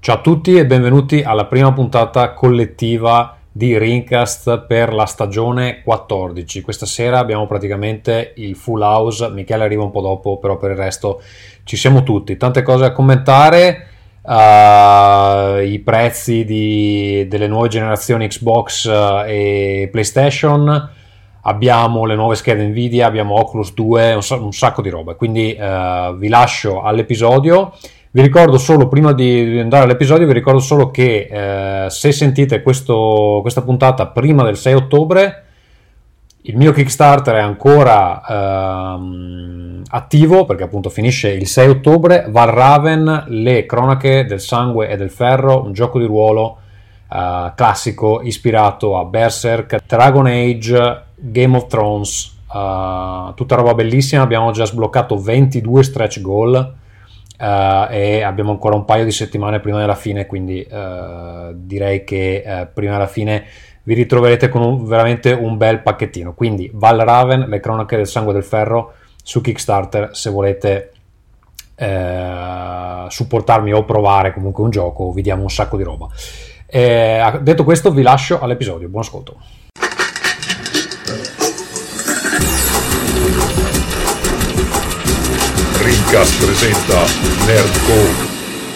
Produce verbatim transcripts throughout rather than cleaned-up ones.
Ciao a tutti e benvenuti alla prima puntata collettiva di Rincast per la stagione quattordici. Questa sera abbiamo praticamente il full house, Michele arriva un po' dopo, però per il resto ci siamo tutti. Tante cose a commentare, uh, i prezzi di, delle nuove generazioni Xbox uh, e PlayStation, abbiamo le nuove schede Nvidia, abbiamo Oculus due, un, un sacco di roba, quindi uh, vi lascio all'episodio. Vi ricordo solo, prima di andare all'episodio, vi ricordo solo che eh, se sentite questo, questa puntata prima del sei ottobre, il mio Kickstarter è ancora ehm, attivo, perché appunto finisce il sei ottobre. Valraven, le cronache del sangue e del ferro, un gioco di ruolo eh, classico ispirato a Berserk, Dragon Age, Game of Thrones, eh, tutta roba bellissima. Abbiamo già sbloccato ventidue stretch goal. Uh, e abbiamo ancora un paio di settimane prima della fine, quindi uh, direi che uh, prima della fine vi ritroverete con un, veramente un bel pacchettino. Quindi Valraven, le cronache del sangue e del ferro su Kickstarter, se volete uh, supportarmi o provare comunque un gioco, vi diamo un sacco di roba. Uh, detto questo, vi lascio all'episodio. Buon ascolto. Rincast presenta Nerdcore.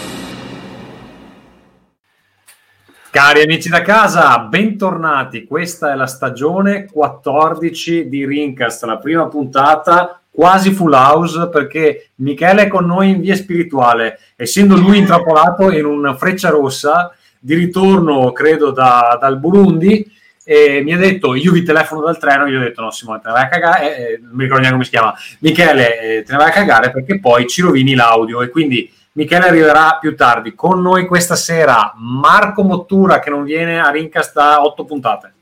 Cari amici da casa, bentornati. Questa è la stagione quattordici di Rincast, la prima puntata quasi full house, perché Michele è con noi in via spirituale, essendo lui intrappolato in un Freccia Rossa di ritorno, credo, da, dal Burundi. E mi ha detto: io vi telefono dal treno. Io ho detto: no Simone, te ne vai a cagare, eh, non mi ricordo neanche come si chiama, Michele, eh, te ne vai a cagare perché poi ci rovini l'audio. E quindi Michele arriverà più tardi. Con noi questa sera Marco Mottura, che non viene a Rincast da otto puntate.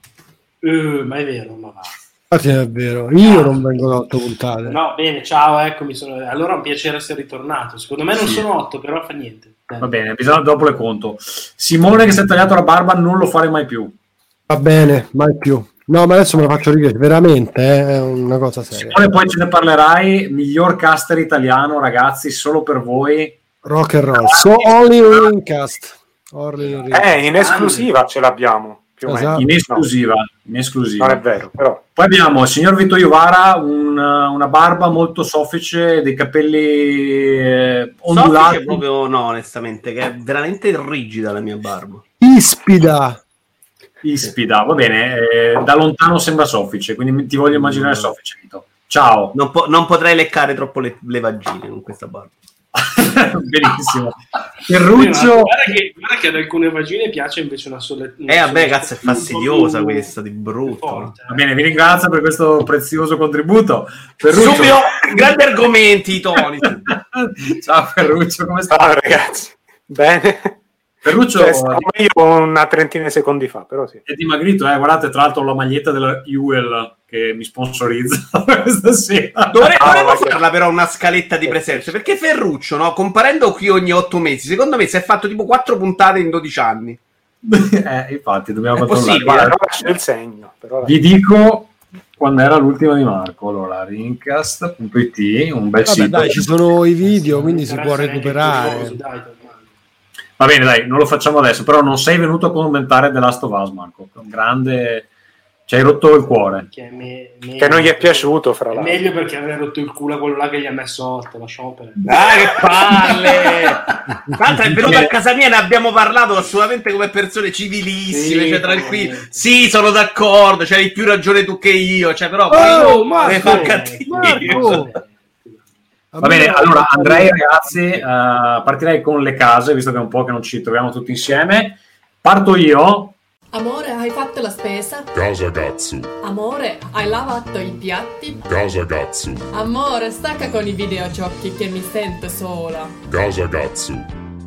Uh, ma è vero, ma va. Ah, sì, è vero, io ah, non vengo da otto puntate. No, bene, ciao, eccomi. Sono... Allora è un piacere essere ritornato. Secondo me non sì. sono otto, però fa niente. Va bene, bisogna dopo le conto. Simone, che si è tagliato la barba, non lo fare mai più. Va bene, mai più. No, ma adesso me lo faccio ridere, veramente, eh, è una cosa seria. Simone, poi ce ne parlerai. Miglior caster italiano, ragazzi, solo per voi. Rock and roll. So only Rincast. Eh, in esclusiva ce l'abbiamo. Più esatto. o In esclusiva, no. in esclusiva. Non è vero, però. Poi abbiamo il signor Vito Iovara, un, una barba molto soffice, dei capelli eh, ondulati. Soffice proprio no, onestamente, che è veramente rigida la mia barba. Ispida. Ispida, va bene, eh, da lontano sembra soffice, quindi ti voglio immaginare mm. soffice, Vito. Ciao. Non, po- non potrei leccare troppo le, le vagine con questa barba. Benissimo. Ferruccio, guarda che, guarda che ad alcune vagine piace invece una sola. Eh vabbè, cazzo, è fastidiosa questa, di brutto. Forte, eh. Va bene, vi ringrazio per questo prezioso contributo. Ferruccio. Subito, grandi argomenti, Tony. Ciao Ferruccio, come stai? Ciao ragazzi, bene. Ferruccio, cioè, io una trentina di secondi fa, però sì. È dimagrito, eh? Guardate, tra l'altro la maglietta della U L che mi sponsorizza questa sera. Dovrei, dovremmo farla però una scaletta di presenze, perché Ferruccio, no? Comparendo qui ogni otto mesi, secondo me si è fatto tipo quattro puntate in dodici anni. eh, infatti, dobbiamo controllare. Guarda, il segno. Però vi dico quando era l'ultima di Marco. Allora, rincast punto it, un bel Vabbè, sito. dai, ci sono i video, quindi si può recuperare. Va bene, dai, non lo facciamo adesso, però non sei venuto a commentare The Last of Us, Marco. Un grande... Ci hai rotto il cuore. Che, me, me, che non gli è piaciuto, fra l'altro. È meglio perché avrei rotto il culo a quello là che gli ha messo otto, lasciamo perdere. Dai, che palle! Tra l'altro è venuto a casa mia, ne abbiamo parlato assolutamente come persone civilissime, sì, cioè tranquilli. Sì, sono d'accordo, c'hai più ragione tu che io, cioè però... Oh, Marco, fa cattivo. Va bene, allora andrei ragazzi, uh, partirei con le case, visto che è un po' che non ci troviamo tutti insieme. Parto io. Amore, hai fatto la spesa? Casa Gatsu. Amore, hai lavato i piatti? Casa Gatsu. Amore, stacca con i videogiochi che mi sento sola. Casa Gatsu.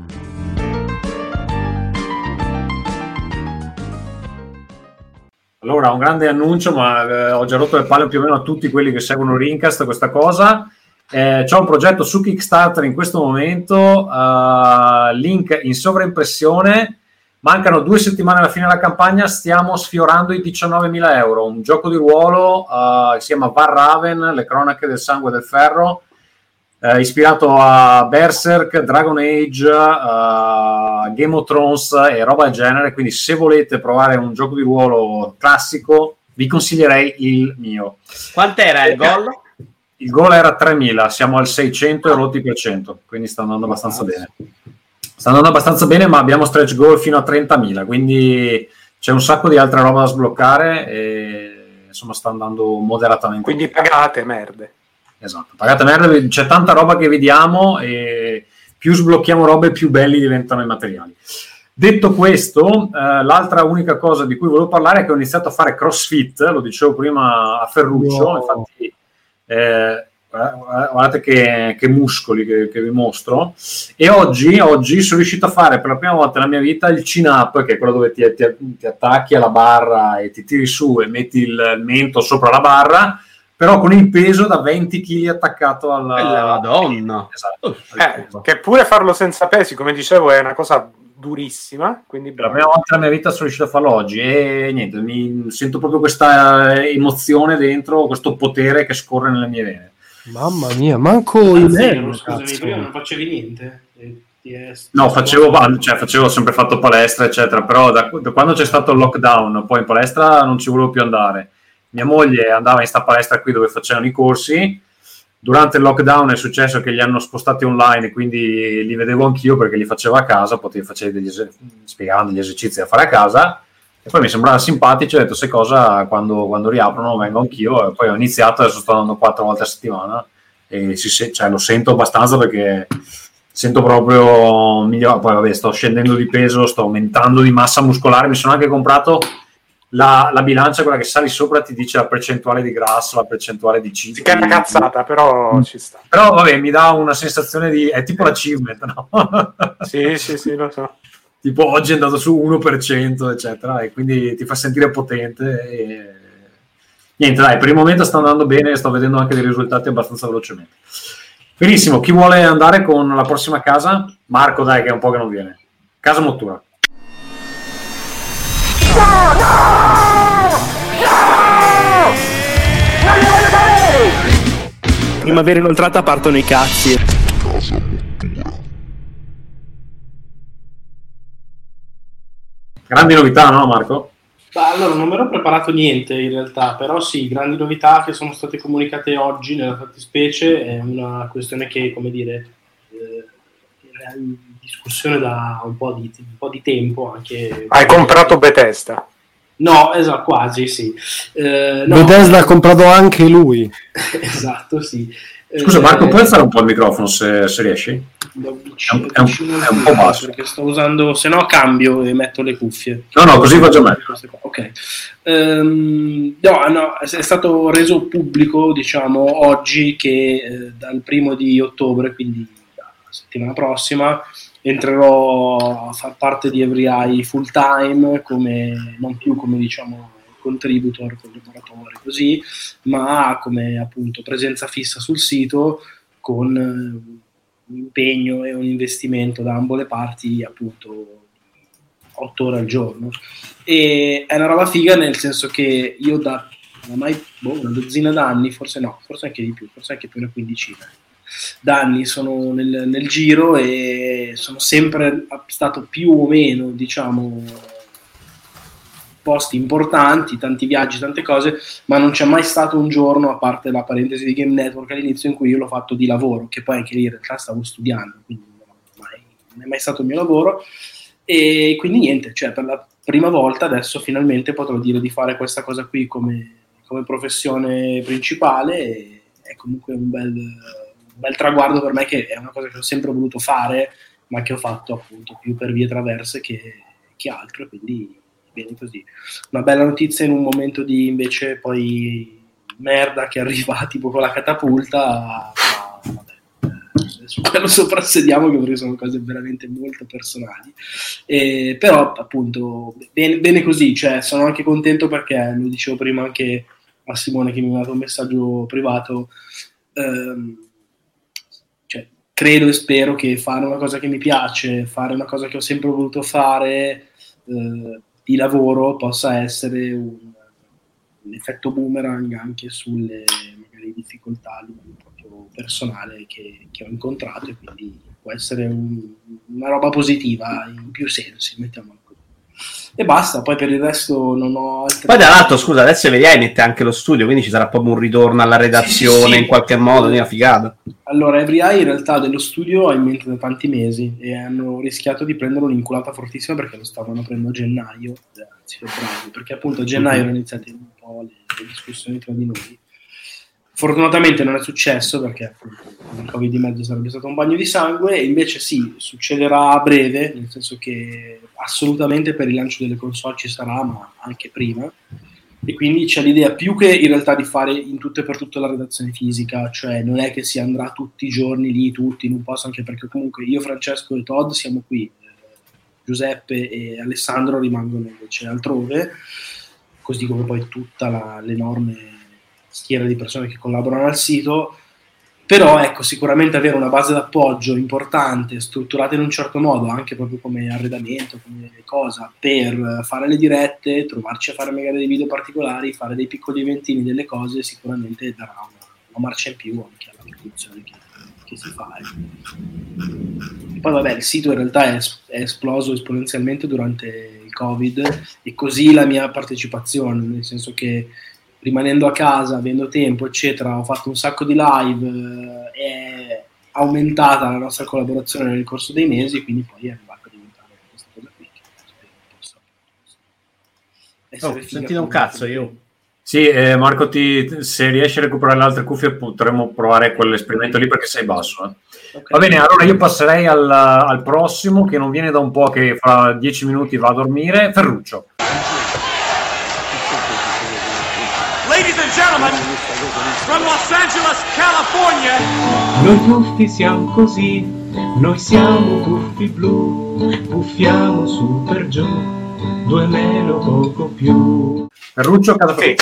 Allora, un grande annuncio, ma eh, ho già rotto le palle più o meno a tutti quelli che seguono Rincast questa cosa. Eh, c'ho un progetto su Kickstarter in questo momento, uh, link in sovraimpressione. Mancano due settimane alla fine della campagna, stiamo sfiorando i diciannovemila euro. Un gioco di ruolo uh, che si chiama Valraven, le cronache del sangue e del ferro, uh, ispirato a Berserk, Dragon Age, uh, uh, Game of Thrones e roba del genere, quindi se volete provare un gioco di ruolo classico vi consiglierei il mio. Quant'era il gol? Il gol era tremila, siamo al seicento e rotti per cento, quindi sta andando abbastanza bene. Sta andando abbastanza bene, ma abbiamo stretch goal fino a trentamila, quindi c'è un sacco di altra roba da sbloccare e insomma sta andando moderatamente. Quindi pagate merde. Esatto, pagate merde, c'è tanta roba che vediamo e più sblocchiamo robe più belli diventano i materiali. Detto questo, eh, l'altra unica cosa di cui volevo parlare è che ho iniziato a fare CrossFit, lo dicevo prima a Ferruccio, no. Infatti eh, guardate che, che muscoli che, che vi mostro, e oggi, oggi sono riuscito a fare per la prima volta nella mia vita il chin-up, che è quello dove ti, ti, ti attacchi alla barra e ti tiri su e metti il mento sopra la barra, però con il peso da venti chili attaccato alla... Bella Madonna! Esatto. Eh, che pure farlo senza pesi, come dicevo, è una cosa durissima, quindi per la prima volta nella mia vita sono riuscito a farlo oggi e niente, mi sento proprio questa emozione dentro, questo potere che scorre nelle mie vene. Mamma mia, manco in me, scusami, prima non facevi niente? No, facevo, cioè, facevo sempre fatto palestra eccetera, però da, da quando c'è stato il lockdown poi in palestra non ci volevo più andare. Mia moglie andava in sta palestra qui dove facevano i corsi. Durante il lockdown è successo che li hanno spostati online, quindi li vedevo anch'io perché li facevo a casa, potevi fare degli es- spiegavano degli esercizi da fare a casa, e poi mi sembrava simpatico, ho detto se cosa quando, quando riaprono vengo anch'io, e poi ho iniziato, adesso sto andando quattro volte a settimana e si, cioè, lo sento abbastanza perché sento proprio migliore. Poi vabbè, sto scendendo di peso, sto aumentando di massa muscolare, mi sono anche comprato La, la bilancia, quella che sali sopra ti dice la percentuale di grasso, la percentuale di cibo. Sì, che è una cazzata, però ci sta. Però vabbè, mi dà una sensazione di... è tipo l'achievement, no? Sì, sì, sì, lo so. Tipo oggi è andato su uno per cento, eccetera, e quindi ti fa sentire potente. E... niente, dai, per il momento sta andando bene, sto vedendo anche dei risultati abbastanza velocemente. Benissimo, chi vuole andare con la prossima casa? Marco, dai, che è un po' che non viene. Casa Mottura. No, no! No! Non li voglio sapere! Primavera inoltrata partono i cazzi. Grandi novità, no Marco? Beh, allora non mi ero preparato niente in realtà, però sì, grandi novità che sono state comunicate oggi nella fattispecie, è una questione che, come dire, eh, è in discussione da un po' di, un po' di tempo anche. Hai comprato Bethesda? No, esatto, quasi sì. Eh, no. Bethesda ha comprato anche lui. Esatto, sì. Scusa Marco, puoi alzare un po' il microfono se, se riesci? È un, è, un, è un po' basso. Perché sto usando, se no cambio e metto le cuffie. No, no, così faccio meglio. Ok. Um, no, no, è stato reso pubblico, diciamo, oggi che eh, dal primo di ottobre, quindi la settimana prossima, entrerò a far parte di EveryEye full time, come, non più come diciamo contributor, collaboratore così, ma come appunto presenza fissa sul sito con un impegno e un investimento da ambo le parti appunto otto ore al giorno. E è una roba figa nel senso che io da ormai boh, una dozzina d'anni, forse no, forse anche di più, forse anche più una quindicina d'anni sono nel, nel giro e sono sempre stato più o meno diciamo posti importanti, tanti viaggi, tante cose, ma non c'è mai stato un giorno, a parte la parentesi di Game Network all'inizio, in cui io l'ho fatto di lavoro, che poi anche lì in realtà stavo studiando, quindi non è mai, non è mai stato il mio lavoro, e quindi niente, cioè per la prima volta adesso finalmente potrò dire di fare questa cosa qui come, come professione principale, e è comunque un bel, un bel traguardo per me, che è una cosa che ho sempre voluto fare, ma che ho fatto appunto più per vie traverse che, che altro, e quindi bene così. Una bella notizia in un momento di invece poi merda che arriva tipo con la catapulta, ma vabbè, su quello soprassediamo, che perché sono cose veramente molto personali, e, però appunto bene, bene così, cioè sono anche contento perché lo dicevo prima anche a Simone che mi ha dato un messaggio privato, ehm, cioè credo e spero che fare una cosa che mi piace, fare una cosa che ho sempre voluto fare eh, di lavoro possa essere un, un effetto boomerang anche sulle magari difficoltà a livello proprio personale che, che ho incontrato, e quindi può essere un, una roba positiva in più sensi, mettiamolo così. E basta, poi per il resto non ho altre... Poi dall'altro, scusa, adesso Every Eye mette anche lo studio, quindi ci sarà proprio un ritorno alla redazione, sì, sì, in qualche modo, è una figata. Allora, Every Eye in realtà dello studio ha in mente da tanti mesi e hanno rischiato di prendere un'inculata fortissima perché lo stavano aprendo a gennaio, anzi febbraio, perché appunto a gennaio erano iniziate un po' le, le discussioni tra di noi. Fortunatamente non è successo perché appunto il Covid di mezzo sarebbe stato un bagno di sangue, e invece sì, succederà a breve, nel senso che assolutamente per il lancio delle console ci sarà, ma anche prima, e quindi c'è l'idea più che in realtà di fare in tutto e per tutto la redazione fisica, cioè non è che si andrà tutti i giorni lì, tutti in un posto, anche perché comunque io, Francesco e Todd siamo qui, Giuseppe e Alessandro rimangono invece altrove, così come poi tutta la, l'enorme schiera di persone che collaborano al sito. Però ecco, sicuramente avere una base d'appoggio importante, strutturata in un certo modo, anche proprio come arredamento, come cosa, per fare le dirette, trovarci a fare magari dei video particolari, fare dei piccoli eventini, delle cose, sicuramente darà una, una marcia in più anche alla produzione che, che si fa. E poi vabbè, il sito in realtà è, è esploso esponenzialmente durante il Covid, e così la mia partecipazione, nel senso che rimanendo a casa, avendo tempo, eccetera, ho fatto un sacco di live, eh, è aumentata la nostra collaborazione nel corso dei mesi, quindi poi è arrivato a diventare questa cosa qui. Che oh, sentite un cazzo io. Sì, eh, Marco, ti, se riesci a recuperare le altre cuffie potremmo provare quell'esperimento lì perché sei basso. Eh. Okay. Va bene, allora io passerei al, al prossimo, che non viene da un po', che fra dieci minuti va a dormire. Ferruccio. Ladies and gentlemen, from Los Angeles, California. Noi tuffi siamo così, noi siamo tuffi blu, puffiamo su per giù, due meno poco più. Ferruccio, casa okay.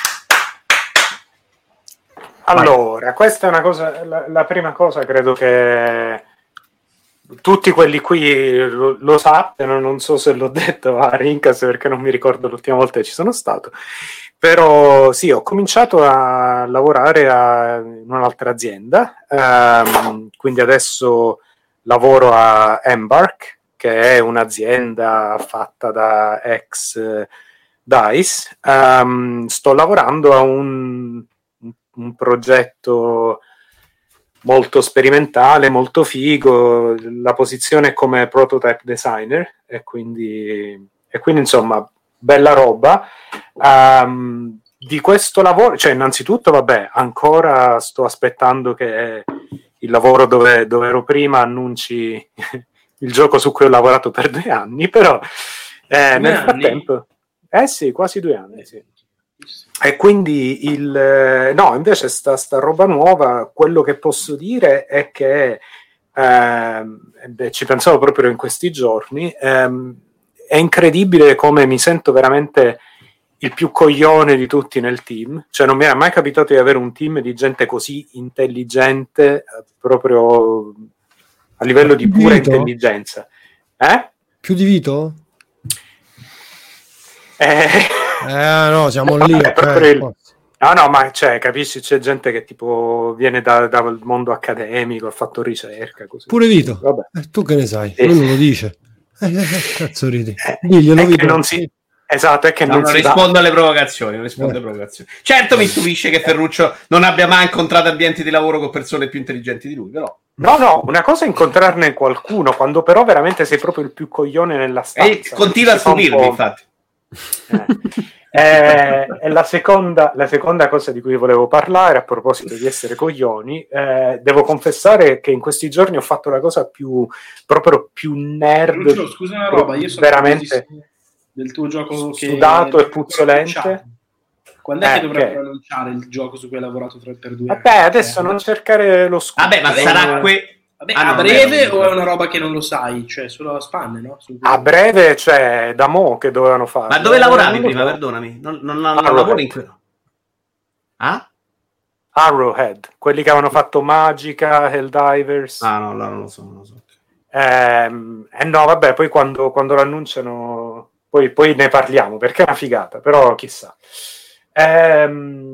Allora, questa è una cosa, la, la prima cosa credo che tutti quelli qui lo, lo sappiano, non so se l'ho detto a Rincas perché non mi ricordo l'ultima volta che ci sono stato. Però sì, ho cominciato a lavorare a, in un'altra azienda, um, quindi adesso lavoro a Embark, che è un'azienda fatta da ex DICE. Um, sto lavorando a un, un progetto molto sperimentale, molto figo, la posizione è come prototype designer e quindi, e quindi insomma bella roba. Um, di questo lavoro, cioè innanzitutto vabbè, ancora sto aspettando che il lavoro dove, dove ero prima annunci il gioco su cui ho lavorato per due anni, però eh, nel frattempo eh sì, quasi due anni sì. E quindi il no, invece sta, sta roba nuova, quello che posso dire è che eh, beh, ci pensavo proprio in questi giorni, ehm, è incredibile come mi sento veramente il più coglione di tutti nel team, cioè non mi era mai capitato di avere un team di gente così intelligente, proprio a livello di pura Vito? intelligenza. Eh? Più di Vito? Eh, eh no, siamo lì. Eh, il... No, no, ma cioè, capisci, c'è gente che tipo viene da, dal mondo accademico, ha fatto ricerca, così. Pure Vito? Vabbè. Eh, tu che ne sai? Eh. Lui non lo dice. Eh, eh, cazzo ridi. Diglielo, Vito. Non si... Esatto, è che no, non, non si rispondo dà. alle provocazioni, non rispondo eh. alle provocazioni. Certo mi stupisce che Ferruccio non abbia mai incontrato ambienti di lavoro con persone più intelligenti di lui, però. No, no, una cosa è incontrarne qualcuno, quando però veramente sei proprio il più coglione nella stanza. E continua a stupirmi, infatti. Eh. eh, e la seconda, la seconda cosa di cui volevo parlare, a proposito di essere coglioni, eh, devo confessare che in questi giorni ho fatto la cosa più, proprio più nerd. Ferruccio, scusa una roba, io sono veramente... del tuo gioco che sudato e puzzolente. Quando è eh, che dovrebbero che... annunciare il gioco su cui hai lavorato tre per due? Vabbè, adesso eh. non cercare lo scopo. Vabbè, ma sarà que... Vabbè, ah, a no, breve o è una roba che non lo sai? Cioè, solo a spanne, no? Su a breve, cioè, da mo' che dovevano fare. Ma dove lavoravi prima, perdonami? Non, non, non, non lavori in quello. Ah? Arrowhead, quelli che avevano fatto Magica, Helldivers. Ah, no, no, non lo so, non lo so. Eh, eh no, vabbè, poi quando, quando lo annunciano... Poi, poi ne parliamo perché è una figata, però chissà. Ehm,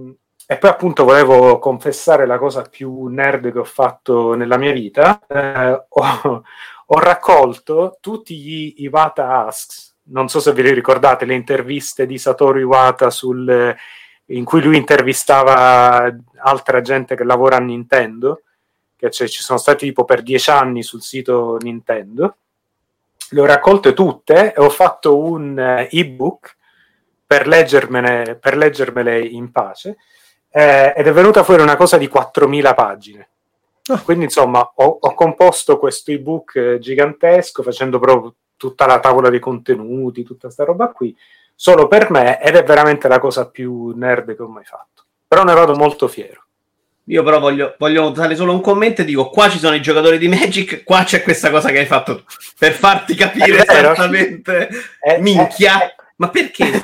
e poi appunto volevo confessare la cosa più nerd che ho fatto nella mia vita. Eh, ho, ho raccolto tutti gli Iwata Asks, non so se vi ricordate le interviste di Satoru Iwata sul, in cui lui intervistava altra gente che lavora a Nintendo, che cioè, ci sono stati tipo per dieci anni sul sito Nintendo. Le ho raccolte tutte e ho fatto un uh, ebook per leggermene, per leggermele in pace, eh, ed è venuta fuori una cosa di quattromila pagine. Oh. Quindi insomma ho, ho composto questo ebook eh, gigantesco, facendo proprio tutta la tavola dei contenuti, tutta sta roba qui, solo per me, ed è veramente la cosa più nerd che ho mai fatto. Però ne vado molto fiero. Io però voglio, voglio dare solo un commento e dico: qua ci sono i giocatori di Magic, qua c'è questa cosa che hai fatto tu, per farti capire esattamente. È, minchia, è, è, ma perché?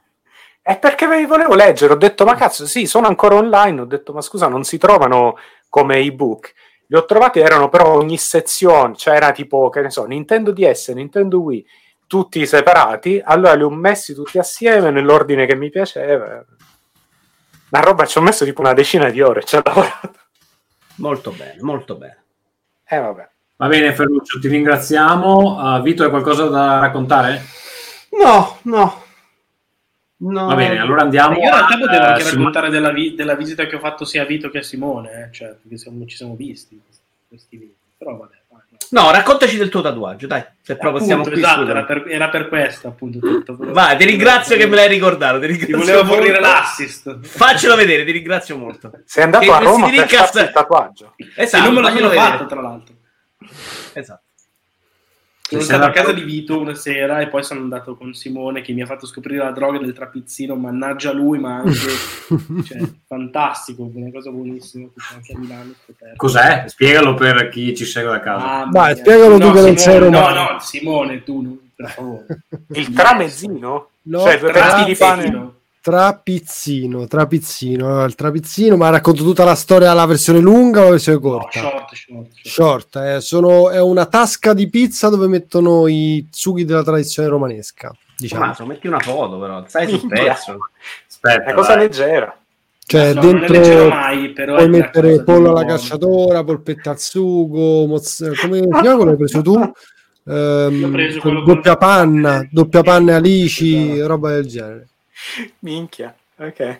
È perché me li volevo leggere, ho detto ma cazzo, sì, sono ancora online, ho detto ma scusa, non si trovano come ebook. Li ho trovati, erano però ogni sezione, cioè era tipo, che ne so, Nintendo D S, Nintendo Wii, tutti separati, allora li ho messi tutti assieme nell'ordine che mi piaceva. La roba ci ho messo tipo una decina di ore, ci ho lavorato. Molto bene, molto bene. Eh vabbè. Va bene Ferruccio, ti ringraziamo. Uh, Vito, hai qualcosa da raccontare? No, no. No. Va bene, allora andiamo. Io in realtà potevo a, anche uh, raccontare della, vi- della visita che ho fatto sia a Vito che a Simone, eh? Cioè, perché siamo, ci siamo visti questi video. Però vabbè. No, raccontaci del tuo tatuaggio, dai, se proprio Appunto, siamo qui. Esatto, era per, era per questo, appunto. Tutto. Vai, ti ringrazio che me l'hai ricordato. Ti, ti volevo fornire l'assist. Faccelo vedere, ti ringrazio molto. Sei andato che a Roma per rincast... farti il tatuaggio. Esatto, non me l'ho faccelo fatto, vedere. tra l'altro. Esatto. Sono stato a casa di Vito una sera e poi sono andato con Simone che mi ha fatto scoprire la droga del trapizzino, mannaggia lui, ma anche cioè, fantastico, una cosa buonissima anche a Milano. Cos'è? Spiegalo per chi ci segue da casa. Ah, Vai, spiegalo no, tu che non sei romano. No, no, Simone, tu, non, per favore. Il tramezzino? No, cioè due pezzi di pane. Trapizzino, trapizzino, il trapizzino, ma racconto tutta la storia, la versione lunga o la versione corta? No, short, short. short. Short, eh, sono, è una tasca di pizza dove mettono i sughi della tradizione romanesca. Diciamo. Ma metti una foto, però, sai sul pezzo. Aspetta, è cosa leggera. Cioè, no, dentro mai, però puoi mettere pollo alla nuovo. cacciatora, polpetta al sugo, mozz- come si chiama quello hai preso tu? Ehm, preso quello doppia panna, doppia panna e alici, esatto. roba del genere. Minchia, ok.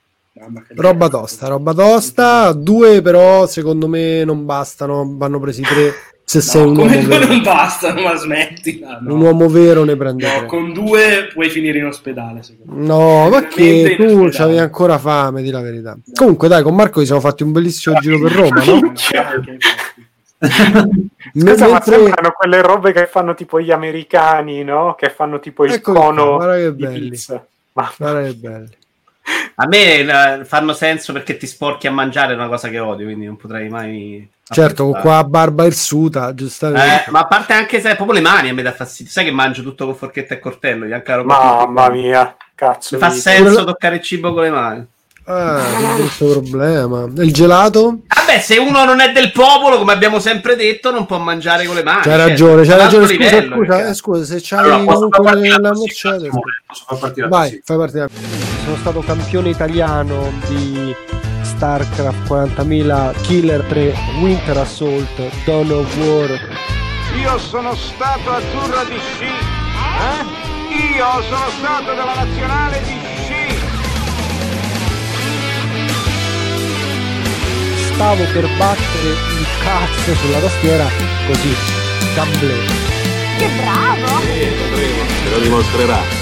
Roba tosta, roba tosta. Due però secondo me non bastano, vanno presi tre. Se No, sei un come uomo due vero, non bastano, ma smettila. No. un uomo vero ne prende No, tre. con due puoi finire in ospedale, secondo me. No, ma che Veramente in tu ospedale. c'avevi ancora fame, di la verità. Comunque dai, con Marco ci siamo fatti un bellissimo giro per Roma, no? Scusa, ma Mentre- sembrano quelle robe che fanno tipo gli americani, no? Che fanno tipo il Eccoli qua, cono guarda che di belli. pizza. Ma Guarda che belli. A me eh, fanno senso perché ti sporchi a mangiare, è una cosa che odio, quindi non potrei mai. Certo, con apprezzare. qua a barba irsuta, giustamente. Eh, ma a parte anche se proprio le mani a me dà fastidio. Sai che mangio tutto con forchetta e coltello? Gli anche la roba mamma mia, cazzo. Mi fa di- senso toccare il cibo con le mani. Ah, non questo problema. Il gelato? Vabbè, se uno non è del popolo, come abbiamo sempre detto, non può mangiare con le mani. C'hai cioè, ragione, c'hai ad ragione. alto Scusa, livello, scusa, cioè. eh, scusa, se c'hai Allora, posso far comunque partire la la sigla, Mercedes. Simone? Posso far partire la Vai, sigla? fai partire. Sono stato campione italiano di StarCraft quarantamila, Killer tre, Winter Assault, Dawn of War. Io sono stato azzurro di sci. Eh? Io sono stato della nazionale di sci. Stavo per battere il cazzo sulla tastiera così, gamble. Che bravo! Te lo dimostrerà.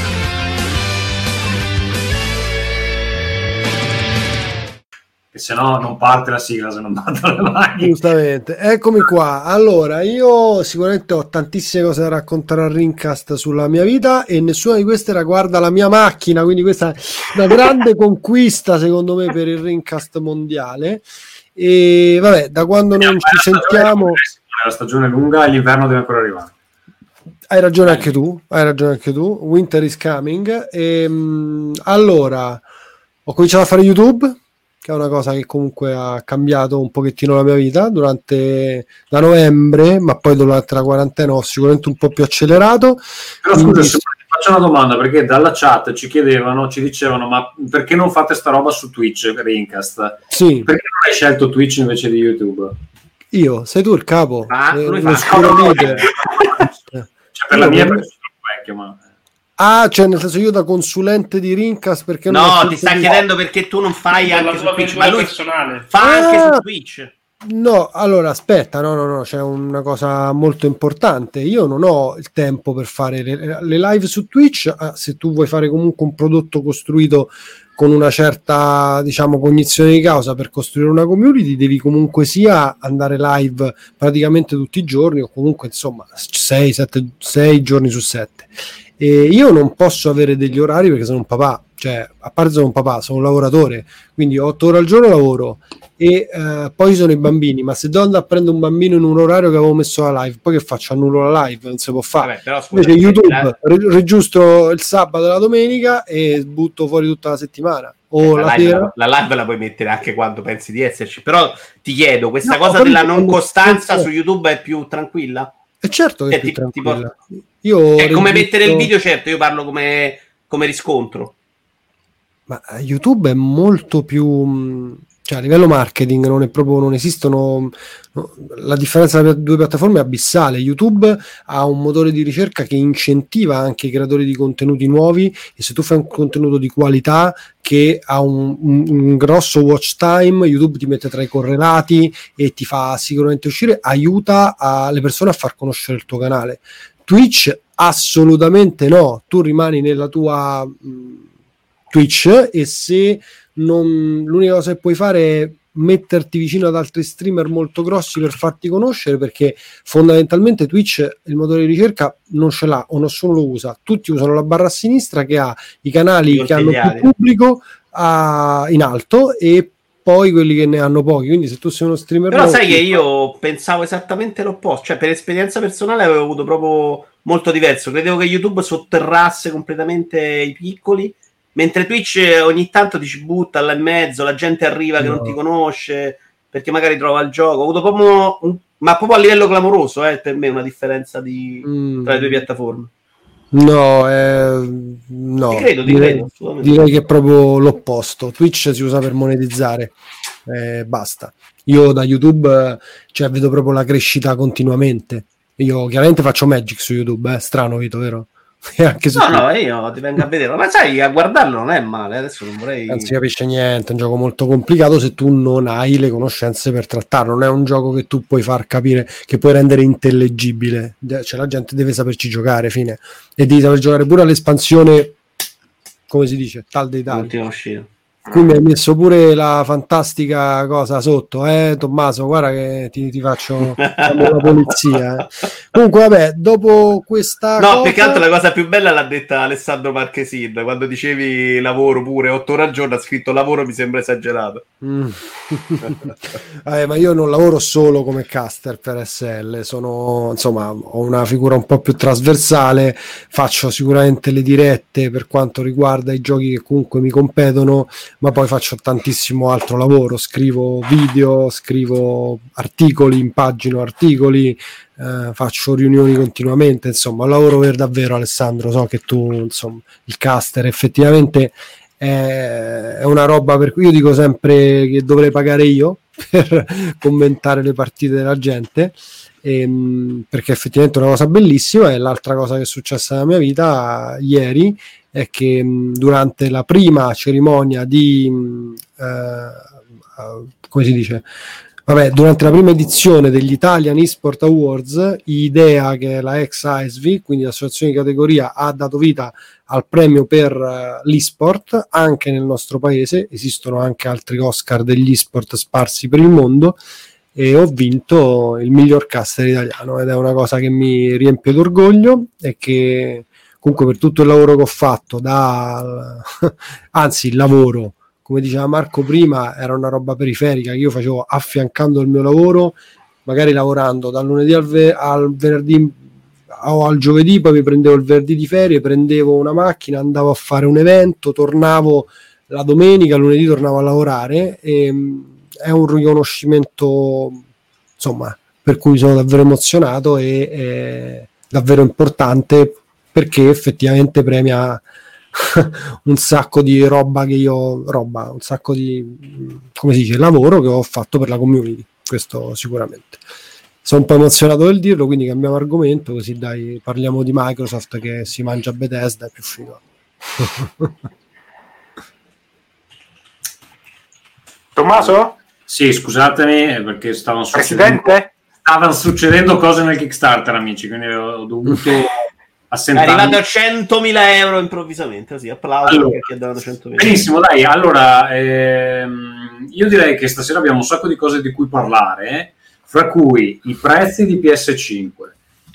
Che se no non parte la sigla se non batto le mani. Giustamente, eccomi qua. Allora, io sicuramente ho tantissime cose da raccontare al Rincast sulla mia vita e nessuna di queste riguarda la mia macchina, quindi questa è una grande conquista secondo me per il Rincast mondiale. E vabbè, da quando non ci sentiamo... La stagione è lunga e l'inverno deve ancora arrivare. Hai ragione anche tu, hai ragione anche tu. Winter is coming. E, mh, allora, ho cominciato a fare YouTube, che è una cosa che comunque ha cambiato un pochettino la mia vita durante da novembre, ma poi durante la quarantena ho sicuramente un po' più accelerato. Però Quindi- scusa, se faccio una domanda, perché dalla chat ci chiedevano, ci dicevano, ma perché non fate sta roba su Twitch, Rincast? Sì. Perché non hai scelto Twitch invece di YouTube? Io? Sei tu il capo? Ah, eh, lui lo fa- scuro No, no, leader. Cioè, per la Io mia non- persona vecchia, ma... Ah, cioè nel senso io da consulente di Rincast perché non ho No, scelto ti sta di- chiedendo perché tu non fai Per la anche su tua Twitch, avventura ma lui personale. fa anche Ah! su Twitch. No, allora aspetta, no, no, no, c'è una cosa molto importante. Io non ho il tempo per fare le, le live su Twitch. Ah, se tu vuoi fare comunque un prodotto costruito con una certa, diciamo, cognizione di causa per costruire una community, devi comunque sia andare live praticamente tutti i giorni o comunque insomma sei sette giorni su sette. E io non posso avere degli orari perché sono un papà, cioè a parte sono un papà, sono un lavoratore, quindi otto ore al giorno lavoro e eh, poi sono i bambini, ma se devo andare a prendere un bambino in un orario che avevo messo la live, poi che faccio? Annullo la live, non si può fare. Vabbè, però scusa, Invece YouTube la, re- registro il sabato e la domenica e butto fuori tutta la settimana o la la live, sera. la, la live la puoi mettere anche quando pensi di esserci, però ti chiedo, questa No, cosa ho della capito, non quando- costanza su YouTube è più tranquilla? E certo che Cioè, è più ti- ti tranquilla. porta- Io È come registro- mettere il video, certo, io parlo come, come riscontro. Ma YouTube è molto più, mh, cioè a livello marketing non è proprio, non esistono, no, la differenza tra le due piattaforme è abissale. YouTube ha un motore di ricerca che incentiva anche i creatori di contenuti nuovi e se tu fai un contenuto di qualità che ha un, un, un grosso watch time, YouTube ti mette tra i correlati e ti fa sicuramente uscire, aiuta a, le persone a far conoscere il tuo canale. Twitch assolutamente no, tu rimani nella tua... Mh, Twitch e se non, l'unica cosa che puoi fare è metterti vicino ad altri streamer molto grossi per farti conoscere, perché fondamentalmente Twitch il motore di ricerca non ce l'ha o nessuno lo usa, tutti usano la barra a sinistra che ha i canali Io che hanno tagliati. più pubblico a, in alto e poi quelli che ne hanno pochi, quindi se tu sei uno streamer Però nuovo, sai che io pensavo esattamente l'opposto, cioè per esperienza personale avevo avuto proprio molto diverso, credevo che YouTube sotterrasse completamente i piccoli, mentre Twitch ogni tanto ti ci butta là in mezzo, la gente arriva che No. non ti conosce perché magari trova il gioco. Ho avuto proprio un- ma proprio a livello clamoroso, eh, per me una differenza di, Mm. tra le due piattaforme. no, eh, no. Ti credo, ti direi, credo, assolutamente. direi che è proprio l'opposto. Twitch si usa per monetizzare, eh, basta. Io da YouTube eh, cioè, vedo proprio la crescita continuamente. Io chiaramente faccio Magic su YouTube, eh, strano Vito, vero? E anche su No, Twitch. no, io ti vengo a vedere, ma sai, a guardarlo non è male, adesso non vorrei... Non si capisce niente, è un gioco molto complicato se tu non hai le conoscenze per trattarlo, non è un gioco che tu puoi far capire, che puoi rendere intellegibile, cioè la gente deve saperci giocare, fine, e devi saper giocare pure all'espansione, come si dice, tal dei tali. L'ultima uscita. Qui mi hai messo pure la fantastica cosa sotto, eh Tommaso, guarda che ti, ti faccio chiamo la polizia. eh. Comunque vabbè, dopo questa No, cosa... più che altro la cosa più bella l'ha detta Alessandro Marchesin, quando dicevi lavoro pure otto ore al giorno, ha scritto lavoro, mi sembra esagerato. Mm. Vabbè, ma io non lavoro solo come caster per S L, sono insomma ho una figura un po' più trasversale, faccio sicuramente le dirette per quanto riguarda i giochi che comunque mi competono, ma poi faccio tantissimo altro lavoro, scrivo video, scrivo articoli, impagino articoli, eh, faccio riunioni continuamente, insomma lavoro per davvero. Alessandro, so che tu insomma il caster effettivamente è una roba per cui io dico sempre che dovrei pagare io per commentare le partite della gente, ehm, perché effettivamente è una cosa bellissima. E l'altra cosa che è successa nella mia vita ieri è che mh, durante la prima cerimonia di mh, eh, uh, come si dice vabbè durante la prima edizione degli Italian eSport Awards, IDEA, che è la ex A S V, quindi l'associazione di categoria, ha dato vita al premio per uh, l'eSport anche nel nostro paese. Esistono anche altri Oscar degli eSport sparsi per il mondo e ho vinto il miglior caster italiano, ed è una cosa che mi riempie d'orgoglio e che comunque per tutto il lavoro che ho fatto, da anzi il lavoro, come diceva Marco prima, era una roba periferica che io facevo affiancando il mio lavoro, magari lavorando dal lunedì al, ve- al venerdì o al giovedì, poi mi prendevo il venerdì di ferie, prendevo una macchina, andavo a fare un evento, tornavo la domenica, lunedì tornavo a lavorare, e mh, è un riconoscimento insomma per cui sono davvero emozionato e è davvero importante perché effettivamente premia un sacco di roba che io roba, un sacco di, come si dice, lavoro che ho fatto per la community, questo sicuramente. Sono un po' emozionato nel dirlo, quindi cambiamo argomento, così dai, parliamo di Microsoft che si mangia Bethesda, è più figo. Tommaso? Sì, scusatemi perché stavano succedendo, stavano succedendo cose nel Kickstarter, amici, quindi ho dovuto assentarmi. È arrivato a centomila euro improvvisamente, così, applauso allora, perché ha dato centomila. Benissimo, dai, allora ehm, io direi che stasera abbiamo un sacco di cose di cui parlare, fra cui i prezzi di P S cinque,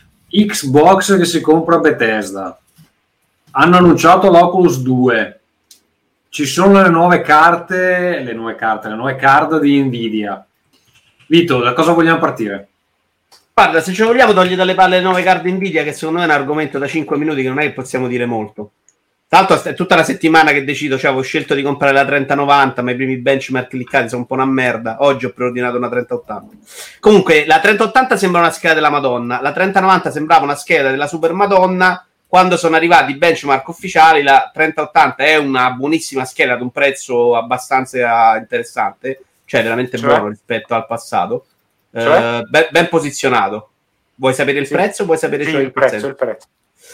Xbox che si compra Bethesda, hanno annunciato l'Oculus due, ci sono le nuove carte, le nuove carte, le nuove card di Nvidia. Vito, da cosa vogliamo partire? Guarda, se ci vogliamo togli dalle palle le nuove card Nvidia, che secondo me è un argomento da cinque minuti che non è che possiamo dire molto. Tra l'altro è tutta la settimana che decido, cioè avevo scelto di comprare la trenta novanta, ma i primi benchmark cliccati sono un po' una merda. Oggi ho preordinato una trenta ottanta. Comunque, la trenta ottanta sembra una scheda della Madonna, la trenta novanta sembrava una scheda della Super Madonna. Quando sono arrivati i benchmark ufficiali, la trenta ottanta è una buonissima scheda ad un prezzo abbastanza interessante, cioè veramente cioè? buono rispetto al passato, cioè? eh, ben, ben posizionato. Vuoi sapere il sì. prezzo? Vuoi sapere sì, cioè il, il prezzo? Il prezzo.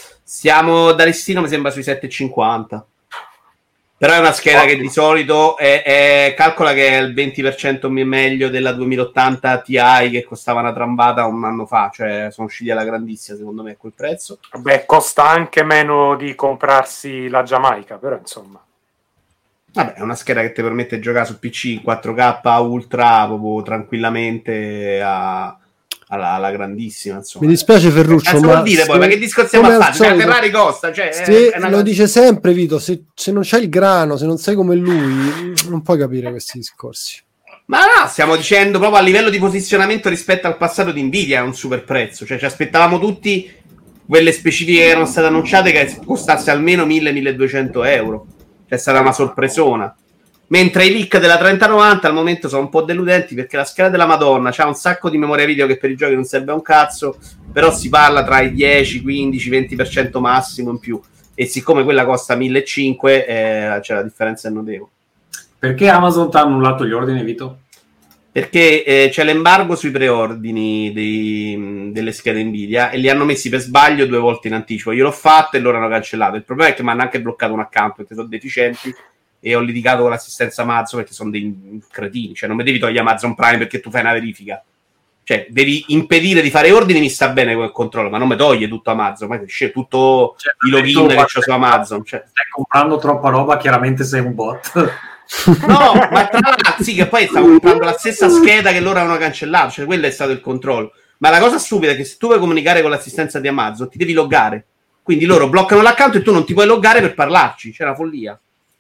Siamo da listino, mi sembra sui sette e cinquanta. Però è una scheda Ottimo. che di solito è, è, calcola che è il venti per cento meglio della duemila ottanta Ti che costava una trambata un anno fa, cioè sono usciti alla grandissima secondo me a quel prezzo. Beh, costa anche meno di comprarsi la Giamaica, però insomma. Vabbè, è una scheda che ti permette di giocare su P C in quattro K ultra proprio tranquillamente a... Alla, alla grandissima, insomma. Mi dispiace Ferruccio, ma, ma, dire, poi, ma che discorso stiamo a fare? Cioè, Ferrari costa, cioè, se, è una... lo dice sempre Vito, se, se non c'hai il grano, se non sei come lui, non puoi capire questi discorsi. Ma no, stiamo dicendo proprio a livello di posizionamento rispetto al passato di Nvidia è un super prezzo, cioè ci aspettavamo tutti quelle specifiche che erano state annunciate che costasse almeno mille milleduecento euro, cioè è stata una sorpresona. Mentre i leak della trenta novanta al momento sono un po' deludenti perché la scheda della Madonna c'ha un sacco di memoria video che per i giochi non serve a un cazzo, però si parla tra i dieci, quindici, venti per cento massimo in più, e siccome quella costa millecinquecento eh, c'è la differenza è notevole. Perché Amazon ti ha annullato gli ordini, Vito? Perché eh, c'è l'embargo sui preordini dei, delle schede Nvidia e li hanno messi per sbaglio due volte in anticipo. Io l'ho fatto e loro hanno cancellato. Il problema è che mi hanno anche bloccato un account perché sono deficienti e ho litigato con l'assistenza Amazon perché sono dei cretini, cioè non mi devi togliere Amazon Prime perché tu fai una verifica, cioè devi impedire di fare ordini, mi sta bene quel controllo, ma non mi toglie tutto Amazon, ma c'è tutto cioè, i login che c'ho su Amazon, cioè. Stai comprando troppa roba, chiaramente sei un bot. No, ma tra l'altro sì, che poi stavo comprando la stessa scheda che loro avevano cancellato, cioè quello è stato il controllo. Ma la cosa stupida è che se tu vuoi comunicare con l'assistenza di Amazon ti devi loggare, quindi loro bloccano l'account e tu non ti puoi loggare per parlarci, c'è una follia.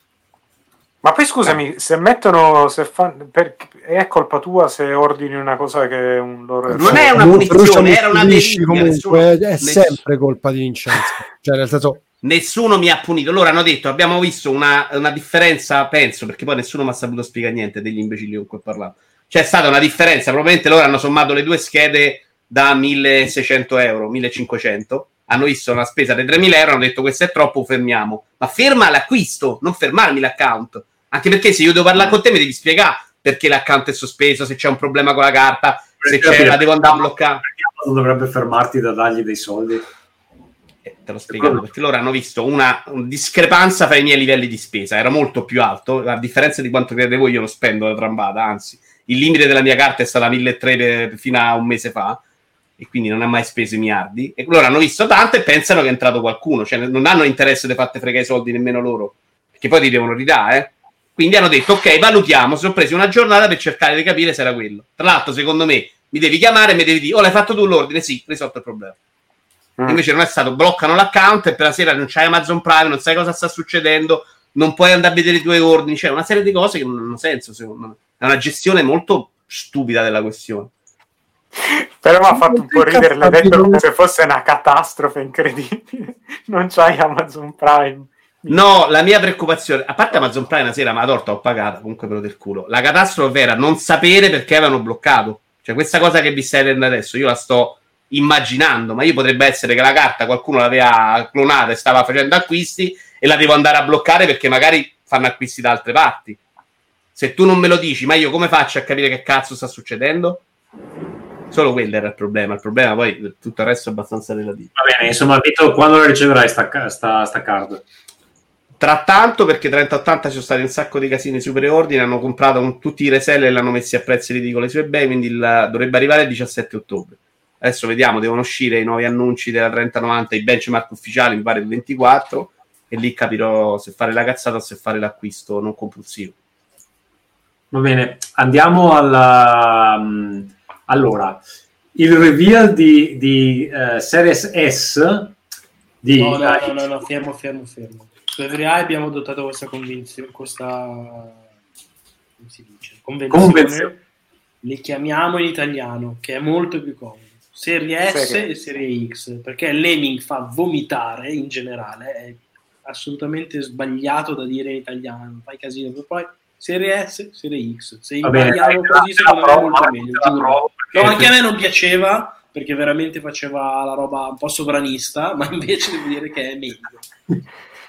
Ma poi scusami, se mettono, se fanno, per, è colpa tua se ordini una cosa che è un loro... Non è una punizione, era una verifica. Comunque, nessuno, è nessuno, sempre colpa di Vincenzo. Cioè, nel senso... Nessuno mi ha punito. Loro hanno detto, abbiamo visto una, una differenza, penso, perché poi nessuno mi ha saputo spiegare niente degli imbecilli con cui ho parlato. C'è stata una differenza, probabilmente loro hanno sommato le due schede da milleseicento euro, millecinquecento, hanno visto una spesa di tremila euro, hanno detto questo è troppo, fermiamo. Ma ferma l'acquisto, non fermarmi l'account. Anche perché se io devo parlare con te mi devi spiegare perché l'account è sospeso, se c'è un problema con la carta, se c'è, la devo andare a bloccare. Non dovrebbe fermarti da dargli dei soldi. Eh, te l'ho spiegato, perché loro hanno visto una, una discrepanza fra i miei livelli di spesa, era molto più alto, a differenza di quanto credevo io lo spendo la trambata, anzi, il limite della mia carta è stata milletrecento fino a un mese fa, e quindi non ha mai speso i miliardi, e loro hanno visto tanto e pensano che è entrato qualcuno, cioè non hanno interesse di fatte fregare i soldi nemmeno loro, perché poi ti devono ridare, eh. Quindi hanno detto, ok, valutiamo, si sono presi una giornata per cercare di capire se era quello. Tra l'altro, secondo me, mi devi chiamare e mi devi dire, oh, l'hai fatto tu l'ordine? Sì, risolto il problema. Mm. Invece non è stato, bloccano l'account e per la sera non c'hai Amazon Prime, non sai cosa sta succedendo, non puoi andare a vedere i tuoi ordini, c'è cioè una serie di cose che non hanno senso, secondo me. È una gestione molto stupida della questione. Però mi ha fatto un po' ridere, l'ha detto come se fosse una catastrofe incredibile. Non c'hai Amazon Prime. No, la mia preoccupazione, a parte Amazon Prime una sera, ma la torta ho pagata, comunque però del culo. La catastrofe era non sapere perché avevano bloccato. Cioè questa cosa che vi stai vedendo adesso, io la sto immaginando, ma io potrebbe essere che la carta qualcuno l'aveva clonata e stava facendo acquisti e la devo andare a bloccare perché magari fanno acquisti da altre parti. Se tu non me lo dici, ma io come faccio a capire che cazzo sta succedendo? Solo quello era il problema. Il problema poi tutto il resto è abbastanza relativo. Va bene, insomma, Vito, quando la riceverai sta, sta, sta card? Tra tanto, perché trenta ottanta ci sono stati un sacco di casini su preordine, hanno comprato con tutti i resell e l'hanno messi a prezzi ridicoli su eBay, quindi il, dovrebbe arrivare il diciassette ottobre. Adesso vediamo, devono uscire i nuovi annunci della trenta novanta, i benchmark ufficiali, mi pare il ventiquattro, e lì capirò se fare la cazzata o se fare l'acquisto non compulsivo. Va bene, andiamo alla... Allora, il reveal di, di uh, Series S di... No, no, no, no, no, fermo, fermo, fermo. Su Every Eye abbiamo adottato questa convinzione, questa... come si dice? Convenzione. Convenzione. Le chiamiamo in italiano, che è molto più comodo. Serie S Serie. E Serie X, perché l'eming fa vomitare in generale, è assolutamente sbagliato da dire in italiano, fai casino, poi Serie S, Serie X, se impariamo così secondo me è molto meglio, giuro. No, anche a me non piaceva, perché veramente faceva la roba un po' sovranista, ma invece devo dire che è meglio.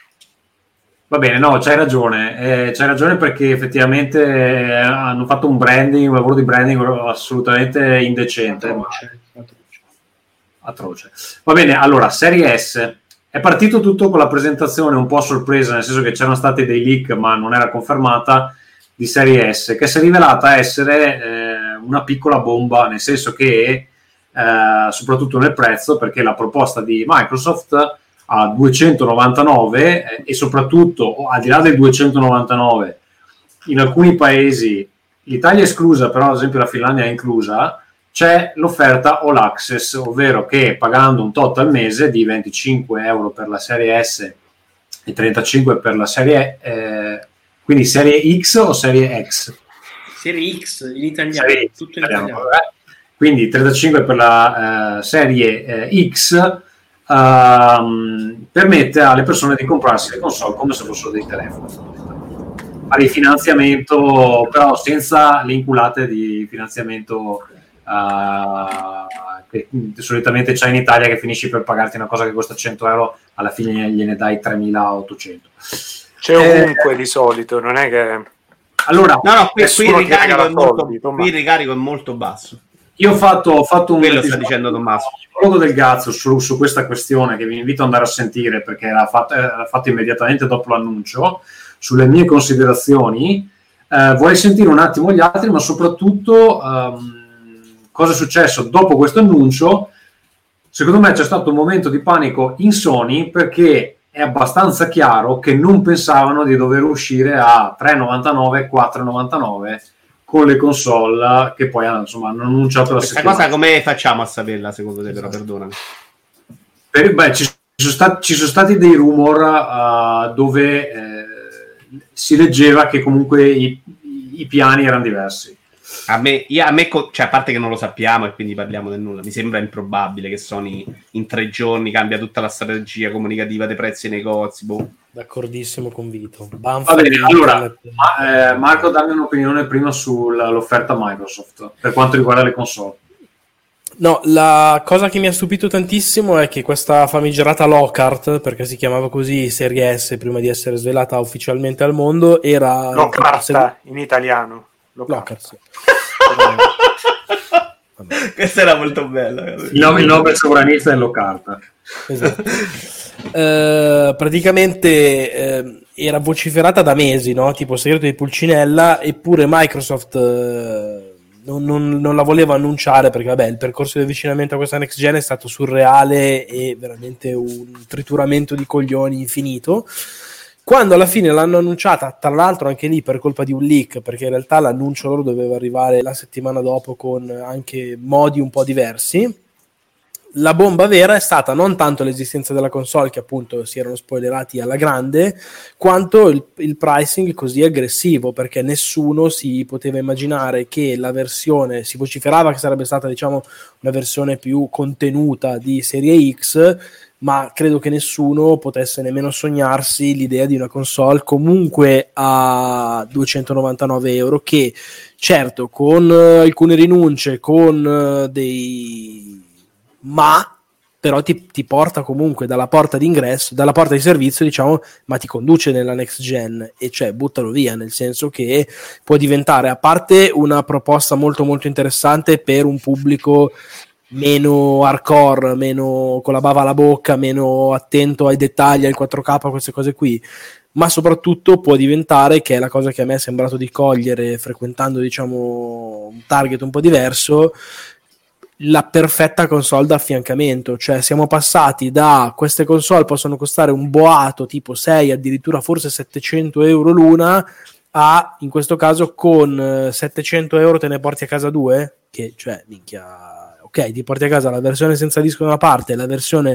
Va bene, no, c'hai ragione, eh, c'hai ragione perché effettivamente eh, hanno fatto un branding, un lavoro di branding assolutamente indecente. Atroce, atroce. Atroce. Va bene, allora, Serie S. È partito tutto con la presentazione un po' a sorpresa, nel senso che c'erano stati dei leak, ma non era confermata, di Serie S, che si è rivelata essere eh, una piccola bomba, nel senso che, eh, soprattutto nel prezzo, perché la proposta di Microsoft a duecentonovantanove eh, e soprattutto, al di là del duecentonovantanove, in alcuni paesi, l'Italia è esclusa, però ad esempio la Finlandia è inclusa, c'è l'offerta All Access, ovvero che pagando un tot al mese di venticinque euro per la serie S e trentacinque per la serie eh, quindi serie X o serie X? Serie X in italiano, serie tutto in italiano. italiano. Quindi trentacinque per la uh, serie uh, X uh, permette alle persone di comprarsi le console come se fossero dei telefoni a rifinanziamento, però senza le inculate di finanziamento Uh, che solitamente c'è in Italia, che finisci per pagarti una cosa che costa cento euro, alla fine gliene dai tremilaottocento. C'è ovunque eh, di solito, non è che allora no no qui, qui, il, ricarico è molto, qui il ricarico è molto basso. Io ho fatto, ho fatto un quello sta dicendo Tommaso del cazzo su, su questa questione, che vi invito ad andare a sentire perché era fatto, era fatto immediatamente dopo l'annuncio, sulle mie considerazioni. Eh, vorrei sentire un attimo gli altri, ma soprattutto um, cosa è successo dopo questo annuncio. Secondo me c'è stato un momento di panico in Sony, perché è abbastanza chiaro che non pensavano di dover uscire a tre virgola novantanove, quattro virgola novantanove con le console che poi insomma hanno annunciato la questa settimana. Cosa come facciamo a saperla secondo te? Però perdonami. Per, beh, ci, ci, sono stati, ci sono stati dei rumor uh, dove eh, si leggeva che comunque i, i piani erano diversi. A me, io, a me, cioè a parte che non lo sappiamo e quindi parliamo del nulla, mi sembra improbabile che Sony in tre giorni cambia tutta la strategia comunicativa dei prezzi ai negozi. Boh. D'accordissimo con Vito. Va bene, allora ma, eh, Marco, dammi un'opinione prima sull'offerta Microsoft per quanto riguarda le console. No, la cosa che mi ha stupito tantissimo è che questa famigerata Lockhart, perché si chiamava così Serie S prima di essere svelata ufficialmente al mondo, era Lockhart in italiano. Lockhart. Questa era molto bella. Il nome, il nome sovranista è Lockhart. Esatto. eh, praticamente eh, era vociferata da mesi, no? Tipo segreto di Pulcinella, eppure Microsoft eh, non, non, non la voleva annunciare perché vabbè, il percorso di avvicinamento a questa next gen è stato surreale e veramente un trituramento di coglioni infinito. Quando alla fine l'hanno annunciata, tra l'altro anche lì per colpa di un leak, perché in realtà l'annuncio loro doveva arrivare la settimana dopo con anche modi un po' diversi, la bomba vera è stata non tanto l'esistenza della console, che appunto si erano spoilerati alla grande, quanto il, il pricing così aggressivo, perché nessuno si poteva immaginare che la versione, si vociferava che sarebbe stata diciamo una versione più contenuta di Serie X, ma credo che nessuno potesse nemmeno sognarsi l'idea di una console comunque a duecentonovantanove euro, che certo con uh, alcune rinunce, con uh, dei ma però ti, ti porta comunque dalla porta d'ingresso, dalla porta di servizio, diciamo, ma ti conduce nella next gen, e cioè buttalo via, nel senso che può diventare, a parte una proposta molto molto interessante per un pubblico meno hardcore, meno con la bava alla bocca, meno attento ai dettagli, al quattro K, queste cose qui, ma soprattutto può diventare, che è la cosa che a me è sembrato di cogliere frequentando, diciamo, un target un po' diverso, la perfetta console d'affiancamento. Cioè siamo passati da queste console possono costare un boato tipo sei, addirittura forse settecento euro l'una, a in questo caso con settecento euro te ne porti a casa due, che cioè minchia, ok, ti porti a casa la versione senza disco da una parte e la versione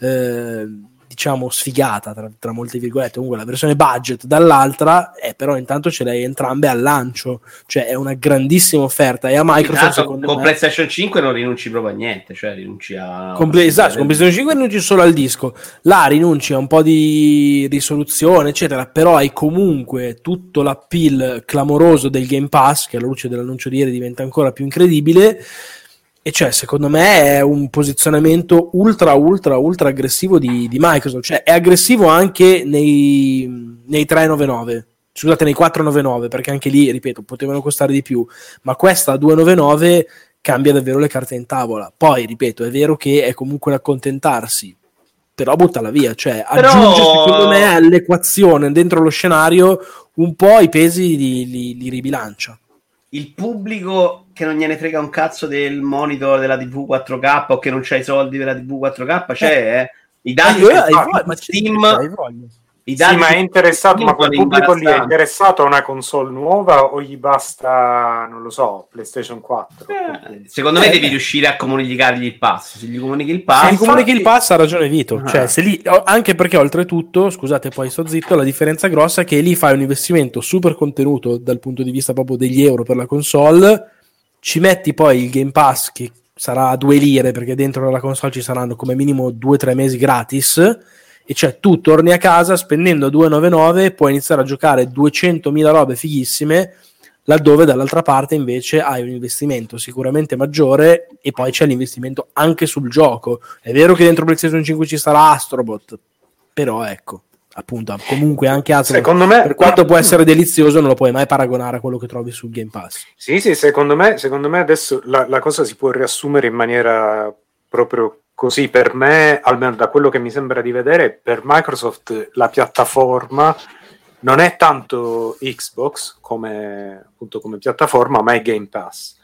eh, diciamo sfigata tra, tra molte virgolette, comunque la versione budget dall'altra, eh, però intanto ce le hai entrambe al lancio, cioè è una grandissima offerta. E a Microsoft intanto, con me, PlayStation cinque non rinunci proprio a niente, cioè rinunci a con, esatto, con PlayStation cinque rinunci solo al disco, là rinunci a un po' di risoluzione eccetera, però hai comunque tutto l'appeal clamoroso del Game Pass, che alla luce dell'annuncio di ieri diventa ancora più incredibile. E cioè, secondo me è un posizionamento ultra, ultra, ultra aggressivo di, di Microsoft. Cioè, è aggressivo anche nei, nei tre virgola novantanove. Scusate, nei quattro virgola novantanove, perché anche lì, ripeto, potevano costare di più. Ma questa a due virgola novantanove cambia davvero le carte in tavola. Poi, ripeto, è vero che è comunque da accontentarsi, però buttala via. Cioè, però... aggiunge, secondo me, all'equazione, dentro lo scenario, un po' i pesi li, li, li ribilancia. Il pubblico che non gliene frega un cazzo del monitor della tivù quattro K o che non c'ha i soldi per la tivù quattro K c'è, eh. I dati eh, eh, voglia, ma Steam, i dati sì, ma è interessato, ma quel pubblico lì è interessato a una console nuova o gli basta, non lo so, PlayStation quattro? Eh, secondo me eh, devi riuscire a comunicargli il pass. Se gli comunichi il pass, se gli comunichi il pass ha ragione Vito, ah. cioè, se lì, anche perché oltretutto, scusate poi sto zitto, la differenza grossa è che lì fai un investimento super contenuto dal punto di vista proprio degli euro per la console, ci metti poi il Game Pass che sarà due lire perché dentro la console ci saranno come minimo due o tre mesi gratis, e cioè tu torni a casa spendendo due virgola novantanove, puoi iniziare a giocare duecentomila robe fighissime, laddove dall'altra parte invece hai un investimento sicuramente maggiore e poi c'è l'investimento anche sul gioco. È vero che dentro PlayStation cinque ci sarà Astrobot, però ecco, appunto, comunque anche Astrobot, secondo me, per quanto può essere delizioso, non lo puoi mai paragonare a quello che trovi sul Game Pass. Sì, sì, secondo me, secondo me adesso la, la cosa si può riassumere in maniera proprio così. Per me, almeno da quello che mi sembra di vedere, per Microsoft la piattaforma non è tanto Xbox come, appunto, come piattaforma, ma è Game Pass.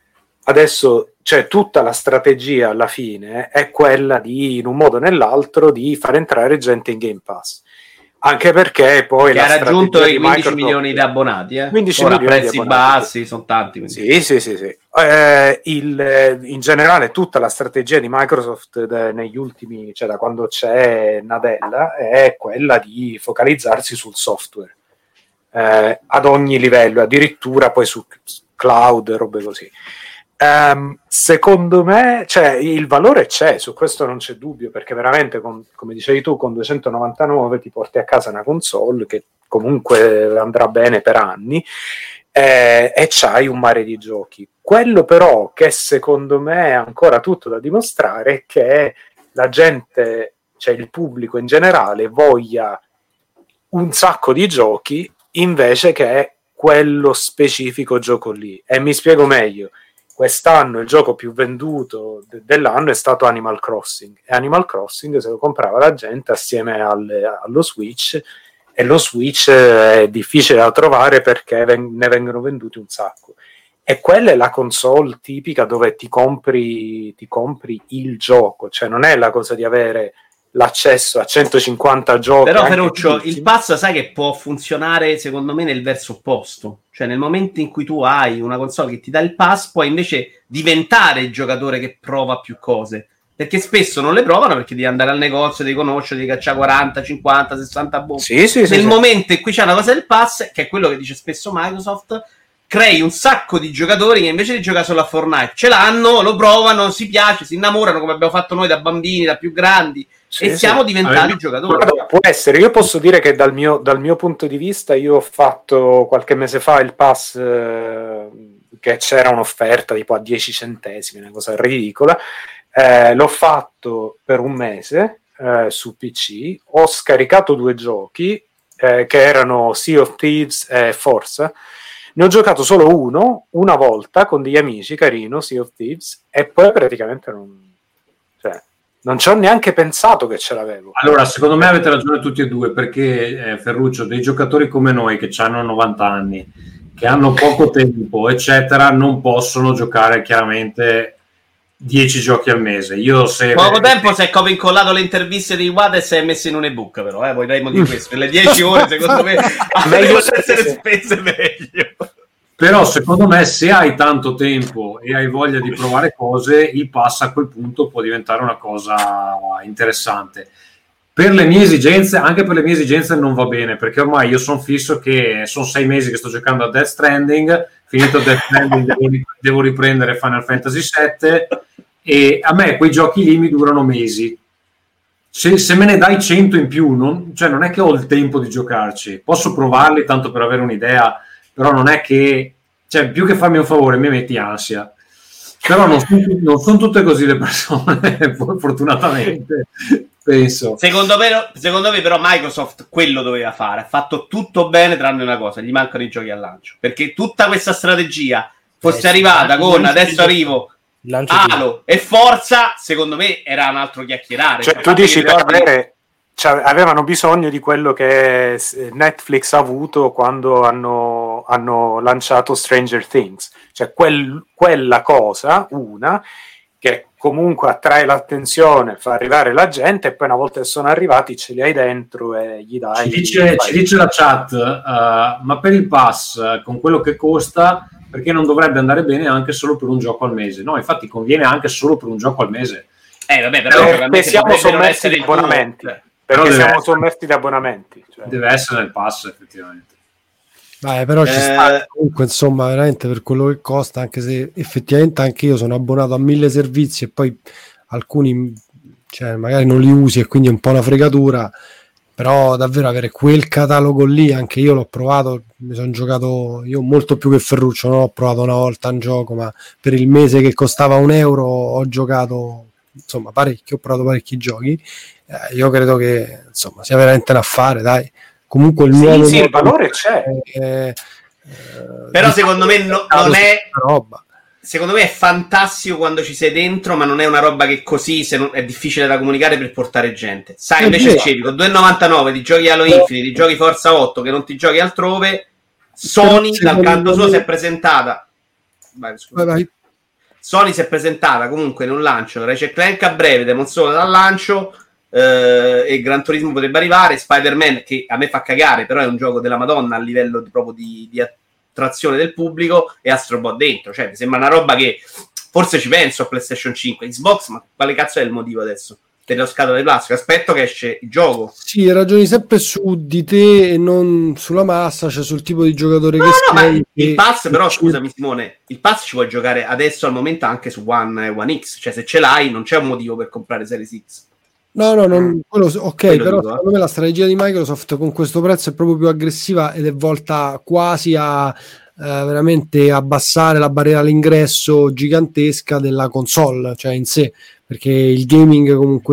Adesso, cioè, tutta la strategia alla fine è quella di, in un modo o nell'altro, di far entrare gente in Game Pass. Anche perché poi che la ha raggiunto i quindici Microsoft... milioni di abbonati, eh? quindici ora milioni prezzi di abbonati. bassi, sono tanti. Quindi. Sì, sì, sì, sì. Eh, il, in generale tutta la strategia di Microsoft de, negli ultimi, cioè da quando c'è Nadella, è quella di focalizzarsi sul software eh, ad ogni livello, addirittura poi su cloud, robe così. Um, secondo me, cioè, il valore c'è, su questo non c'è dubbio, perché veramente, con, come dicevi tu, con duecentonovantanove ti porti a casa una console che comunque andrà bene per anni eh, e c'hai un mare di giochi. Quello però che secondo me è ancora tutto da dimostrare è che la gente, cioè il pubblico in generale, voglia un sacco di giochi invece che quello specifico gioco lì. E mi spiego meglio. Quest'anno il gioco più venduto de- dell'anno è stato Animal Crossing, e Animal Crossing se lo comprava la gente assieme al, allo Switch, e lo Switch è difficile da trovare perché ven- ne vengono venduti un sacco, e quella è la console tipica dove ti compri, ti compri il gioco, cioè non è la cosa di avere l'accesso a centocinquanta giochi. Però Ferruccio, il pass sai che può funzionare secondo me nel verso opposto, cioè nel momento in cui tu hai una console che ti dà il pass puoi invece diventare il giocatore che prova più cose, perché spesso non le provano perché devi andare al negozio, devi conoscere, devi cacciare quaranta, cinquanta, sessanta bombe. Sì, sì, nel sì, momento sì. in cui c'è una cosa del pass, che è quello che dice spesso Microsoft, crei un sacco di giocatori che invece di giocare solo a Fortnite ce l'hanno, lo provano, si piace, si innamorano come abbiamo fatto noi da bambini, da più grandi, sì, e sì. siamo diventati Vabbè, giocatori. Guarda, può essere, io posso dire che dal mio, dal mio punto di vista io ho fatto qualche mese fa il pass eh, che c'era un'offerta tipo a dieci centesimi, una cosa ridicola, Eh, l'ho fatto per un mese eh, su P C, ho scaricato due giochi eh, che erano Sea of Thieves e Forza. Ne ho giocato solo uno, una volta, con degli amici, carino, Sea of Thieves, e poi praticamente non... Cioè, non ci ho neanche pensato che ce l'avevo. Allora, secondo me avete ragione tutti e due, perché eh, Ferruccio, dei giocatori come noi che hanno novanta anni, che hanno poco tempo, eccetera, non possono giocare chiaramente dieci giochi al mese. Io se poco tempo si è come incollato le interviste di Iwata e si è messo in un ebook, però eh, vorremmo di questo. Per le dieci ore, secondo me, meglio essere spese meglio. Però secondo me se hai tanto tempo e hai voglia di provare cose, il pass a quel punto può diventare una cosa interessante. Per le mie esigenze, anche per le mie esigenze non va bene, perché ormai io sono fisso che sono sei mesi che sto giocando a Death Stranding, finito Death Stranding devo, devo riprendere Final Fantasy sette, e a me quei giochi lì mi durano mesi. Se, se me ne dai cento in più, non, cioè non è che ho il tempo di giocarci, posso provarli tanto per avere un'idea, però non è che, cioè, più che farmi un favore mi metti ansia. Però non sono, non sono tutte così le persone, fortunatamente, penso. Secondo me, secondo me però Microsoft quello doveva fare, ha fatto tutto bene tranne una cosa, gli mancano i giochi al lancio, perché tutta questa strategia fosse eh, arrivata sì, con adesso arrivo Halo e Forza, secondo me era un altro chiacchierare. Cioè, tu dici per avere... Cioè, avevano bisogno di quello che Netflix ha avuto quando hanno, hanno lanciato Stranger Things, cioè quel, quella cosa, una, che comunque attrae l'attenzione, fa arrivare la gente, e poi una volta che sono arrivati ce li hai dentro e gli dai. Ci dice, ci dice la chat, uh, ma per il pass, con quello che costa, perché non dovrebbe andare bene anche solo per un gioco al mese? No, infatti conviene anche solo per un gioco al mese. Eh vabbè, però perché siamo sommersi di abbonamenti. Tuo, Perché però siamo sommersi di abbonamenti. Cioè. Deve essere nel pass, effettivamente. Vai, però ci Eh, sta comunque, insomma, veramente per quello che costa, anche se effettivamente anche io sono abbonato a mille servizi e poi alcuni, cioè, magari non li usi e quindi è un po' una fregatura, però davvero avere quel catalogo lì, anche io l'ho provato, mi sono giocato, io molto più che Ferruccio, non ho provato una volta un gioco, ma per il mese che costava un euro ho giocato, insomma, parecchio, ho provato parecchi giochi. Eh, io credo che insomma sia veramente un affare, dai. Comunque il sì, nuovo sì, il valore c'è. Eh, però secondo me no, non è roba. Secondo me è fantastico quando ci sei dentro, ma non è una roba che così se non, è difficile da comunicare per portare gente. Sai, invece dicevi con due e novantanove di giochi Halo Infinite, di giochi Forza otto che non ti giochi altrove, Sony dal canto suo si è presentata. Vai, scusa. Vai, vai. Sony si è presentata comunque in un lancio, Ratchet Clank a breve, Demon Souls dal lancio, eh, e Gran Turismo potrebbe arrivare, Spider-Man che a me fa cagare, però è un gioco della Madonna a livello di, proprio di, di attrazione del pubblico, e Astro Bot dentro, cioè mi sembra una roba che forse ci penso a PlayStation cinque, Xbox, ma quale cazzo è il motivo adesso? Per la scatola di plastica, aspetto che esce il gioco. Sì, ragioni sempre su di te e non sulla massa, cioè sul tipo di giocatore no, che no, sei. Ma il pass, però, scusami Simone, il pass ci puoi giocare adesso al momento anche su One e One X, cioè se ce l'hai non c'è un motivo per comprare Series X. No, no, non, quello, ok, quello però dico, secondo eh. me la strategia di Microsoft con questo prezzo è proprio più aggressiva ed è volta quasi a eh, veramente abbassare la barriera all'ingresso gigantesca della console, cioè in sé, perché il gaming comunque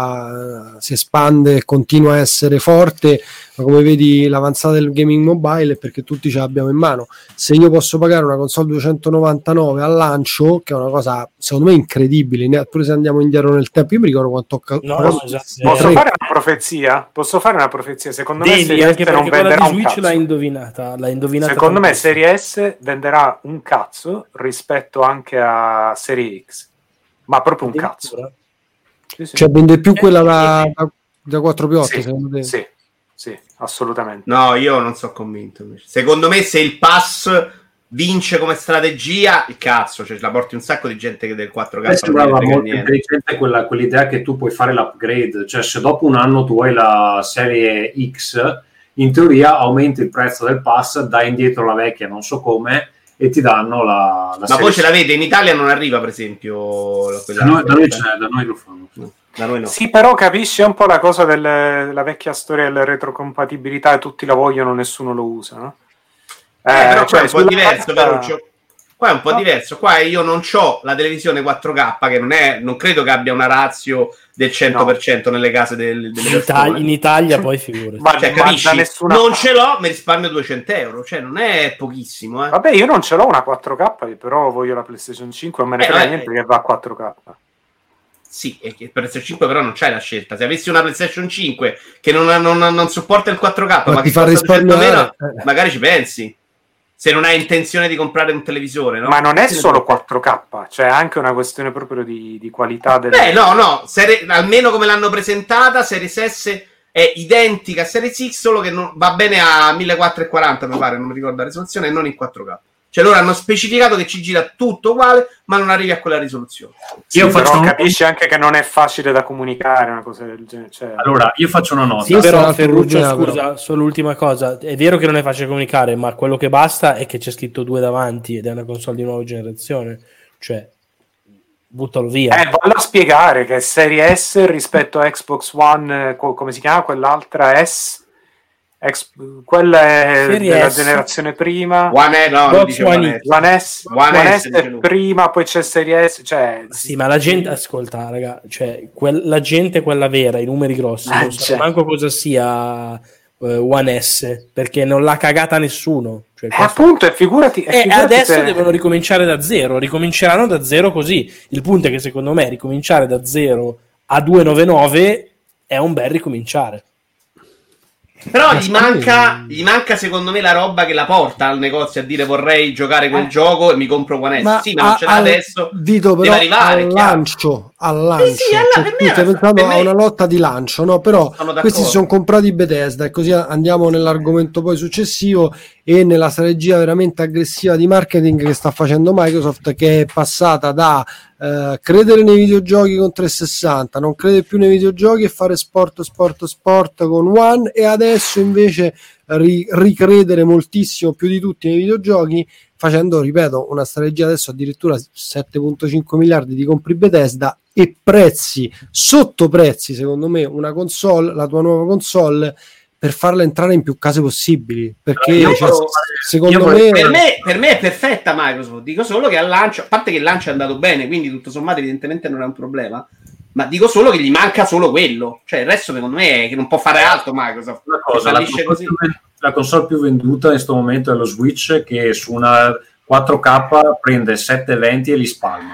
sia si espande e continua a essere forte, ma come vedi l'avanzata del gaming mobile è perché tutti ce l'abbiamo in mano. Se io posso pagare una console duecentonovantanove al lancio, che è una cosa secondo me incredibile, pure se andiamo indietro nel tempo, io mi ricordo quanto ho no, no, esatto. Posso fare una profezia? Posso fare una profezia? Secondo Vedi, me Serie anche S non venderà un Switch cazzo. l'ha indovinata, l'ha indovinata secondo me Serie S venderà un cazzo rispetto anche a Serie X. Ma proprio un cazzo. Sì, sì. Cioè vende più quella da, da, da quattro più otto, sì, secondo te? Sì, sì, assolutamente. No, io non sono convinto. Secondo me se il pass vince come strategia, il cazzo, cioè la porti un sacco di gente che del quattro K. Sembrava molto intelligente quella, quell'idea che tu puoi fare l'upgrade, cioè se dopo un anno tu hai la serie X, in teoria aumenti il prezzo del pass, dai indietro la vecchia, non so come, e ti danno la, la ma poi ce l'avete in Italia, non arriva per esempio da noi, da, noi c'è, da noi lo fanno no, da noi no. Sì, però capisci un po' la cosa della vecchia storia della retrocompatibilità, tutti la vogliono, nessuno lo usa, no? Eh, eh, però cioè, è un po' diverso, carta... però Qua è un po' diverso. Qua io non ho la televisione quattro K, che non è, non credo che abbia una ratio del cento per cento no. nelle case del, delle in, Italia, in Italia poi figurati. Ma, cioè, capisci? Non ce l'ho, mi risparmio duecento euro. Cioè, non è pochissimo. Eh. Vabbè, io non ce l'ho una quattro K, però voglio la PlayStation cinque, non me ne frega eh, niente eh. che va a quattro K. Sì, e che per PlayStation cinque però non c'hai la scelta. Se avessi una PlayStation cinque che non, non, non supporta il quattro K, ma, ma che costa duecento meno, magari ci pensi. Se non hai intenzione di comprare un televisore, no? Ma non è solo quattro K, c'è anche una questione proprio di, di qualità del... Beh, no, no, serie, almeno come l'hanno presentata, Series S è identica a Series X, solo che non, va bene a millequattrocentoquaranta, mi pare, non mi ricordo la risoluzione, e non in quattro K. Cioè loro hanno specificato che ci gira tutto uguale, ma non arrivi a quella risoluzione. Sì, io però un... capisci anche che non è facile da comunicare una cosa del genere. Cioè... Allora, io faccio una nota. Sì, però Ferruccio, scusa, solo l'ultima cosa. È vero che non è facile comunicare, ma quello che basta è che c'è scritto due davanti ed è una console di nuova generazione. Cioè, buttalo via. Eh, vallo a spiegare che Serie S rispetto a Xbox One, come si chiama quell'altra S? Ex, quella è Serie della S. generazione prima, One, eh, no, One, One, One S, One One S, S è prima, poi c'è Serie S, cioè... Sì, ma la gente, ascolta raga, cioè quel, la gente quella vera, i numeri grossi, ah, non so manco cosa sia uh, One S, perché non l'ha cagata nessuno. Cioè, eh, appunto, e figurati, e figurati adesso se... devono ricominciare da zero, ricominceranno da zero così. Il punto è che secondo me ricominciare da zero a duecentonovantanove è un bel ricominciare. Però gli manca, gli manca secondo me la roba che la porta al negozio a dire vorrei giocare quel eh. gioco e mi compro One S. Ma sì, ma non ce l'ha adesso. Dito, però, deve arrivare al lancio, al lancio. Eh sì, alla, cioè, tu stai pensando a una lotta di lancio, no? Però questi si sono comprati Bethesda e così andiamo nell'argomento poi successivo e nella strategia veramente aggressiva di marketing che sta facendo Microsoft, che è passata da Uh, credere nei videogiochi con trecentosessanta, non crede più nei videogiochi e fare sport sport sport con One, e adesso invece ri- ricredere moltissimo più di tutti nei videogiochi, facendo, ripeto, una strategia adesso addirittura sette virgola cinque miliardi di compri Bethesda e prezzi sotto prezzi, secondo me una console, la tua nuova console, per farla entrare in più case possibili, perché io, cioè, secondo me... Per, me per me è perfetta Microsoft, dico solo che al lancio, a parte che il lancio è andato bene, quindi tutto sommato evidentemente non è un problema, ma dico solo che gli manca solo quello, cioè il resto secondo me è che non può fare altro Microsoft. Una cosa, la console, così. Più, la console più venduta in questo momento è lo Switch, che su una quattro K prende sette venti e li spalma.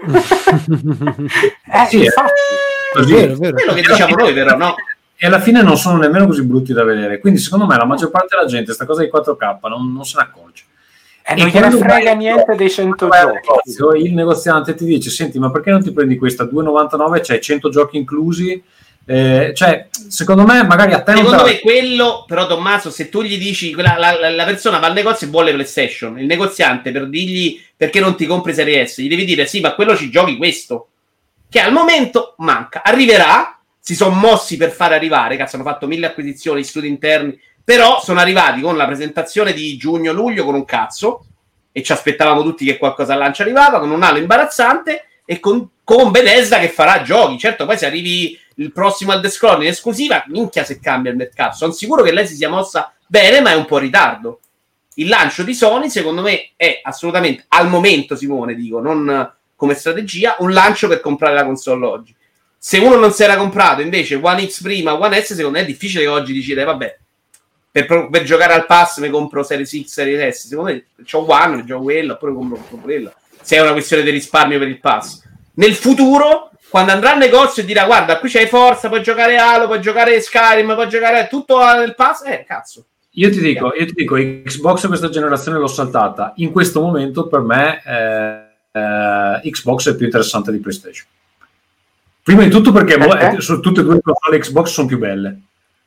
eh, sì, infatti, così. È vero, è vero. Quello che diciamo noi, però, no? E alla fine non sono nemmeno così brutti da vedere, quindi secondo me la maggior parte della gente sta cosa di quattro K non, non se ne accorge. Eh, e non gliene frega niente dei cento giochi. Negozio, il negoziante ti dice: senti, ma perché non ti prendi questa due virgola novantanove, c'hai cento giochi inclusi? Eh, cioè, secondo me magari a te secondo non me quello, però Tommaso, se tu gli dici quella, la, la persona va al negozio e vuole PlayStation, il negoziante, per dirgli perché non ti compri Serie S, gli devi dire sì, ma quello ci giochi questo, che al momento manca, arriverà. Si sono mossi per fare arrivare, cazzo, hanno fatto mille acquisizioni, studi interni, però sono arrivati con la presentazione di giugno-luglio con un cazzo, e ci aspettavamo tutti che qualcosa al lancio arrivava, con un halo imbarazzante, e con, con Bethesda che farà giochi. Certo, poi se arrivi il prossimo Elder Scrolls in esclusiva, minchia se cambia il mercato. Sono sicuro che lei si sia mossa bene, ma è un po' in ritardo. Il lancio di Sony, secondo me, è assolutamente, al momento, Simone, dico, non come strategia, un lancio per comprare la console oggi. Se uno non si era comprato invece One X prima, One S, secondo me è difficile che oggi decide, vabbè, per, per giocare al pass mi compro Series X, Series S. Secondo me c'ho One, c'ho quello, oppure compro, compro quello. Se è una questione di risparmio per il pass. Nel futuro, quando andrà al negozio e dirà guarda, qui c'hai Forza, puoi giocare Halo, puoi giocare Skyrim, puoi giocare tutto nel pass, eh, cazzo. Io ti dico, io ti dico, Xbox questa generazione l'ho saltata. In questo momento per me eh, eh, Xbox è più interessante di PlayStation. Prima di tutto perché eh? su tutte e due le console Xbox sono più belle.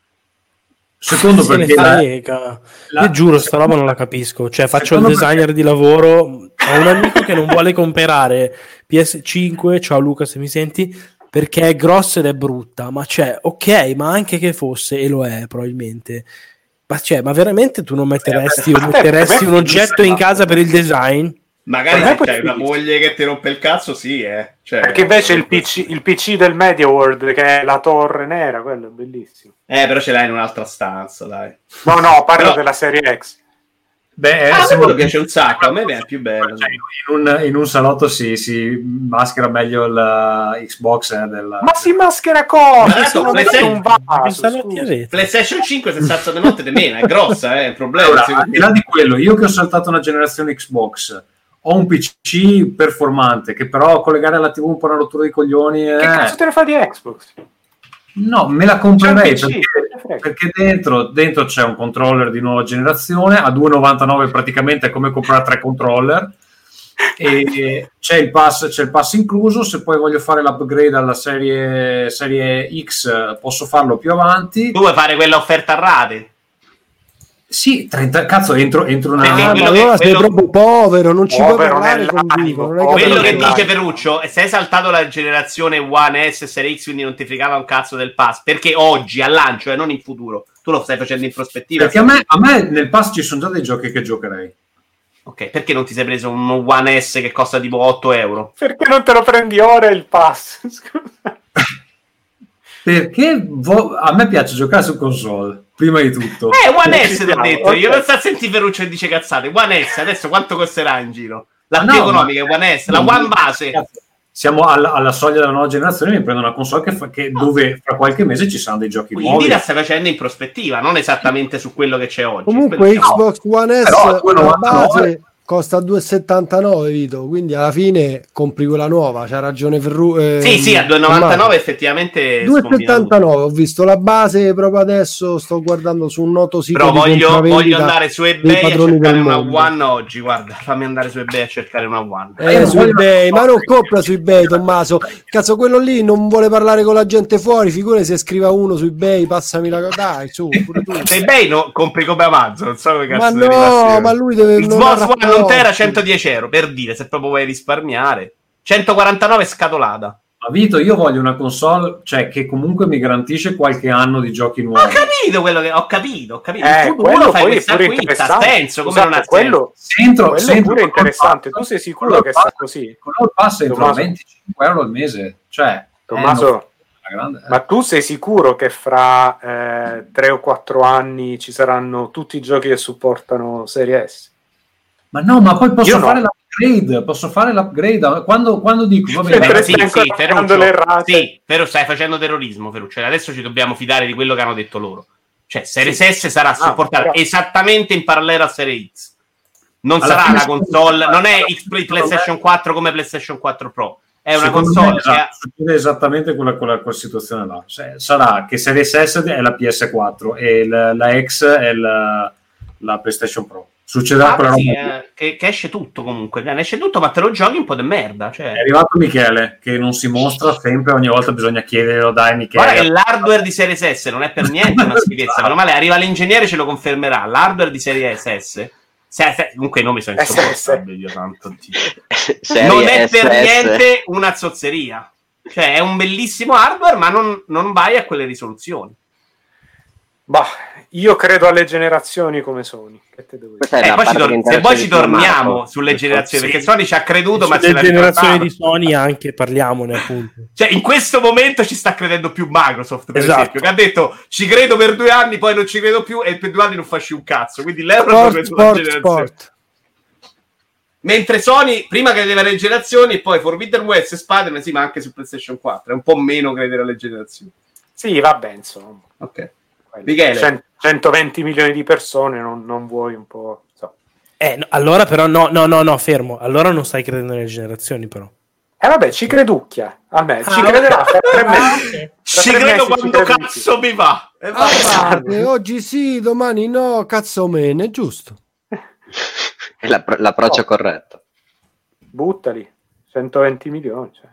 Secondo se perché la, la, io giuro sta roba non la capisco, cioè faccio il designer perché... di lavoro, ho un amico che non vuole comprare P S cinque, ciao Luca se mi senti, perché è grossa ed è brutta, ma cioè ok, ma anche che fosse, e lo è probabilmente, ma cioè ma veramente tu non metteresti, eh, metteresti un oggetto in casa per il design? Magari se c'hai una moglie che ti rompe il cazzo, sì, eh. Cioè, perché invece il P C, il P C del Media World, che è la torre nera, quello è bellissimo. Eh, però ce l'hai in un'altra stanza, dai. No, no, parlo però... della serie X. Beh, ah, siamo... mi piace un sacco, a me è più bello. Cioè, in, un, in un salotto si, si maschera meglio il Xbox eh, del... Ma si maschera cosa? Esatto, PlayStation, un PlayStation cinque se salta di notte di meno, è grossa, è eh, il problema. Allora, al di là di quello, io che ho saltato una generazione Xbox, ho un P C performante che però collegare alla tivù un po' una rottura di coglioni. Che eh... cazzo te ne fa di Xbox? No, me la comprerei perché, perché dentro, dentro c'è un controller di nuova generazione a due virgola novantanove, praticamente è come comprare tre controller, e c'è il pass, c'è il pass incluso. Se poi voglio fare l'upgrade alla serie, serie X posso farlo più avanti. Tu vuoi fare quella offerta a rate? Sì, trenta cazzo, entro, entro una... Ah, ma allora sei proprio povero, non ci puoi parlare con Vivo. Non è quello che dice Ferruccio, e se hai saltato la generazione One S, Serie X, quindi non ti fregava un cazzo del pass, perché oggi, al lancio, e eh, non in futuro, tu lo stai facendo in prospettiva. Perché a me, a me nel pass ci sono già dei giochi che giocherei. Ok, perché non ti sei preso un One S che costa tipo otto euro? Perché non te lo prendi ora il pass? Scusa. Perché vo- a me piace giocare su console, prima di tutto. Eh, One S ti ho detto, okay. Io non sto a sentire Ferruccio che dice cazzate. One S, adesso quanto costerà in giro? La più no, economica ma... One S, la One base. Siamo alla, alla soglia della nuova generazione, mi prendo una console che, fa, che no. dove fra qualche mese ci saranno dei giochi quindi nuovi. Quindi la stai facendo in prospettiva, non esattamente su quello che c'è oggi. Comunque Xbox no. One S, la base... costa due virgola settantanove, Vito, quindi alla fine compri quella nuova, c'ha ragione Ferru. Eh, sì, sì, a due virgola novantanove effettivamente. due virgola settantanove, ho visto la base proprio adesso, sto guardando su un noto sito. Però voglio, voglio andare su eBay a cercare una One oggi, guarda, fammi andare su eBay a cercare una One. Eh, eh su eBay, ma non compra su eBay, Tommaso. Cazzo, quello lì non vuole parlare con la gente fuori, figurati se scriva uno su eBay, passami la dai, su, pure tu. Se eBay no, compri come Amazon, non so come cazzo. Ma no, ma lui deve Xbox One non era centodieci euro, per dire, se proprio vuoi risparmiare. centoquarantanove scatolata. Ma Vito, io voglio una console, cioè, che comunque mi garantisce qualche anno di giochi nuovi. Ho capito quello che ho capito, ho capito. Eh, tu uno fai questa acquista, ha senso, come esatto, non ha quello, senso. Quello è pure interessante. Tu sei sicuro che sta così? Con il pass entro venticinque euro al mese, cioè Tommaso, eh, grande, eh. Ma tu sei sicuro che fra eh, tre o quattro anni ci saranno tutti i giochi che supportano Serie S? Ma no, ma poi posso Io fare no. l'upgrade, posso fare l'upgrade quando, quando dico, va bene, però sì, sì, Ferruccio, sì, però stai facendo terrorismo, Ferruccio, adesso ci dobbiamo fidare di quello che hanno detto loro. Cioè, Series sì. S sarà ah, supportata però... esattamente in parallelo a Serie X. Non Alla sarà una console, non è X PlayStation quattro come PlayStation quattro Pro. È una Secondo console me, che ha... succede esattamente quella, quella, quella situazione là. Cioè, sarà che Series S è la P S quattro e la, la X è la, la PlayStation Pro. Succederà ah, quella sì, roba eh, che, che esce tutto comunque, ne esce tutto, ma te lo giochi un po' di merda. Cioè. È arrivato Michele, che non si mostra sempre, ogni volta bisogna chiederlo, dai Michele. Guarda che l'hardware di Series S non è per niente una schifezza, meno male arriva l'ingegnere, ce lo confermerà. L'hardware di Series S, se, se, comunque i nomi sono insopportabili, Dio santo Dio. Non è per niente una zozzeria, cioè è un bellissimo hardware, ma non, non vai a quelle risoluzioni. Bah, io credo alle generazioni come Sony. Che te devo dire? Eh, poi ci tor- se poi ci torniamo sulle generazioni, sì. Perché Sony ci ha creduto, ma le generazioni di Sony anche parliamone appunto. Cioè, in questo momento ci sta credendo più Microsoft, per esatto. esempio, che ha detto ci credo per due anni, poi non ci credo più, e per due anni non facci un cazzo. Quindi l'euro sport, è sport, sport. Mentre Sony prima credeva alle generazioni e poi Forbidden West e Spider-Man, sì, ma anche su PlayStation quattro. È un po' meno credere alle generazioni. Sì, vabbè, insomma. Ok. Michele. centoventi milioni di persone, non, non vuoi un po'... So. Eh, no, allora però no, no, no, no, fermo. Allora non stai credendo nelle generazioni, però. Eh vabbè, ci creducchia. A me, ah, ci crederà. Fra tre mesi. Fra ci tre credo mesi quando ci cazzo mi va. Eh, ah, va. Oggi sì, domani no, cazzo meno, è giusto. È la, l'approccio oh. corretto. Buttali, centoventi milioni. Cioè.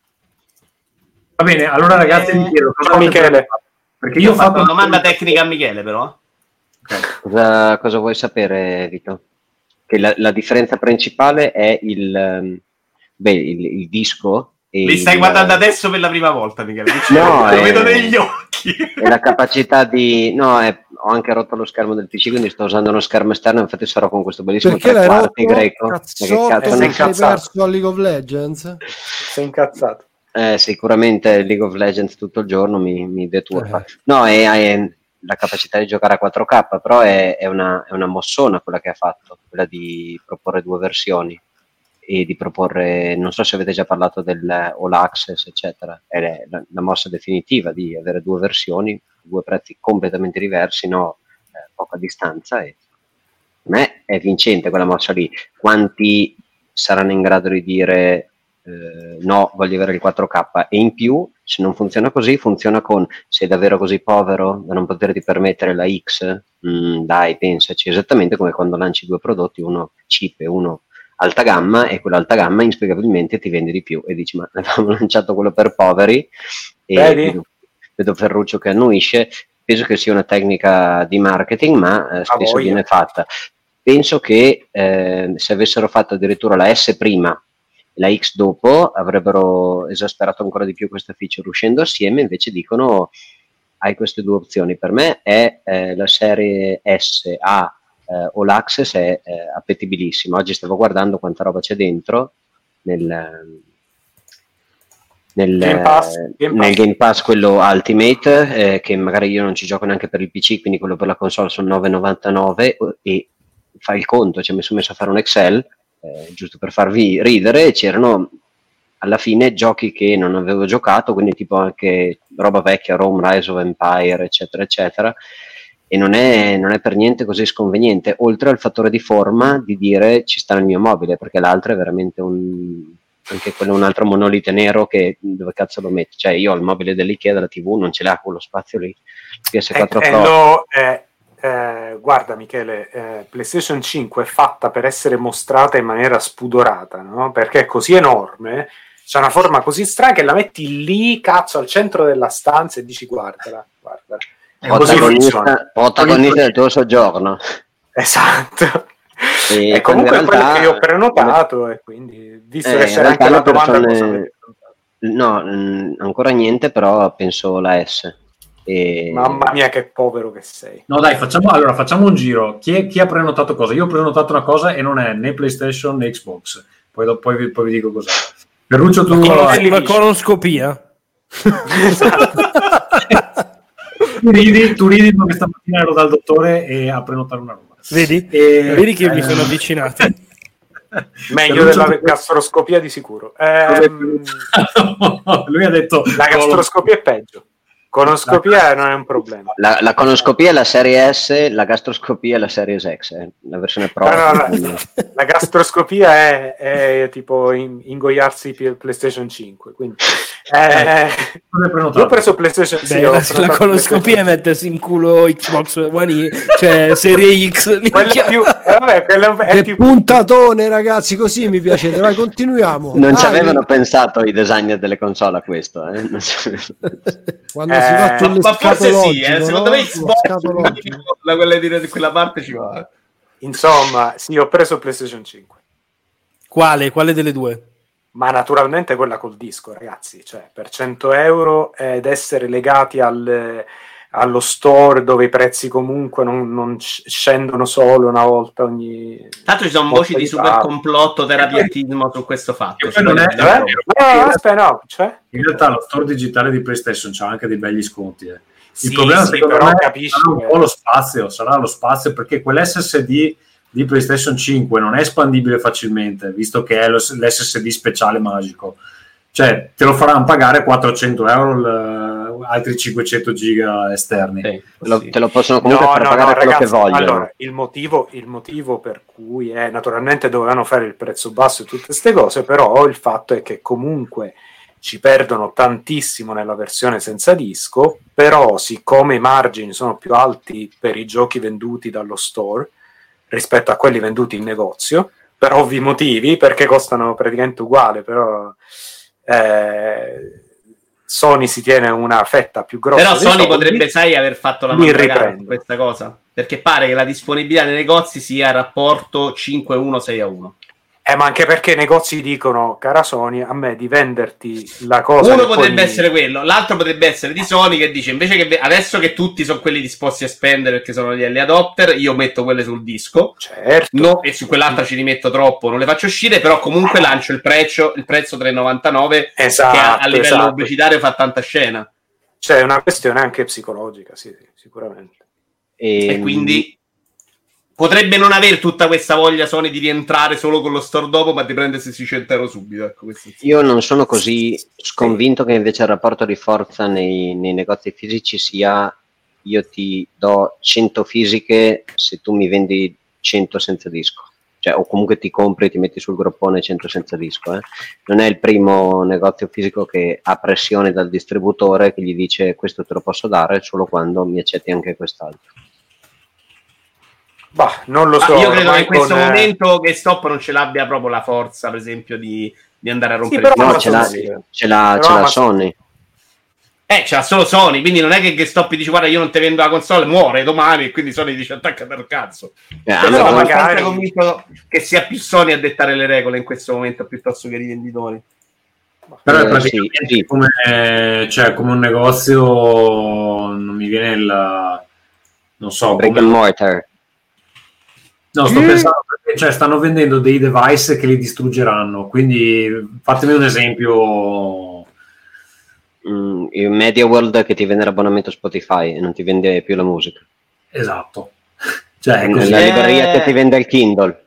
Va bene, allora ragazzi eh, vi chiedo... Ciao Michele. Perché io ho fatto una domanda tecnica a Michele, però. Okay. Cosa, cosa vuoi sapere, Vito? Che la, la differenza principale è il, beh, il, il disco. E Li stai il, guardando adesso per la prima volta, Michele? No, lo è, vedo negli occhi. È la capacità di... No, è, ho anche rotto lo schermo del P C, quindi sto usando uno schermo esterno, infatti sarò con questo bellissimo perché tre quarti rotto? greco. Cazzotto, cazzo sei non... perso a League of Legends? Sei incazzato. Eh, sicuramente League of Legends tutto il giorno mi, mi deturpa. Eh. No, è, è la capacità di giocare a quattro K, però è, è, una, è una mossona quella che ha fatto, quella di proporre due versioni e di proporre, non so se avete già parlato del All Access eccetera, è la, la mossa definitiva di avere due versioni, due prezzi completamente diversi, no, eh, poca distanza, e per me è vincente quella mossa lì. Quanti saranno in grado di dire eh, no, voglio avere il quattro K, e in più se non funziona così, funziona con sei davvero così povero da non poterti permettere la X? Mm, dai, pensaci, esattamente come quando lanci due prodotti, uno cheap e uno alta gamma, e quell'alta gamma inspiegabilmente ti vende di più e dici ma avevamo lanciato quello per poveri, e vedo, vedo Ferruccio che annuisce. Penso che sia una tecnica di marketing, ma eh, spesso viene fatta. Penso che eh, se avessero fatto addirittura la S prima e la X dopo avrebbero esasperato ancora di più questa feature. Uscendo assieme invece dicono hai queste due opzioni. Per me è eh, la serie S A Uh, All Access è eh, appetibilissimo. Oggi stavo guardando quanta roba c'è dentro nel, nel, Game Pass, eh, Game nel Pass. Game Pass quello Ultimate, eh, che magari io non ci gioco neanche per il P C, quindi quello per la console sono nove virgola novantanove, e fai il conto, ci ho messo, messo a fare un Excel eh, giusto per farvi ridere, e c'erano alla fine giochi che non avevo giocato, quindi tipo anche roba vecchia, Rome, Rise of Empire eccetera eccetera. E non è, non è per niente così sconveniente, oltre al fattore di forma di dire ci sta nel mio mobile, perché l'altro è veramente un, anche quello un altro monolite nero che dove cazzo lo metti? Cioè io ho il mobile dell'Ikea, della tivù, non ce l'ha quello spazio lì. P S quattro eh, Pro. eh, lo, eh, eh, guarda Michele, eh, PlayStation cinque è fatta per essere mostrata in maniera spudorata, no? Perché è così enorme, c'ha una forma così strana che la metti lì, cazzo, al centro della stanza e dici guardala, guardala. Protagonista, protagonista del tuo soggiorno. Esatto. E e comunque è quello che io ho prenotato, prenotato, e quindi visto eh, che c'era anche la domanda persone... no, mh, ancora niente, però penso la S. E... mamma mia che povero che sei. No dai, facciamo, allora, facciamo un giro. Chi, è, chi ha prenotato cosa? Io ho prenotato una cosa e non è né PlayStation né Xbox, poi, do, poi, vi, poi vi dico cos'è. Ferruccio, tu la, hai... la colonoscopia. Tu ridi, tu ridi perché stamattina ero dal dottore e a prenotare una roba. Vedi? E, Vedi che eh, mi sono avvicinato. Meglio della tu... gastroscopia di sicuro. Ehm... Lui ha detto la gastroscopia è peggio. Conoscopia non è un problema. La, la conoscopia è la serie S, la gastroscopia è la serie X, eh, la versione Pro. No, no, la, la gastroscopia è, è tipo in, ingoiarsi per PlayStation cinque. Quindi, eh, io ho preso PlayStation Beh, sì, la, la conoscopia è mettersi in culo Xbox One, cioè serie X. Quella più, eh, vabbè, quella è che più... puntatone, ragazzi, così mi piace. Vai, continuiamo. Non Dai. ci avevano pensato i designer delle console a questo, eh? Quando si fa Eh, ma forse sì, eh, secondo no? me Xbox da quella, di quella parte ci va. Insomma, sì, ho preso PlayStation cinque. Quale? Quale delle due? Ma naturalmente quella col disco, ragazzi, cioè per cento euro ed essere legati al, allo store dove i prezzi comunque non, non scendono solo una volta ogni... Tanto ci sono voci di super complotto, terapiatismo su questo fatto. Non è, cioè, no, aspetta, no, cioè? In realtà lo store digitale di PlayStation c'ha anche dei begli sconti. Eh. Il sì, problema sì, secondo però me capisci sarà un che... po' lo spazio, sarà lo spazio perché quell'S S D di PlayStation cinque non è espandibile facilmente, visto che è l'S S D speciale magico. Cioè, te lo faranno pagare quattrocento euro l- altri cinquecento giga esterni. Sì, lo, te lo possono comunque no, far no, pagare no, quello ragazzi, che vogliono. Allora, il motivo, il motivo per cui è, naturalmente dovevano fare il prezzo basso e tutte queste cose, però il fatto è che comunque ci perdono tantissimo nella versione senza disco, però siccome i margini sono più alti per i giochi venduti dallo store rispetto a quelli venduti in negozio, per ovvi motivi, perché costano praticamente uguale, però eh, Sony si tiene una fetta più grossa. Però Sony soldi, potrebbe, sai, aver fatto la mano su questa cosa, perché pare che la disponibilità nei negozi sia rapporto cinque a uno, sei a uno. Eh, ma anche perché i negozi dicono, cara Sony, a me di venderti la cosa... Uno potrebbe poi... essere quello, l'altro potrebbe essere di Sony che dice, invece che adesso che tutti sono quelli disposti a spendere perché sono gli early adopter, io metto quelle sul disco, certo, no, e su quell'altra ci rimetto troppo, non le faccio uscire, però comunque lancio il prezzo, il prezzo tre virgola novantanove, esatto, che a, a livello esatto. pubblicitario fa tanta scena. C'è una questione anche psicologica, sì, sì sicuramente. E... e quindi potrebbe non avere tutta questa voglia Sony di rientrare solo con lo store dopo, ma di prendersi il centero subito. Ecco, io non sono così convinto sì. che invece il rapporto di forza nei, nei negozi fisici sia io ti do cento fisiche se tu mi vendi cento senza disco. Cioè, o comunque ti compri e ti metti sul groppone cento senza disco. Eh. Non è il primo negozio fisico che ha pressione dal distributore che gli dice questo te lo posso dare solo quando mi accetti anche quest'altro. Bah, non lo so. Ah, io credo che in questo con... momento GameStop non ce l'abbia proprio la forza, per esempio, di, di andare a rompere sì, il no, ce l'ha, ce l'ha, ce l'ha Sony. Eh, c'ha solo Sony, quindi non è che GameStop dice guarda io non ti vendo la console, muore domani, e quindi Sony dice attacca per cazzo. Eh, cioè, sono abbastanza magari... convinto che sia più Sony a dettare le regole in questo momento piuttosto che i rivenditori. Però è praticamente sì, sì. Come, cioè, come un negozio, non mi viene il... non so... Brick and mortar. No, sto pensando perché cioè, stanno vendendo dei device che li distruggeranno, quindi fatemi un esempio... Mm, il Media World che ti vende l'abbonamento Spotify e non ti vende più la musica. Esatto. Cioè, così. La libreria che ti vende il Kindle.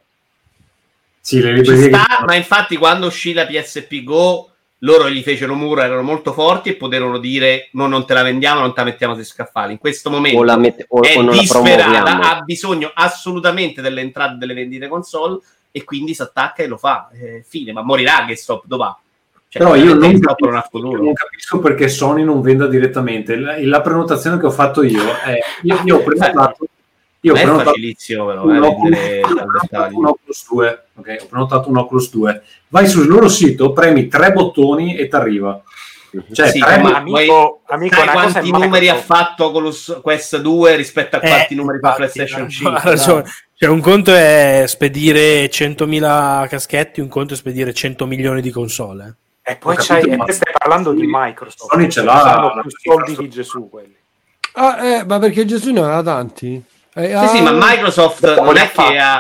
Sì, le librerie sta, che... ma infatti quando uscì la P S P Go loro gli fecero muro, erano molto forti e poterono dire no, non te la vendiamo, non te la mettiamo sui scaffali. In questo momento o la met- o, è o non disperata, ha bisogno assolutamente delle entrate delle vendite console e quindi si attacca e lo fa. Eh, fine, ma morirà GameStop, dove va? Cioè, però io non capisco, non capisco perché Sony non venda direttamente. La, la prenotazione che ho fatto io è io, io ho prenotato io ho prenotato però, un, eh, Oculus, io ho prenotato un Oculus due, ok, ho prenotato un Oculus due. Vai sul loro sito, premi tre bottoni e ti arriva. Cioè, sì, tre ma bo- amico, amico sai quanti numeri ha fatto con lo Quest due rispetto a quanti eh, numeri fa PlayStation cinque? No? Cioè, un conto è spedire centomila caschetti, un conto è spedire cento milioni di console. E poi c'hai, capito, e stai parlando di Microsoft. Sony ce l'ha più soldi di Gesù quelli. Ah, eh, ma perché Gesù ne aveva tanti? Eh, sì, ah, sì, ma Microsoft non è che ha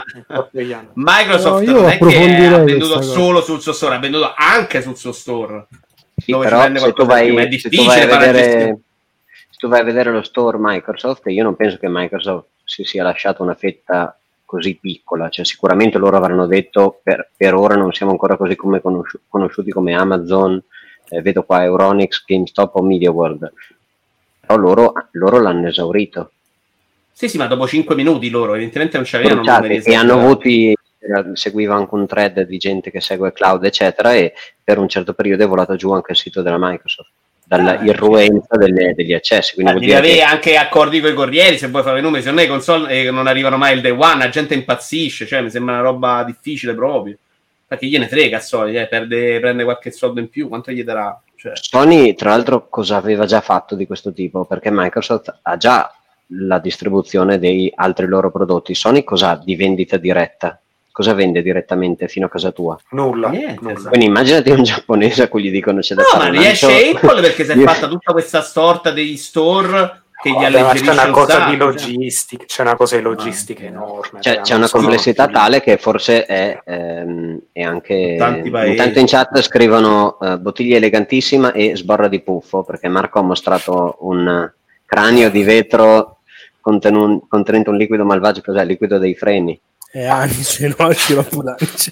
Microsoft no, non è che ha venduto solo sul suo store, ha venduto anche sul suo store. Sì, però se tu, vai, più, è difficile se, tu vai a vedere, se tu vai a vedere lo store Microsoft, io non penso che Microsoft si sia lasciato una fetta così piccola, cioè sicuramente loro avranno detto per, per ora non siamo ancora così come conosci- conosciuti come Amazon, eh, vedo qua Euronics, GameStop o Media World, però loro, loro l'hanno esaurito. Sì, sì, ma dopo cinque minuti loro evidentemente non c'avevano numeri e hanno avuti, seguiva anche un thread di gente che segue cloud eccetera e per un certo periodo è volato giù anche il sito della Microsoft dalla irruenza delle, degli accessi, quindi devi avere che... anche accordi con i corrieri se vuoi fare i numeri, se non hai console e eh, non arrivano mai il day one, la gente impazzisce, cioè mi sembra una roba difficile proprio, perché gliene frega Sony, eh, perde, prende qualche soldo in più, quanto gli darà? Cioè... Sony tra l'altro cosa aveva già fatto di questo tipo, perché Microsoft ha già la distribuzione dei altri loro prodotti. Sony cosa ha di vendita diretta? Cosa vende direttamente fino a casa tua? Nulla. Niente, nulla. esatto. Quindi immaginati un giapponese a cui gli dicono c'è da no, fare. No, ma riesce Apple perché si è fatta tutta questa storta degli store che oh, gli alleggerisce. C'è una cosa sacco, di logistica, c'è una cosa di logistica ah, enorme. C'è, c'è una complessità tale che forse è, ehm, è anche... Intanto in chat scrivono uh, bottiglia elegantissima e sborra di puffo, perché Marco ha mostrato un cranio di vetro contenu- contenente un liquido malvagio, cos'è? Il liquido dei freni. È anice, no? Sciroppo d'anice.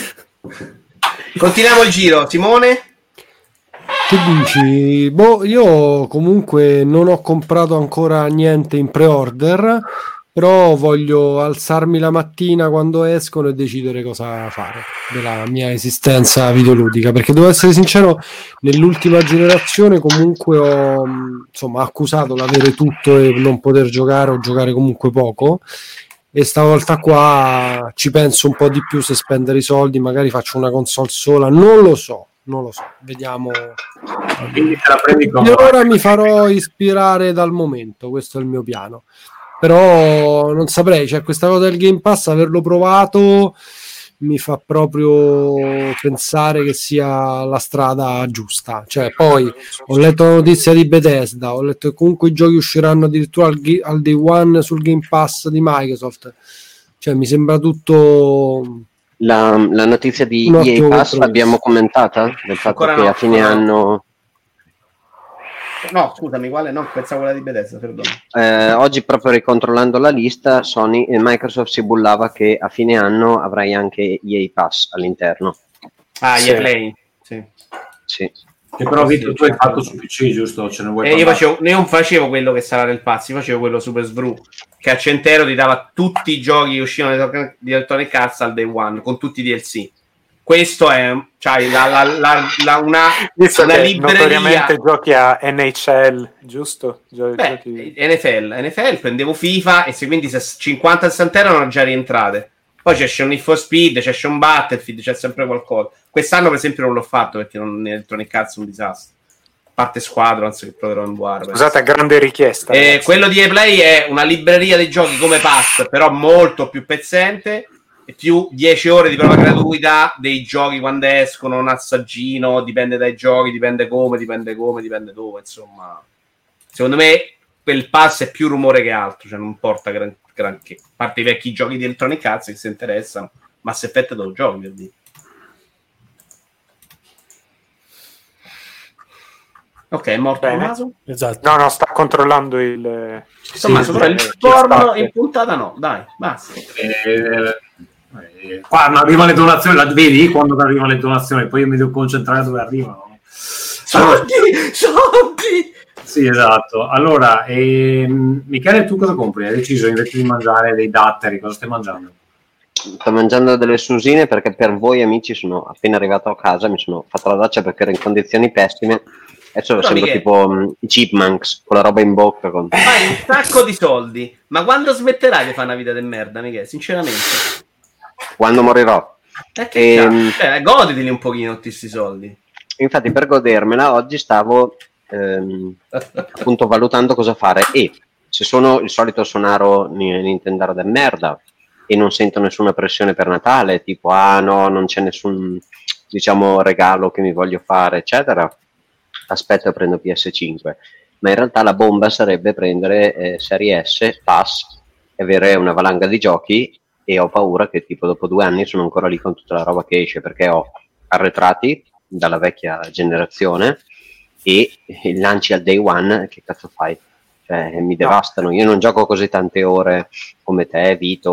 Continuiamo il giro, Simone? Che dici? Boh, io comunque non ho comprato ancora niente in pre-order, però voglio alzarmi la mattina quando escono e decidere cosa fare della mia esistenza videoludica, perché devo essere sincero, nell'ultima generazione comunque ho insomma accusato l'avere tutto e non poter giocare o giocare comunque poco, e stavolta qua ci penso un po' di più se spendere i soldi, magari faccio una console sola, non lo so, non lo so, vediamo. Quindi te la prendi con... E ora mi farò ispirare dal momento, questo è il mio piano, però non saprei, cioè questa cosa del Game Pass, averlo provato mi fa proprio pensare che sia la strada giusta. Cioè, poi ho letto la notizia di Bethesda, ho letto che comunque i giochi usciranno addirittura al, al day one sul Game Pass di Microsoft, cioè mi sembra tutto... La, la notizia di E A Pass l'abbiamo commentata, del fatto Ancora che no. a fine anno No, scusami, quale? No, pensavo quella di Bethesda, perdono. Eh, oggi proprio ricontrollando la lista, Sony e Microsoft si bullava che a fine anno avrai anche E A Pass all'interno. Ah, sì. E A Play, sì. Sì. Che però Vito tu hai fatto su P C, giusto? Ce ne vuoi E io, facevo, io non facevo quello che sarà del pazzi, facevo quello Super Svru, che a Centero ti dava tutti i giochi che uscivano di Electronic Arts al day one, con tutti i D L C. Questo è, cioè, la, la, la, la, una, una libreria. Notoriamente giochi a N H L, giusto? Gio- Beh, giochi... N F L, N F L, prendevo FIFA e se quindi cinquanta sessanta erano già rientrate. Poi c'è un Need for Speed, c'è un Battlefield, c'è sempre qualcosa. Quest'anno per esempio non l'ho fatto perché non Electronic Arts è un disastro. A parte Squadrons che proverò in buare. Scusate, grande richiesta. Eh, quello di E A Play è una libreria dei giochi come Pass, però molto più pezzente e più dieci ore di prova gratuita dei giochi quando escono, un assaggino, dipende dai giochi, dipende come, dipende come, dipende dove, insomma. Secondo me quel Pass è più rumore che altro, cioè non porta gran, granché. A parte i vecchi giochi di Electronic Arts che si interessano, Mass Effect te lo giochi, per dire. Ok, è morto Tommaso? Esatto. No, no, sta controllando il... Tommaso, sì, però il eh, porno in puntata no, dai, basta. Eh, eh, qua non arrivano le donazioni, la vedi quando arrivano le donazioni, poi io mi devo concentrare dove arrivano. Soldi! Soldi! Sì, esatto. Allora, ehm, Michele, tu cosa compri? Hai deciso invece di mangiare dei datteri, cosa stai mangiando? Sto mangiando delle susine perché per voi amici sono appena arrivato a casa, mi sono fatto la doccia perché ero in condizioni pessime. Adesso Però sembro Michele, tipo um, i Chipmunks con la roba in bocca. Con... Fai un sacco di soldi, ma quando smetterai di fare una vita di merda, Michele? Sinceramente. Quando morirò. Eh, che Ehm, cioè, goditeli un pochino tutti questi soldi. Infatti per godermela oggi stavo ehm, appunto valutando cosa fare e se sono il solito sonaro Nintendaro de merda e non sento nessuna pressione per Natale, tipo ah no, non c'è nessun diciamo regalo che mi voglio fare, eccetera, aspetto e prendo P S cinque. Ma in realtà la bomba sarebbe prendere eh, Serie S, Pass e avere una valanga di giochi e ho paura che tipo dopo due anni sono ancora lì con tutta la roba che esce perché ho arretrati dalla vecchia generazione e i lanci al day one, che cazzo fai? Cioè, mi devastano. Io non gioco così tante ore come te, Vito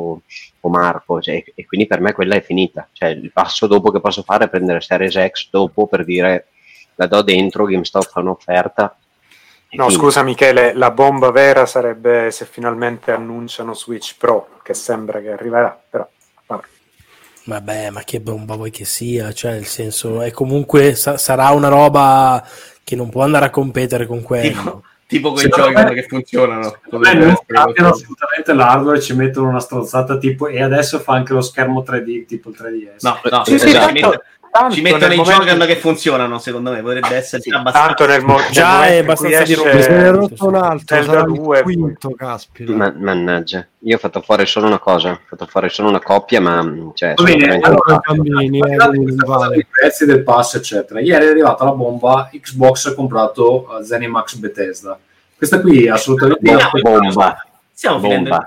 o Marco, cioè, e quindi per me quella è finita. Cioè, il passo dopo che posso fare è prendere Series X dopo per dire la do dentro, GameStop fa un'offerta. No, fine. scusa Michele, la bomba vera sarebbe se finalmente annunciano Switch Pro, che sembra che arriverà, però vabbè. Vabbè, ma che bomba vuoi che sia? Cioè, nel senso, è comunque sa- sarà una roba che non può andare a competere con quello. Tipo, tipo quei Secondo giochi me- che funzionano. Secondo me non cambiano assolutamente l'hardware, ci mettono una strozzata tipo e adesso fa anche lo schermo tre D tipo il tre D S. No, no, Sì, ci, esatto. mettono, Tanto ci mettono nel i momento- giochi che funzionano, secondo me. Potrebbe essere già abbastanza. Tanto nel, mo- nel Già momento è in cui abbastanza di esce roba. Se ne è rotto un altro, Zelda sarà il due, quinto, caspita. Ma- mannaggia, io ho fatto fuori solo una cosa, ho fatto fuori solo una coppia, ma cioè, Va sono bene, veramente allora, un fatto. bambini, al di eh, là di quindi questa non cosa vale. dei prezzi del pass eccetera, ieri è arrivata la bomba, Xbox ha comprato uh, Zenimax Bethesda, questa qui è assolutamente Bomba, bomba, Stiamo finendo. bomba.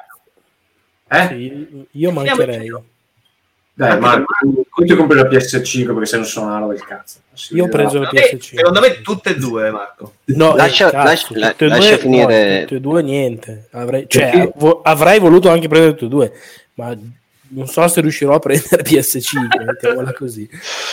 eh? Sì, io mancherei. Dai, Anche Marco, tu ti compri la P S cinque perché sei un sonaro del cazzo. Si Io ho vede, preso no? la P Eh, S cinque. secondo me tutte e due, Marco. No, Lascia- eh, cazzo, lascia- tutte e lascia due, finire- no, tutte e due niente. Avrei, cioè, Perché? vo- avrei voluto anche prendere tutte e due, ma non so se riuscirò a prendere P S cinque, mettiamola così.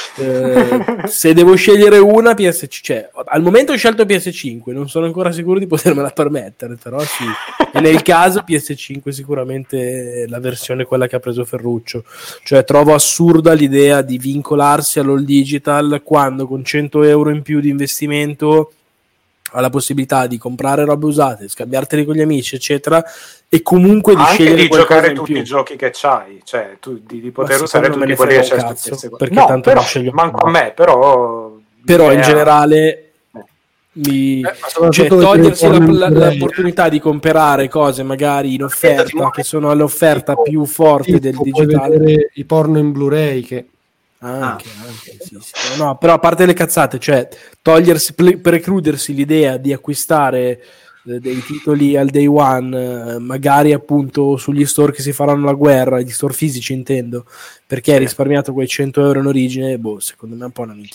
Eh, se devo scegliere una P S cinque, cioè, al momento ho scelto P S cinque, non sono ancora sicuro di potermela permettere, però sì. E nel caso P S cinque sicuramente la versione quella che ha preso Ferruccio. Cioè trovo assurda l'idea di vincolarsi all'all digital quando con cento euro in più di investimento ha la possibilità di comprare robe usate, scambiarteli con gli amici, eccetera, e comunque di anche scegliere di qualcosa giocare in tutti più. i giochi che c'hai, cioè tu, di, di poter Ma usare secondo me tutti ne quelli che frega un c'hai su cazzo, P S. perché No, tanto però, non sceglio manco più. a me, però Però in l'idea- generale mi... ma cioè, soprattutto togliersi la, perché la- il- l'opportunità di comprare cose magari in offerta, che sono all'offerta più forte del Puoi digitale. vedere i porno in Blu-ray che Anche, anche, sì, sì. No, però a parte le cazzate, cioè togliersi, ple- precludersi l'idea di acquistare eh, dei titoli al day one, eh, magari appunto sugli store che si faranno la guerra, gli store fisici intendo, perché hai risparmiato quei cento euro in origine, boh, secondo me è un po' una minchiata.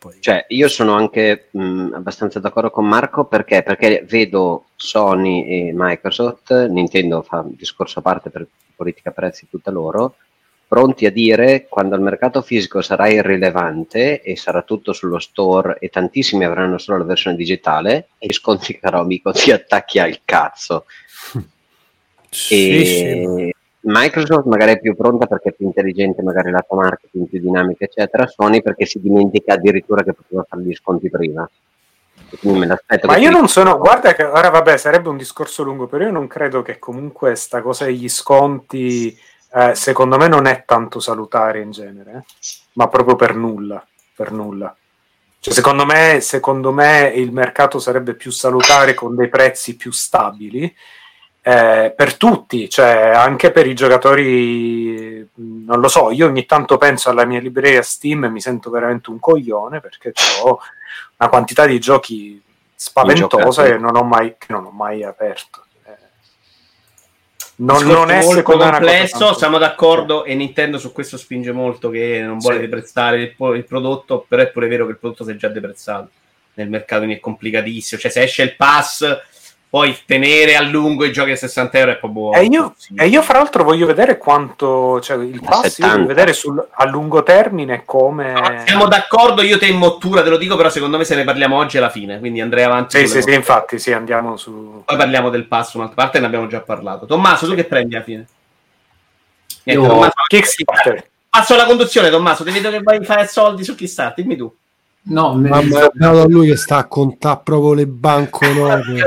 poi. Cioè, io sono anche mh, abbastanza d'accordo con Marco perché, perché vedo Sony e Microsoft, Nintendo fa un discorso a parte per politica prezzi tutta loro, pronti a dire quando il mercato fisico sarà irrilevante e sarà tutto sullo store e tantissimi avranno solo la versione digitale e sconti economico ti attacchi al cazzo. Sì, e sì. Microsoft magari è più pronta perché è più intelligente, magari lato marketing, più dinamica eccetera. Sony perché si dimentica addirittura che poteva fare gli sconti prima. E quindi me l'aspetto. Ma io non sono, guarda che ora vabbè sarebbe un discorso lungo, però io non credo che comunque sta cosa degli sconti Eh, secondo me non è tanto salutare in genere, eh? Ma proprio per nulla, per nulla. Cioè, secondo me, secondo me il mercato sarebbe più salutare con dei prezzi più stabili eh, per tutti, cioè anche per i giocatori. Non lo so, io ogni tanto penso alla mia libreria Steam e mi sento veramente un coglione perché ho una quantità di giochi spaventosa che non ho mai, che non ho mai aperto. Non, non è molto complesso, siamo d'accordo e Nintendo su questo spinge molto che non vuole sì. deprezzare il, il prodotto, però è pure vero che il prodotto si è già deprezzato nel mercato, quindi è complicatissimo, cioè se esce il pass poi tenere a lungo i giochi a sessanta euro è proprio e io, sì. e io fra l'altro voglio vedere quanto, cioè il pass io voglio vedere sul, a lungo termine come no, siamo d'accordo, io te in mottura te lo dico, però secondo me se ne parliamo oggi alla fine, quindi andrei avanti sì sì, sì infatti sì andiamo su poi parliamo del pass un'altra parte, ne abbiamo già parlato. Tommaso tu che prendi alla fine? Niente, io... Tommaso, Kickstarter. Passo alla conduzione Tommaso, ti vedo che vai a fare soldi su Kickstarter, dimmi tu. No, ma è da lui che sta a contare proprio le banconote.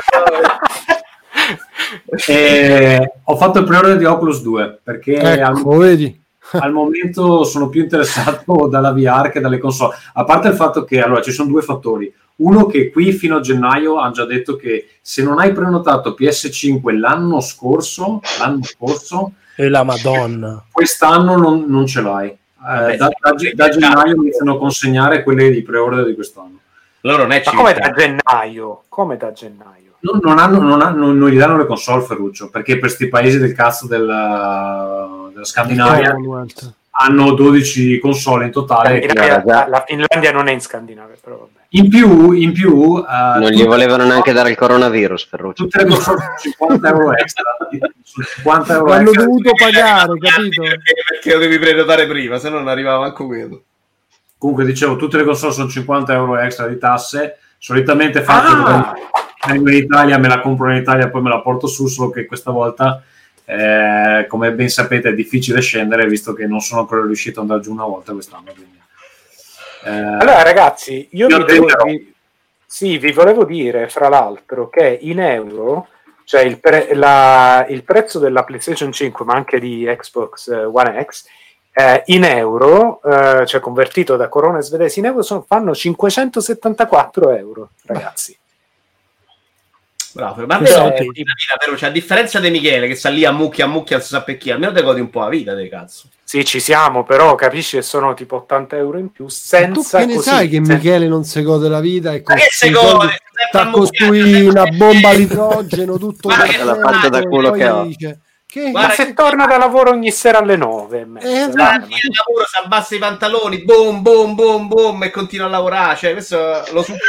Eh, ho fatto il pre-order di Oculus due perché ecco, al, vedi? al momento sono più interessato dalla V R che dalle console, a parte il fatto che allora ci sono due fattori. Uno che qui fino a gennaio hanno già detto che se non hai prenotato P S cinque l'anno scorso l'anno scorso e la Madonna quest'anno non, non ce l'hai. Vabbè, eh, da, da, da gennaio iniziano a consegnare quelle di pre-order di quest'anno. Loro non è ma come da gennaio? Come da gennaio? Non, non, hanno, non, hanno, non gli danno le console, Ferruccio, perché per questi paesi del cazzo della, della Scandinavia hanno dodici console in totale. La, la, la Finlandia non è in Scandinavia, però vabbè. In più, in più uh, non gli volevano neanche dare il coronavirus, Ferruccio. Tutte le console sono cinquanta euro extra. cinquanta euro hanno extra. dovuto pagare, capito? Perché, perché lo devi prenotare prima, se no non arrivava manco quello. Comunque dicevo, tutte le console sono cinquanta euro extra di tasse. Solitamente faccio ah! in Italia, me la compro in Italia, poi me la porto su, solo che questa volta eh, come ben sapete è difficile scendere, visto che non sono ancora riuscito ad andare giù una volta quest'anno, quindi. Eh, allora ragazzi, io vi, devo, vi, sì, vi volevo dire fra l'altro che in euro, cioè il, pre, la, il prezzo della PlayStation cinque ma anche di Xbox One X eh, in euro, eh, cioè convertito da corone svedesi in euro, sono, fanno cinquecentosettantaquattro euro, ragazzi. Bravo, ma almeno eh, ti... vita, però, cioè, a differenza di Michele che sta lì a mucchia a mucchia non si sa perché, almeno te godi un po' la vita dei cazzo. Sì, ci siamo, però capisci che sono tipo ottanta euro in più senza. Ma tu che ne sai che senza... Michele non si gode la vita e ma che si gode? sta costruendo una bomba all'idrogeno tutto ma che la faccia da culo che ho. Dice, che... ma se torna da lavoro ogni sera alle nove e mezza, eh, dai, ma... il lavoro si abbassa i pantaloni, boom boom boom boom e continua a lavorare, cioè questo lo so.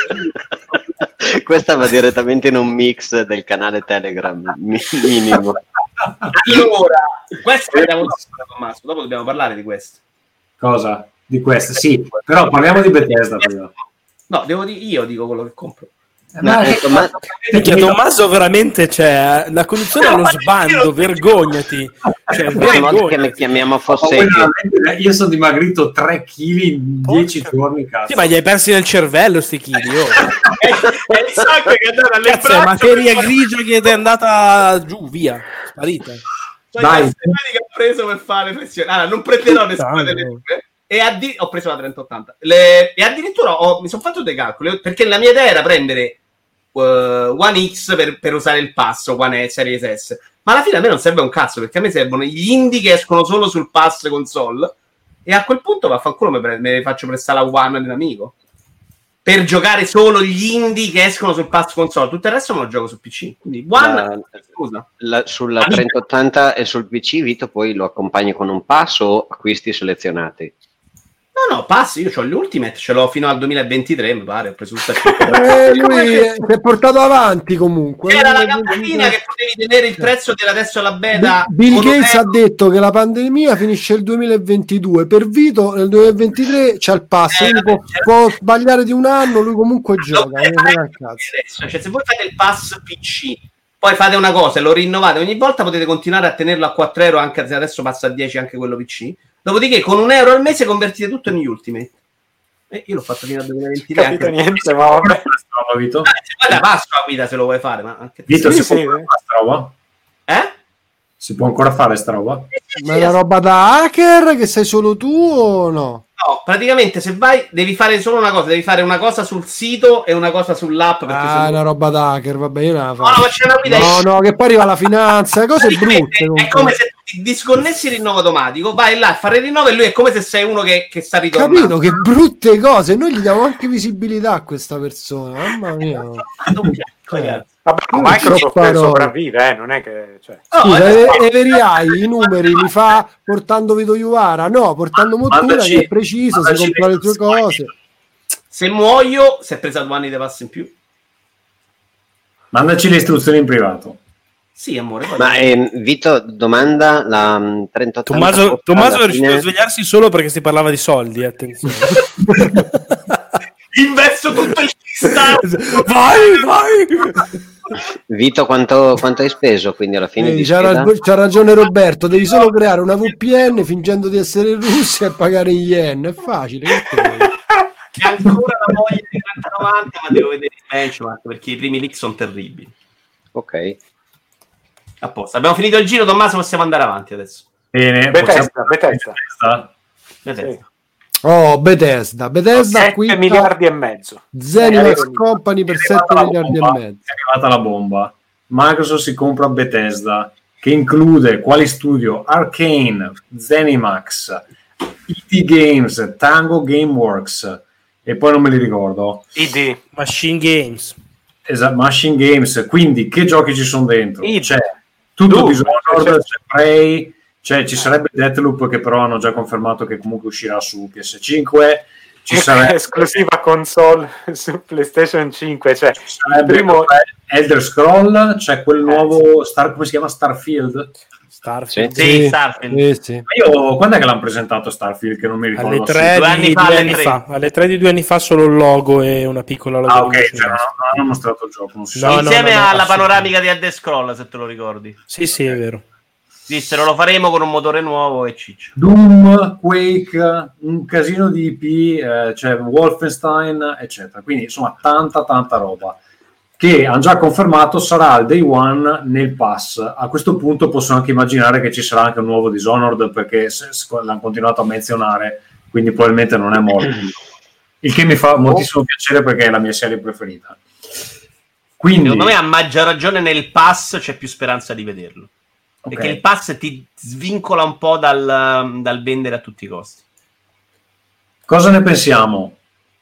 Questa va direttamente in un mix del canale Telegram minimo. Allora, questo abbiamo Tommaso, dopo dobbiamo parlare di questo. Cosa? Di questo? Sì, però parliamo di Bethesda prima. No, devo dire io dico quello che compro. No, ecco, ma... Perché Tommaso veramente c'è la condizione allo sbando, vergognati. Cioè, vergognati. Che ne chiamiamo fosse io sono dimagrito tre chili in dieci giorni, cazzo. Sì, ma gli hai persi nel cervello sti chili, oh. È il sangue che è andata alle braccia, è materia grigia che è andata giù, via, sparita. Cioè, dai, che ho preso per fare le flessioni. Allora, non prenderò nessuna delle due. E addi- ho preso la trenta ottanta le- e addirittura ho, mi sono fatto dei calcoli perché la mia idea era prendere uh, One X per, per usare il pass One S, Series S, ma alla fine a me non serve un cazzo perché a me servono gli indie che escono solo sul pass console e a quel punto vaffanculo me, pre- me faccio prestare la One di un amico per giocare solo gli indie che escono sul pass console, tutto il resto me lo gioco su P C, quindi One la, scusa la, sulla trenta ottanta e sul P C Vito poi lo accompagni con un pass o acquisti selezionati? No, no, passi, io ho gli Ultimate, ce l'ho fino al duemilaventitré, mi pare, ho preso tutta eh, lui si è portato avanti comunque. C'era la campagna che potevi tenere il prezzo della adesso la beta. Bill Gates ha detto che la pandemia finisce il duemilaventidue, per Vito nel duemilaventitré c'ha il pass, eh, può, può sbagliare di un anno, lui comunque gioca. Eh, cioè, se voi fate il pass P C, poi fate una cosa e lo rinnovate ogni volta, potete continuare a tenerlo a quattro euro, anche se adesso passa a dieci anche quello P C. Dopodiché con un euro al mese convertite tutto in Ultimate. Eh, io l'ho fatto fino al duemilaventitré. Capito anche niente, ma vabbè. Vito. Ah, se poi la Pasqua guida se lo vuoi fare, ma anche Vito, sì, si sì, può fare sta roba? Eh? Si può ancora fare sta roba? Ma è una roba da hacker che sei solo tu o no? No, praticamente se vai devi fare solo una cosa, devi fare una cosa sul sito e una cosa sull'app. Ah, è una roba da hacker, vabbè, io non la faccio. No, no, c'è una guida. No, no, che poi arriva la finanza, cose brutte. È come se ti disconnessi il rinnovo automatico, vai là a fare il rinnovo e lui è come se sei uno che, che sta ritornando. Capito, che brutte cose, noi gli diamo anche visibilità a questa persona, mamma mia. Cioè, vabbè, Microsoft parole. sopravvive, eh, non è che... Cioè. Scusa, oh, Everiai i numeri li fa portando Vito Iuvara? No, portando Mottura, che è preciso, si compra le tue cose. Se muoio, si è presa due anni di passo in più. Mandaci le istruzioni in privato. Sì, amore. Ma eh, Vito, domanda la um, trentotto Tommaso, Tommaso è riuscito fine... a svegliarsi solo perché si parlava di soldi, attenzione. Investo tutto il cristallo. Vai, vai. Vito, quanto, quanto hai speso quindi alla fine? Di c'ha, ra- c'ha ragione Roberto, devi solo creare una V P N fingendo di essere in Russia e pagare in yen, è facile. C'è ancora la voglia di trenta novanta, ma devo vedere il benchmark perché i primi leak sono terribili. Ok. A posto. Abbiamo finito il giro, Tommaso, possiamo andare avanti adesso. Bene, Bethesda, Bethesda. Bethesda. Oh, Bethesda, Bethesda sette miliardi e mezzo. Zenimax Company per sette miliardi bomba, e mezzo. È arrivata la bomba. Microsoft si compra Bethesda, che include quali studio? Arcane, Zenimax, I T Games, Tango Gameworks e poi non me li ricordo. I D. Machine Games. Esatto, Machine Games. Quindi che giochi ci sono dentro? I D. C'è tutto Du, Dishonored, c'è Prey, cioè ci sarebbe Deathloop che però hanno già confermato che comunque uscirà su P S cinque, ci sarebbe esclusiva console su PlayStation cinque, cioè ci sarebbe il primo Elder Scroll, c'è quel nuovo Star, come si chiama, Starfield? Starfield. Sì, sì, Starfield. Sì, sì. Io quando è che l'hanno presentato Starfield che non mi ricordo? Alle tre, due di, anni fa, due alle anni tre. fa. Alle tre di due anni fa solo il logo e una piccola logo. Ah, ok, cioè non, non hanno mostrato il gioco, non si No, sa. Insieme no, no, alla no, panoramica di Elder Scroll, se te lo ricordi. Sì, sì, è vero. Dissero lo faremo con un motore nuovo e ciccio. Doom, Quake, un casino di I P, eh, c'è Wolfenstein, eccetera. Quindi insomma tanta tanta roba che hanno già confermato sarà al day one nel pass. A questo punto posso anche immaginare che ci sarà anche un nuovo Dishonored perché se, se, l'hanno continuato a menzionare, quindi probabilmente non è morto. Il che mi fa moltissimo piacere perché è la mia serie preferita. Quindi, secondo me a maggior ragione nel pass c'è più speranza di vederlo. okay. Perché il pass ti svincola un po' dal, dal vendere a tutti i costi. Cosa ne pensiamo?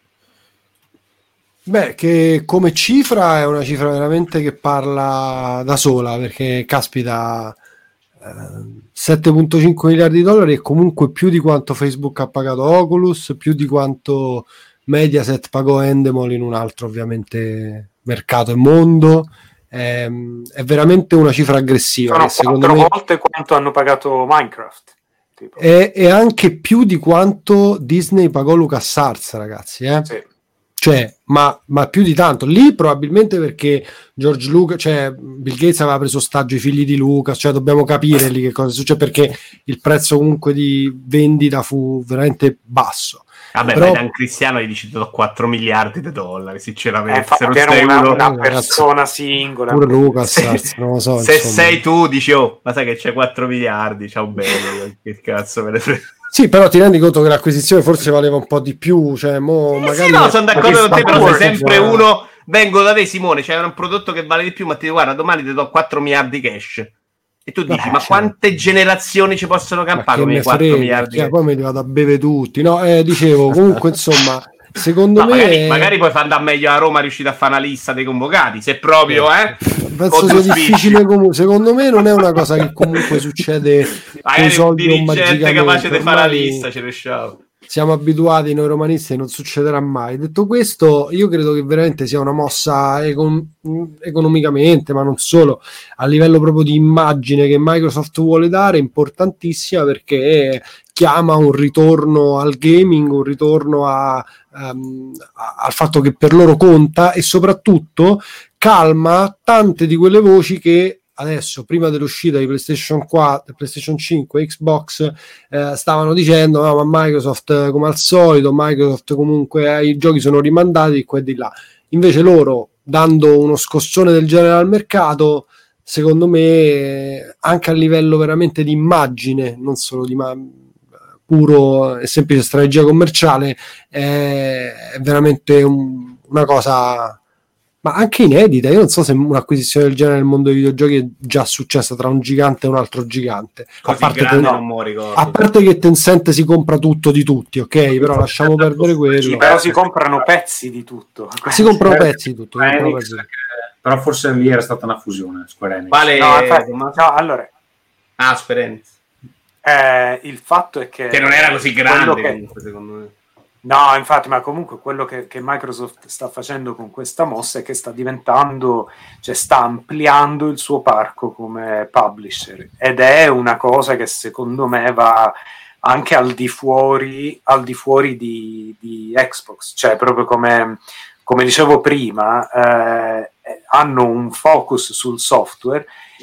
Beh, che come cifra è una cifra veramente che parla da sola, perché caspita, eh, sette virgola cinque miliardi di dollari è comunque più di quanto Facebook ha pagato Oculus, più di quanto Mediaset pagò Endemol in un altro ovviamente mercato e mondo. È, è veramente una cifra aggressiva. Sono che secondo quattro me volte quanto hanno pagato Minecraft. Tipo. È, è anche più di quanto Disney pagò LucasArts, ragazzi, eh? Sì. Cioè, ma, ma più di tanto lì probabilmente perché George Lucas, cioè Bill Gates aveva preso ostaggio i figli di Lucas, cioè dobbiamo capire lì che cosa succede perché il prezzo comunque di vendita fu veramente basso. Vabbè, Però, ma Dan Cristiano gli dici do quattro miliardi di dollari, sinceramente. Eh, se non era sei una, uno, una persona singola. Pure Lucas, se, non lo so. Se insomma. sei tu, dici, oh, ma sai che c'è quattro miliardi, ciao bello, che cazzo me ne frega. Sì, però ti rendi conto che l'acquisizione forse valeva un po' di più, cioè mo Eh, magari sì, no, sono d'accordo con te, però sei sempre guarda. uno, vengo da te Simone, c'è un prodotto che vale di più, ma ti dico, guarda, domani ti do quattro miliardi cash. E tu dici, Beh, ma cioè, quante generazioni ci possono campare come quattro miliardi? Cioè, poi mi vado a bere tutti, no? Eh, dicevo, comunque insomma, secondo no, me... Magari, magari puoi far andare meglio a Roma, riuscite a fare una lista dei convocati, se proprio, eh? Penso sia difficile comunque, secondo me non è una cosa che comunque succede con i magari un soldi o dirigente magicamente. capace di fare la Ormai- lista, ci riusciamo. siamo abituati noi romanisti e non succederà mai. Detto questo, io credo che veramente sia una mossa econ- economicamente, ma non solo, a livello proprio di immagine che Microsoft vuole dare, importantissima, perché chiama un ritorno al gaming, un ritorno a, um, a, al fatto che per loro conta, e soprattutto calma tante di quelle voci che adesso, prima dell'uscita di PlayStation quattro, PlayStation cinque, Xbox, eh, stavano dicendo no, ma Microsoft come al solito, Microsoft comunque eh, i giochi sono rimandati di qua e di là. Invece loro, dando uno scossone del genere al mercato, secondo me eh, anche a livello veramente di immagine, non solo di ma- puro e semplice strategia commerciale, eh, è veramente un, una cosa, ma anche inedita. Io non so se un'acquisizione del genere nel mondo dei videogiochi è già successa tra un gigante e un altro gigante. Così a parte, grande ten- non mo ricordo. a parte che Tencent si compra tutto di tutti, ok? Però lasciamo perdere quello. Sì, però si comprano pezzi di tutto. Si comprano pezzi di tutto. Enix, comprano pezzi. però forse lì era stata una fusione, Square Enix. Quale? No, infatti, no, allora, Ah, Square Enix. eh, il fatto è che Che non era così quello grande che- comunque, secondo me. No, infatti, ma comunque quello che, che Microsoft sta facendo con questa mossa è che sta diventando, cioè sta ampliando il suo parco come publisher, ed è una cosa che secondo me va anche al di fuori, al di fuori di, di Xbox, cioè proprio come, come dicevo prima, eh, hanno un focus sul software.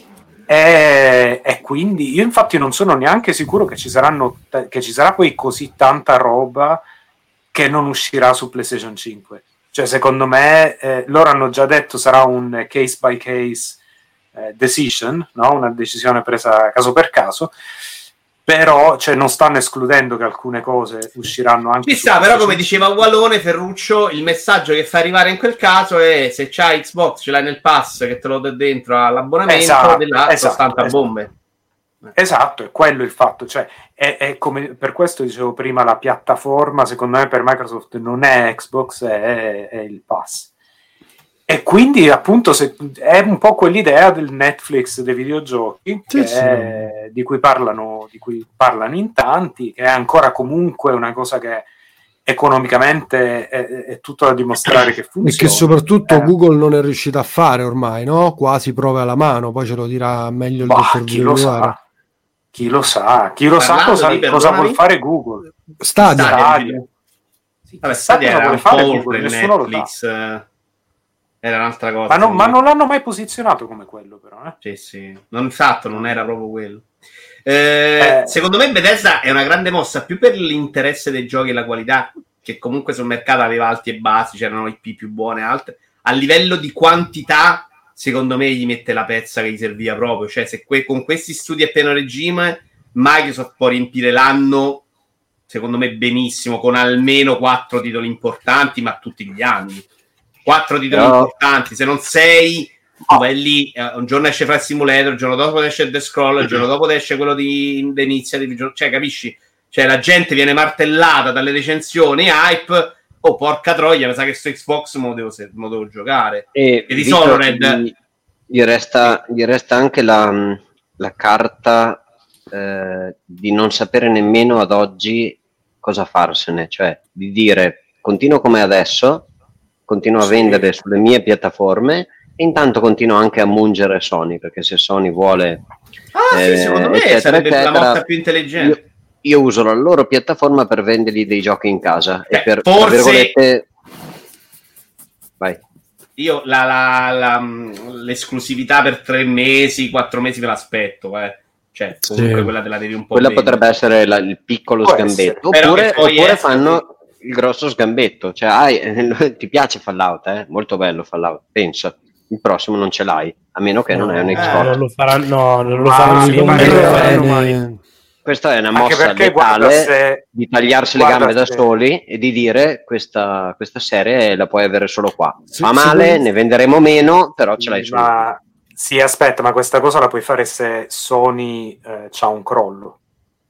E, e quindi io infatti non sono neanche sicuro che ci saranno che ci sarà poi così tanta roba che non uscirà su PlayStation cinque. Cioè, secondo me, eh, loro hanno già detto sarà un case by case eh, decision, no? Una decisione presa caso per caso, però cioè, non stanno escludendo che alcune cose usciranno anche Ci su sta, però PlayStation. come diceva Walone, Ferruccio, il messaggio che fa arrivare in quel caso è se c'hai Xbox, ce l'hai nel pass che te lo dà dentro all'abbonamento, Esatto, di là esatto, sono tante esatto. bombe. Esatto, è quello il fatto, cioè è, è come per questo dicevo prima, la piattaforma secondo me per Microsoft non è Xbox, è, è il pass, e quindi appunto se, è un po' quell'idea del Netflix dei videogiochi Sì, che sì. è- di cui parlano di cui parlano in tanti, che è ancora comunque una cosa che economicamente è, è tutto da dimostrare che E funziona. che soprattutto Eh. Google non è riuscita a fare ormai, no? Quasi prove alla mano, poi ce lo dirà meglio il Bah, dottor chi lo Villuara. sa, chi lo sa, chi lo sa Parlando cosa, di, cosa perdonami? vuol fare Google. Stadia. Stadia. Sì, Vabbè, chissà Stadia cosa era vuole un po' fare oltre Google, il nessuno lo sa. Netflix, eh, era un'altra cosa. Ma, non, secondo ma me. non l'hanno mai posizionato come quello, però. Eh? Sì, sì. Non, esatto, non era proprio quello. Eh, Eh. Secondo me Bethesda è una grande mossa più per l'interesse dei giochi e la qualità, che comunque sul mercato aveva alti e bassi, c'erano I P più buone e altre. A livello di quantità, secondo me gli mette la pezza che gli serviva proprio. Cioè, se que- con questi studi a pieno regime Microsoft può riempire l'anno, secondo me benissimo, con almeno quattro titoli importanti, ma tutti gli anni. Quattro titoli Però- importanti, se non sei... Tu vai lì, eh, un giorno esce Flight Simulator, il giorno dopo esce The Scroll, il giorno dopo esce quello di The Initiative, cioè capisci? Cioè la gente viene martellata dalle recensioni, hype, oh porca troia, mi sa che sto Xbox me lo devo, se- me lo devo giocare. E E di Vito, Solored, gli, gli resta, gli resta anche la, la carta eh, di non sapere nemmeno ad oggi cosa farsene, cioè di dire continuo come adesso, continuo a Sì. vendere sulle mie piattaforme e intanto continuo anche a mungere Sony, perché se Sony vuole ah sì, eh, secondo me eccetera, sarebbe la eccetera, mossa più intelligente. io, io uso la loro piattaforma per vendergli dei giochi in casa Beh, e per, forse- tra virgolette, vai. Io la, la- la- l'esclusività per tre mesi, quattro mesi me l'aspetto, eh. Cioè, comunque Sì. quella te la devi un po' Quella vendere. potrebbe essere la- il piccolo Può sgambetto, essere. oppure, Però che poi oppure esca, fanno il grosso sgambetto, cioè hai- ti piace Fallout, eh? Molto bello Fallout, pensa, il prossimo non ce l'hai, a meno che non è un Eh, Xbox. non lo faranno, no, non lo Ma faranno sì, secondo ma me, non non lo lo faranno bene. mai. Questa è una Anche mossa perché, guarda, letale se- di tagliarsi le guarda gambe da se- soli e di dire questa, questa serie la puoi avere solo qua. Sì, Fa male, secondo- ne venderemo meno, però ce l'hai solo. Ma sì, aspetta, ma questa cosa la puoi fare se Sony eh, c'ha un crollo.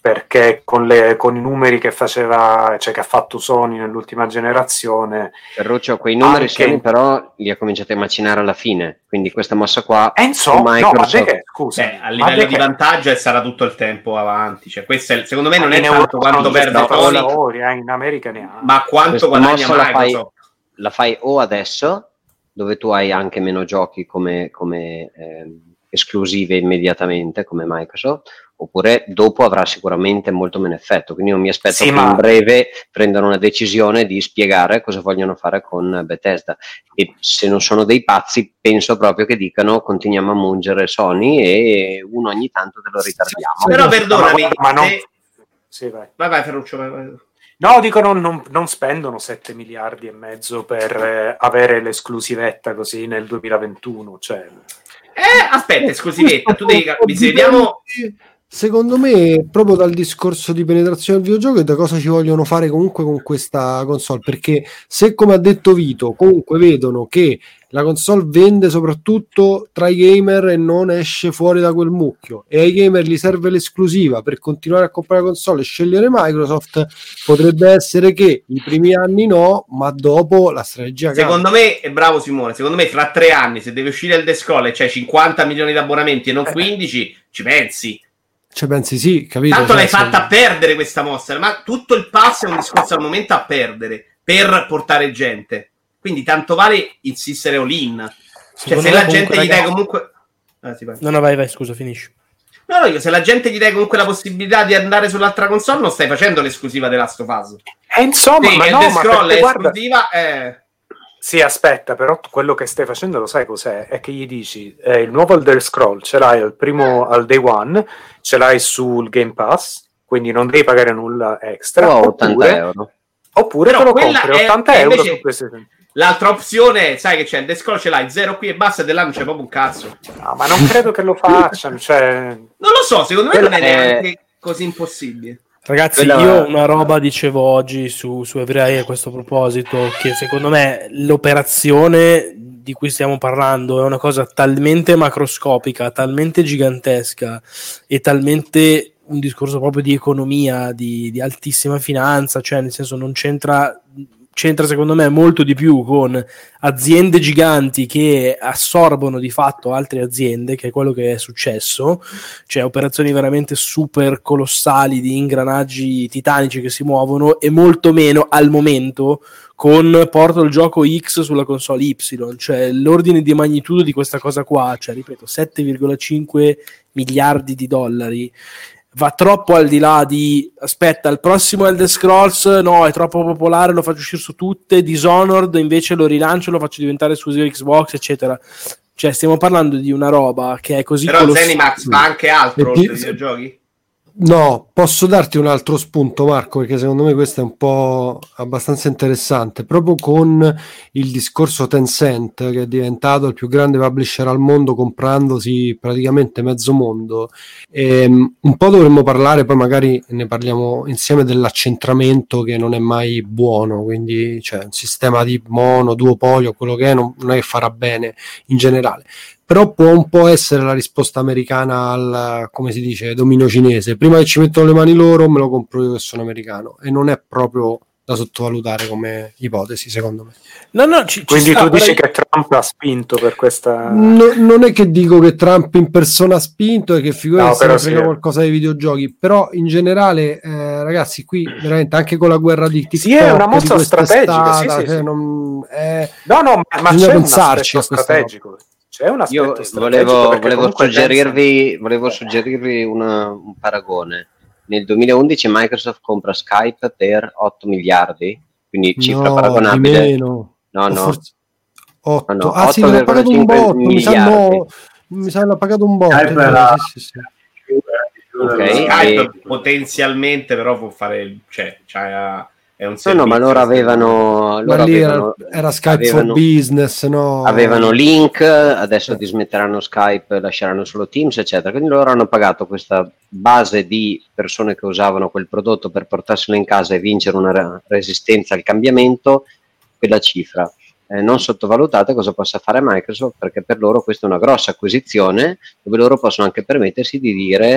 perché con, le, con i numeri che faceva, cioè che ha fatto Sony nell'ultima generazione, Ferruccio, quei numeri anche... Sony però li ha cominciati a macinare alla fine, quindi questa mossa qua eh, insomma, no, ma che, scusa, eh, a livello di che... vantaggio e sarà tutto il tempo avanti, cioè, questo è, secondo me non in è tanto quanto perde Sony, lavori, eh, in America ne ha, ma quanto guadagna Microsoft. La fai, la fai o adesso, dove tu hai anche meno giochi come, come eh, esclusive immediatamente come Microsoft, oppure dopo avrà sicuramente molto meno effetto, quindi io mi aspetto sì, che ma... in breve prendano una decisione di spiegare cosa vogliono fare con Bethesda, e se non sono dei pazzi penso proprio che dicano continuiamo a mungere Sony e uno ogni tanto te lo ritardiamo. Sì, però perdonami, ma, ma non... se... sì, vai. vai vai Ferruccio, vai, vai. No, dicono non, non spendono sette miliardi e mezzo per eh, avere l'esclusivetta così nel duemilaventuno, cioè... Eh, aspetta, esclusivetta, tu devi... vediamo... Secondo me, proprio dal discorso di penetrazione del videogioco, e da cosa ci vogliono fare comunque con questa console, perché se, come ha detto Vito, comunque vedono che la console vende soprattutto tra i gamer e non esce fuori da quel mucchio, e ai gamer gli serve l'esclusiva per continuare a comprare la console e scegliere Microsoft, potrebbe essere che i primi anni no, ma dopo la strategia cambia. Secondo me, è bravo Simone, secondo me fra tre anni, se deve uscire il The Scroll e c'hai cinquanta milioni di abbonamenti e non quindici, ci pensi. Cioè pensi sì, capito? Tanto cioè, l'hai fatta se... perdere questa mossa, ma tutto il pass è un discorso al momento a perdere per portare gente, quindi tanto vale insistere all-in, cioè se la gente gli dai comunque ah, sì, vai. no no vai vai scusa finisci. No, no, io se la gente gli dai comunque la possibilità di andare sull'altra console non stai facendo l'esclusiva The Last of Us, e insomma sì, ma no, The ma Scroll è guarda... esclusiva è... Sì, aspetta, però quello che stai facendo lo sai cos'è? È che gli dici, eh, il nuovo Elder Scroll ce l'hai al primo, al day one, ce l'hai sul Game Pass, quindi non devi pagare nulla extra. Oh, oppure, ottanta euro. Oppure però te lo quella compri, è, ottanta euro invece, su PlayStation. L'altra opzione, sai che c'è, il The Scroll ce l'hai, zero qui e basta, e dell'anno c'è proprio un cazzo. No, ma non credo che lo facciano, cioè... Non lo so, secondo me non è è... neanche così impossibile. Ragazzi, Quella... io una roba dicevo oggi su, su Everai a questo proposito, che secondo me l'operazione di cui stiamo parlando è una cosa talmente macroscopica, talmente gigantesca e talmente un discorso proprio di economia, di, di altissima finanza, cioè nel senso non c'entra... c'entra secondo me molto di più con aziende giganti che assorbono di fatto altre aziende, che è quello che è successo, cioè operazioni veramente super colossali di ingranaggi titanici che si muovono, e molto meno al momento con porto il gioco X sulla console Y, cioè l'ordine di magnitudo di questa cosa qua, cioè ripeto sette virgola cinque miliardi di dollari, va troppo al di là di aspetta il prossimo Elder Scrolls no è troppo popolare, lo faccio uscire su tutte, Dishonored invece lo rilancio, lo faccio diventare esclusivo Xbox eccetera, cioè stiamo parlando di una roba che è così però colossale. Zenimax fa anche altro oltre ai ti... videogiochi? No, posso darti un altro spunto, Marco, perché secondo me questo è un po' abbastanza interessante, proprio con il discorso Tencent, che è diventato il più grande publisher al mondo comprandosi praticamente mezzo mondo. E, un po' dovremmo parlare, poi magari ne parliamo insieme, dell'accentramento che non è mai buono, quindi cioè, un sistema di mono, duopolio, quello che è, non, non è che farà bene in generale. Però può un po' essere la risposta americana al, come si dice, dominio cinese. Prima che ci mettono le mani loro, me lo compro io che sono americano, e non è proprio da sottovalutare come ipotesi, secondo me. No, no, ci, quindi ci tu sta, dici però... che Trump ha spinto per questa... No, non è che dico che Trump in persona ha spinto e che figurati no, se ne frega sì. qualcosa dei videogiochi, però in generale, eh, ragazzi, qui veramente anche con la guerra di TikTok, sì, è una mossa strategica, sì, sì, cioè, sì. Non, è... no, no, ma, ma c'è un aspetto strategico. Roba. C'è un aspetto Io strategico, volevo, volevo suggerirvi, pensa... volevo suggerirvi una, un paragone. Nel duemilaundici Microsoft compra Skype per otto miliardi, quindi cifra no, paragonabile. Di meno. No, no. Forse... otto. No, no, ah sì, l'ha pagato un botto, mi sa, no, mi sa l'ha pagato un botto. Skype era... sì, sì, sì. Okay, Skype e... potenzialmente però può fare, cioè, cioè è un no, no, ma loro avevano, loro ma lì avevano, era, era Skype avevano, for Business, no? Avevano Link, adesso eh. dismetteranno Skype, lasceranno solo Teams, eccetera. Quindi loro hanno pagato questa base di persone che usavano quel prodotto per portarselo in casa e vincere una re- resistenza al cambiamento, quella cifra. Eh, non sottovalutate cosa possa fare Microsoft, perché per loro questa è una grossa acquisizione dove loro possono anche permettersi di dire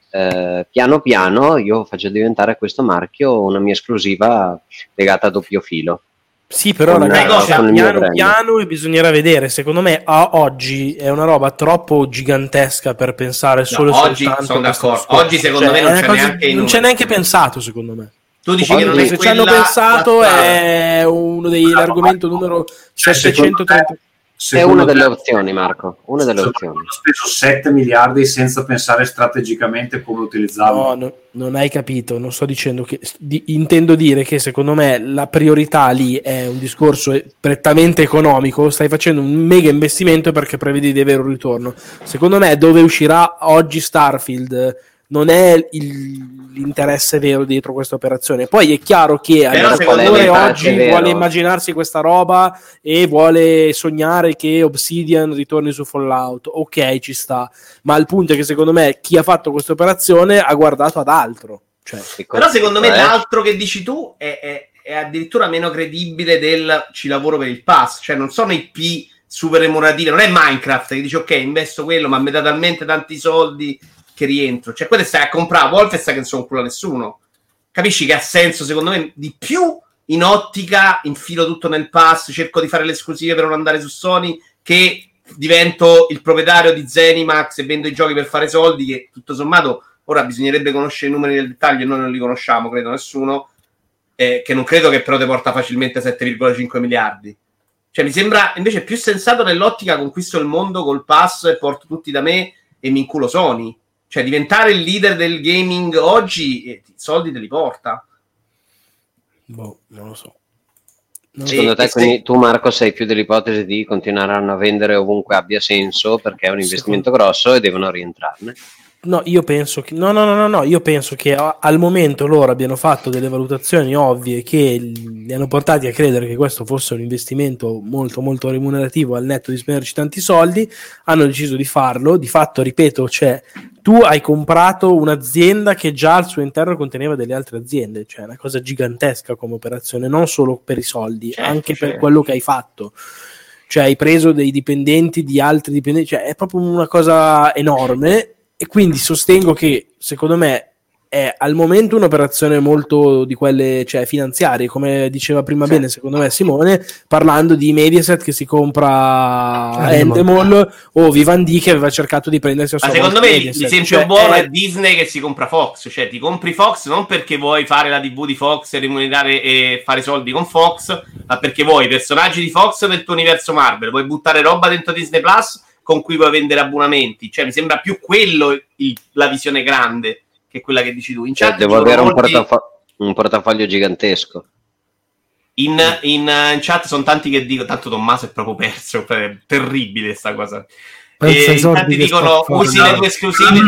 eh, piano piano io faccio diventare questo marchio una mia esclusiva legata a doppio filo. Sì, però Con- ragazzi, con il mio piano brand. piano e bisognerà vedere. Secondo me a oggi è una roba troppo gigantesca per pensare solo e oggi soltanto sono a questo d'accordo. discorso. Oggi secondo Cioè, me non è una c'è cosa- neanche i non c'è numeri. neanche pensato, secondo me. Tu dici che non Oggi, è se ci hanno quella pensato la strada. è uno degli argomenti numero settecentotrenta. È una delle opzioni, Marco, una delle opzioni. Hanno speso sette miliardi senza pensare strategicamente come utilizzarlo. No, no, non hai capito, non sto dicendo che di- intendo dire che secondo me la priorità lì è un discorso eh, prettamente economico. Stai facendo un mega investimento perché prevedi di avere un ritorno. Secondo me dove uscirà oggi Starfield non è il- l'interesse vero dietro questa operazione. Poi è chiaro che Però secondo Alessandro me oggi vero. vuole immaginarsi questa roba e vuole sognare che Obsidian ritorni su Fallout. Ok, ci sta, ma il punto è che secondo me chi ha fatto questa operazione ha guardato ad altro. Cioè, Però secondo me Eh? l'altro che dici tu è, è- è addirittura meno credibile del ci lavoro per il pass. Cioè non sono I P super remunerative, non è Minecraft che dici ok, investo quello, ma mi dà talmente tanti soldi che rientro. Cioè quello stai a comprare Wolfenstein che non sono culo a nessuno. Capisci che ha senso secondo me di più in ottica infilo tutto nel pass, cerco di fare le esclusive per non andare su Sony, che divento il proprietario di Zenimax e vendo i giochi per fare soldi, che tutto sommato ora bisognerebbe conoscere i numeri nel dettaglio e noi non li conosciamo, credo nessuno, eh, che non credo che però ti porta facilmente sette virgola cinque miliardi. Cioè mi sembra invece più sensato nell'ottica conquisto il mondo col pass e porto tutti da me e mi inculo Sony. Cioè diventare il leader del gaming oggi eh, i soldi te li porta. boh, non lo so. Secondo E- te e quindi se- tu, Marco, sei più dell'ipotesi di continueranno a vendere ovunque abbia senso perché è un investimento grosso e devono rientrarne? No, io penso che no, no, no, no, no, io penso che a- al momento loro abbiano fatto delle valutazioni ovvie che li hanno portati a credere che questo fosse un investimento molto molto remunerativo al netto di spenderci tanti soldi, hanno deciso di farlo. Di fatto, ripeto, cioè tu hai comprato un'azienda che già al suo interno conteneva delle altre aziende, cioè è una cosa gigantesca come operazione, non solo per i soldi, Certo, anche per certo. quello che hai fatto. Cioè hai preso dei dipendenti di altri dipendenti, cioè è proprio una cosa enorme. E quindi sostengo che secondo me è al momento un'operazione molto di quelle, cioè finanziarie, come diceva prima bene secondo me Simone, parlando di Mediaset che si compra Endemol o Vivendi che aveva cercato di prendersi a Ma sua secondo volta me Mediaset. l'esempio Cioè, buono è- è Disney che si compra Fox. Cioè ti compri Fox non perché vuoi fare la tivù di Fox e remunerare e fare soldi con Fox, ma perché vuoi i personaggi di Fox nel tuo universo Marvel, vuoi buttare roba dentro Disney Plus con cui puoi vendere abbonamenti. Cioè mi sembra più quello il- la visione grande che quella che dici tu. In Cioè, chat devo dicono avere un, molti- portafo- un portafoglio gigantesco. in, in, eh, in chat sono tanti che dicono tanto Tommaso è proprio perso, è terribile sta cosa. Pensa E ai in soldi tanti che dicono sta usi facendo. le tue esclusive.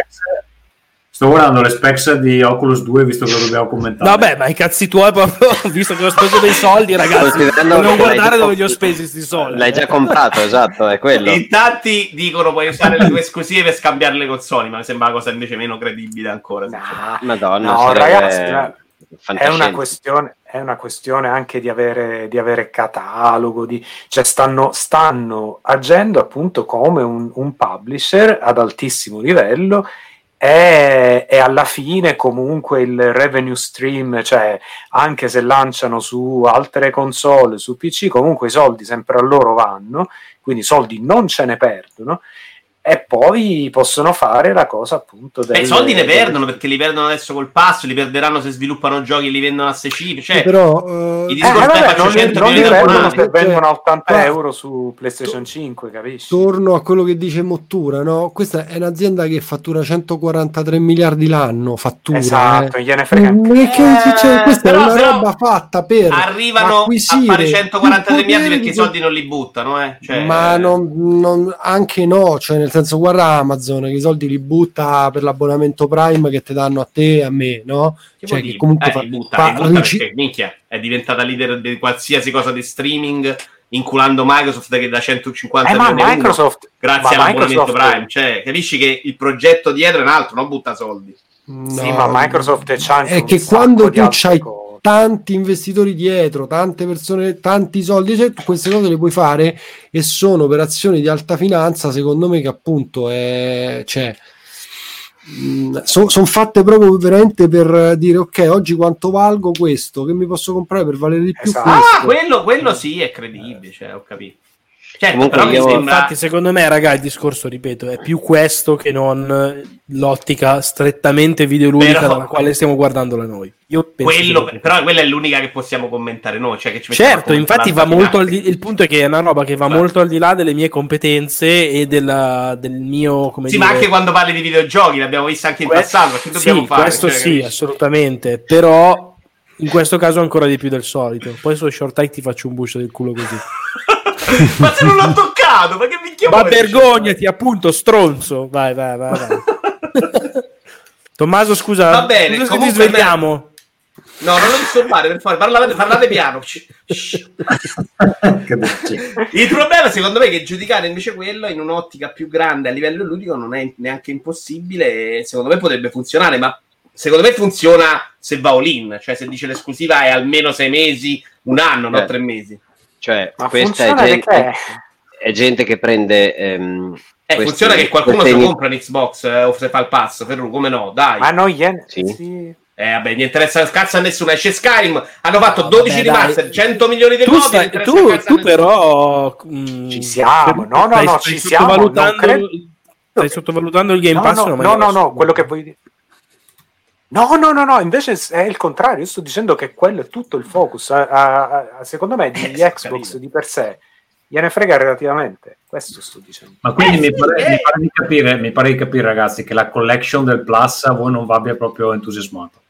Sto guardando le specs di Oculus due visto che lo dobbiamo commentare. Vabbè, ma i cazzi tuoi proprio, visto che ho speso dei soldi, ragazzi, Considerando non che guardare l'hai dove già- li ho spesi sti soldi. L'hai già comprato, esatto, è quello. In tanti dicono puoi usare le tue esclusive per scambiarle con Sony, ma mi sembra una cosa invece meno credibile ancora. Madonna, No, sarebbe ragazzi, ma è fantascienza. una questione, è una questione anche di avere, di avere catalogo, di, cioè stanno, stanno agendo appunto come un, un publisher ad altissimo livello e, e alla fine comunque il revenue stream, cioè anche se lanciano su altre console, su P C, comunque i soldi sempre a loro vanno, quindi soldi non ce ne perdono. E poi possono fare la cosa appunto del, Beh, i soldi ne del- perdono perché li perdono adesso col pass, li perderanno se sviluppano giochi e li vendono a sei cifre. Cioè, Sì, però, eh, i Eh, discorsi vabbè, faccio non li, cento non li milioni di perdono abbonati. se vendono a ottanta Cioè, euro su PlayStation cinque, capisci? torno a quello che dice Mottura, no? Questa è un'azienda che fattura centoquarantatré miliardi l'anno, fattura. Esatto, eh. gliene frega Mm, che- che- cioè, Eh, questa però- è una però roba fatta per arrivano acquisire a fare centoquarantatré il miliardi potere perché i di soldi non li buttano, eh. Cioè, ma non, non- anche no, cioè nel senso guarda Amazon che i soldi li butta per l'abbonamento Prime che ti danno a te e a me, no? Che Cioè vuol che dire? comunque Eh, fa, li butta, fa li butta rici- perché, minchia, è diventata leader di qualsiasi cosa di streaming, inculando Microsoft che da centocinquanta Eh, ma milioni a uno, Microsoft- grazie ma all'abbonamento Microsoft- Prime. Cioè, capisci che il progetto dietro è un altro, non butta soldi. Sì, ma Microsoft c'ha anche è un che sacco quando di tu altre c'hai cose. tanti investitori dietro, tante persone, tanti soldi, cioè, tu queste cose le puoi fare e sono operazioni di alta finanza, secondo me che appunto è, cioè, sono son fatte proprio veramente per dire ok, oggi quanto valgo questo, che mi posso comprare per valere di più. Esatto. Ah, quello, quello sì è credibile, cioè, ho capito. Certo, però io, mi sembra... infatti secondo me, raga, il discorso, ripeto, è più questo che non l'ottica strettamente videoludica però... dalla quale stiamo guardandola noi. Io penso quello, che... però quella è l'unica che possiamo commentare noi, cioè che ci certo, infatti va molto al di... il punto è che è una roba che va Beh. molto al di là delle mie competenze e della, del mio, come sì, dire... ma anche quando parli di videogiochi l'abbiamo vista anche in que- passato, che dobbiamo sì, fare, questo cioè, sì, capisci? Assolutamente, però in questo caso ancora di più del solito. Poi su Short Hike ti faccio un bucio del culo così. Ma se non l'ho toccato, ma che minchia ma vergognati, appunto, stronzo. Vai, vai, vai, vai. Tommaso, scusa, va bene, scusa comunque ti svegliamo. No, non lo disturbare, per favore, parlate, parlate piano. Il problema, secondo me, è che giudicare invece quello in un'ottica più grande a livello ludico non è neanche impossibile. E secondo me potrebbe funzionare, ma secondo me funziona se va all-in, cioè se dice l'esclusiva è almeno sei mesi, un anno, eh. non tre mesi. Cioè, ma questa è gente, è gente che prende ehm, eh, questi, funziona che qualcuno se lo compra in Xbox eh, o se fa il pass, Ferru, come no, dai. Ma non yen- sì. sì. Eh vabbè, non interessa il cazzo a nessuno, esce Skyrim, hanno fatto no, dodici vabbè, remaster, dai. cento milioni di tu copie, stai, tu, tu però mh, ci siamo, no no no, ci siamo, non credo... stai sottovalutando il Game no, Pass, no, no, no, no, quello che vuoi dire. No, no, no, no, invece è il contrario, io sto dicendo che quello è tutto il focus, a, a, a, secondo me di eh, Xbox di per sé gliene frega relativamente, questo sto dicendo. Ma quindi eh, mi, sì, pare, eh. mi, pare di capire, mi pare di capire ragazzi che la collection del Plus a voi non vi abbia proprio entusiasmato.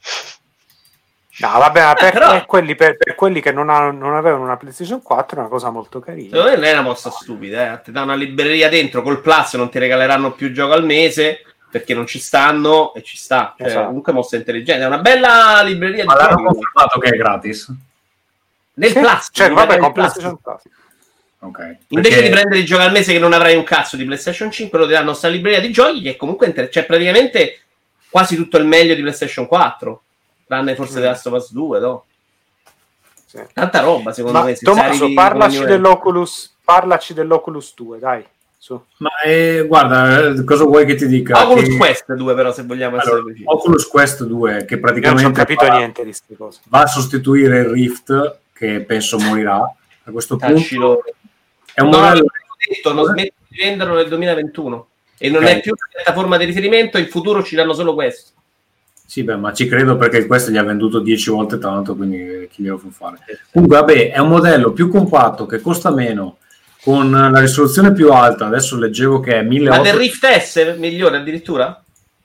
No, vabbè, ma per, eh, però... per, quelli, per, per quelli che non, ha, non avevano una PlayStation quattro è una cosa molto carina. Secondo me non è una mossa stupida, eh. Ti dà una libreria dentro, col Plus non ti regaleranno più gioco al mese perché non ci stanno e ci sta, cioè, esatto. Comunque mossa intelligente, è una bella libreria. Ma di l'hanno giochi. confermato che è gratis? Nel sì, Plus, cioè, vabbè, con Plus. PlayStation Plus. Okay, invece perché... di prendere il gioco al mese che non avrai un cazzo di PlayStation cinque, lo daranno sta libreria di giochi che comunque inter- c'è praticamente quasi tutto il meglio di PlayStation quattro, tranne forse mm. The Last of Us due, no? Sì. Tanta roba secondo ma me. Tommaso, parlaci dell'Oculus, parlaci dell'Oculus due, dai. Su. Ma eh, guarda, cosa vuoi che ti dica? Oculus che... Quest due, però, se vogliamo essere allora, Oculus Quest due, che praticamente non ho capito va, niente di queste cose. Va a sostituire il Rift, che penso morirà a questo Tacci punto. Loro. È un no, modello... detto, non smettono di venderlo nel duemilaventuno e non okay. è più una piattaforma di riferimento, in futuro ci danno solo questo. Sì, beh, ma ci credo perché questo gli ha venduto dieci volte tanto, quindi chi glielo fa fare. Comunque, vabbè, è un modello più compatto, che costa meno, con la risoluzione più alta. Adesso leggevo che è milleottocento. Ma del Rift S migliore addirittura?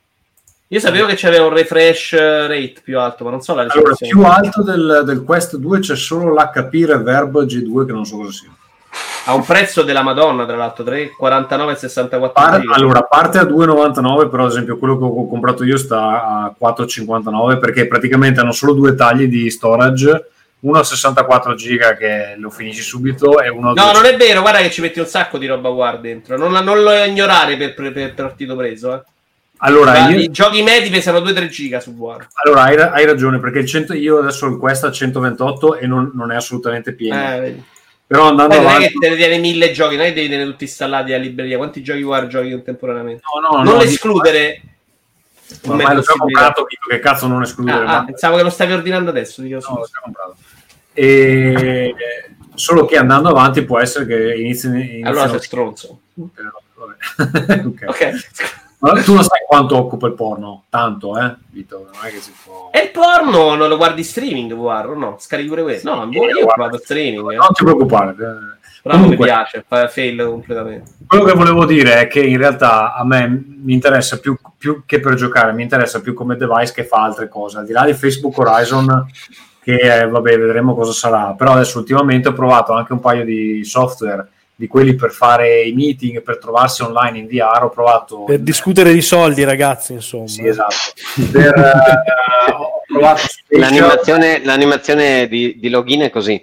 Io sapevo che c'aveva un refresh rate più alto, ma non so la risoluzione. Allora, più alto del, del Quest due c'è solo l'H P Reverb G due, che non so cosa sia. Ha un prezzo della Madonna, tra l'altro, tre virgola quarantanove e sessantaquattro. Par- allora, parte a due virgola novantanove, però ad esempio quello che ho comprato io sta a quattro virgola cinquantanove, perché praticamente hanno solo due tagli di storage, uno a sessantaquattro giga che lo finisci subito e uno a no, non è vero, guarda che ci metti un sacco di roba war dentro, non, non lo ignorare per, per, per partito preso, eh. Allora, io... i giochi medi pesano due tre giga su War. Allora, hai, hai ragione, perché il cento, io adesso il Quest a centoventotto e non, non è assolutamente pieno. Eh, vedi. Però andando Poi avanti... non è che te ne tieni mille giochi, non è che devi tenere tutti installati alla libreria. Quanti giochi War giochi contemporaneamente? No, no, non no, escludere. Ma ormai l'ho già comprato, dico che cazzo non escludere. Ah, ma... ah, pensavo che lo stavi ordinando adesso. Dico, no, l'ho già comprato. E... Solo che andando avanti può essere che inizi... inizi allora sei stronzo. Okay. ok. okay. Ma tu non sai quanto occupa il porno? Tanto, eh, Vito? Non è che si può... E il porno non lo guardi streaming, guarda, no? Scarichi pure questo. No, io, io guardo streaming. Eh. Non ti preoccupare. Però Comunque, non mi piace, fa fail completamente. Quello che volevo dire è che in realtà a me mi interessa più, più che per giocare, mi interessa più come device che fa altre cose. Al di là di Facebook Horizon, che eh, vabbè, vedremo cosa sarà. Però adesso ultimamente ho provato anche un paio di software di quelli per fare i meeting, per trovarsi online in V R, ho provato... Per discutere di soldi, ragazzi, insomma. Sì, esatto. Per, uh, ho provato l'animazione, l'animazione di, di login è così.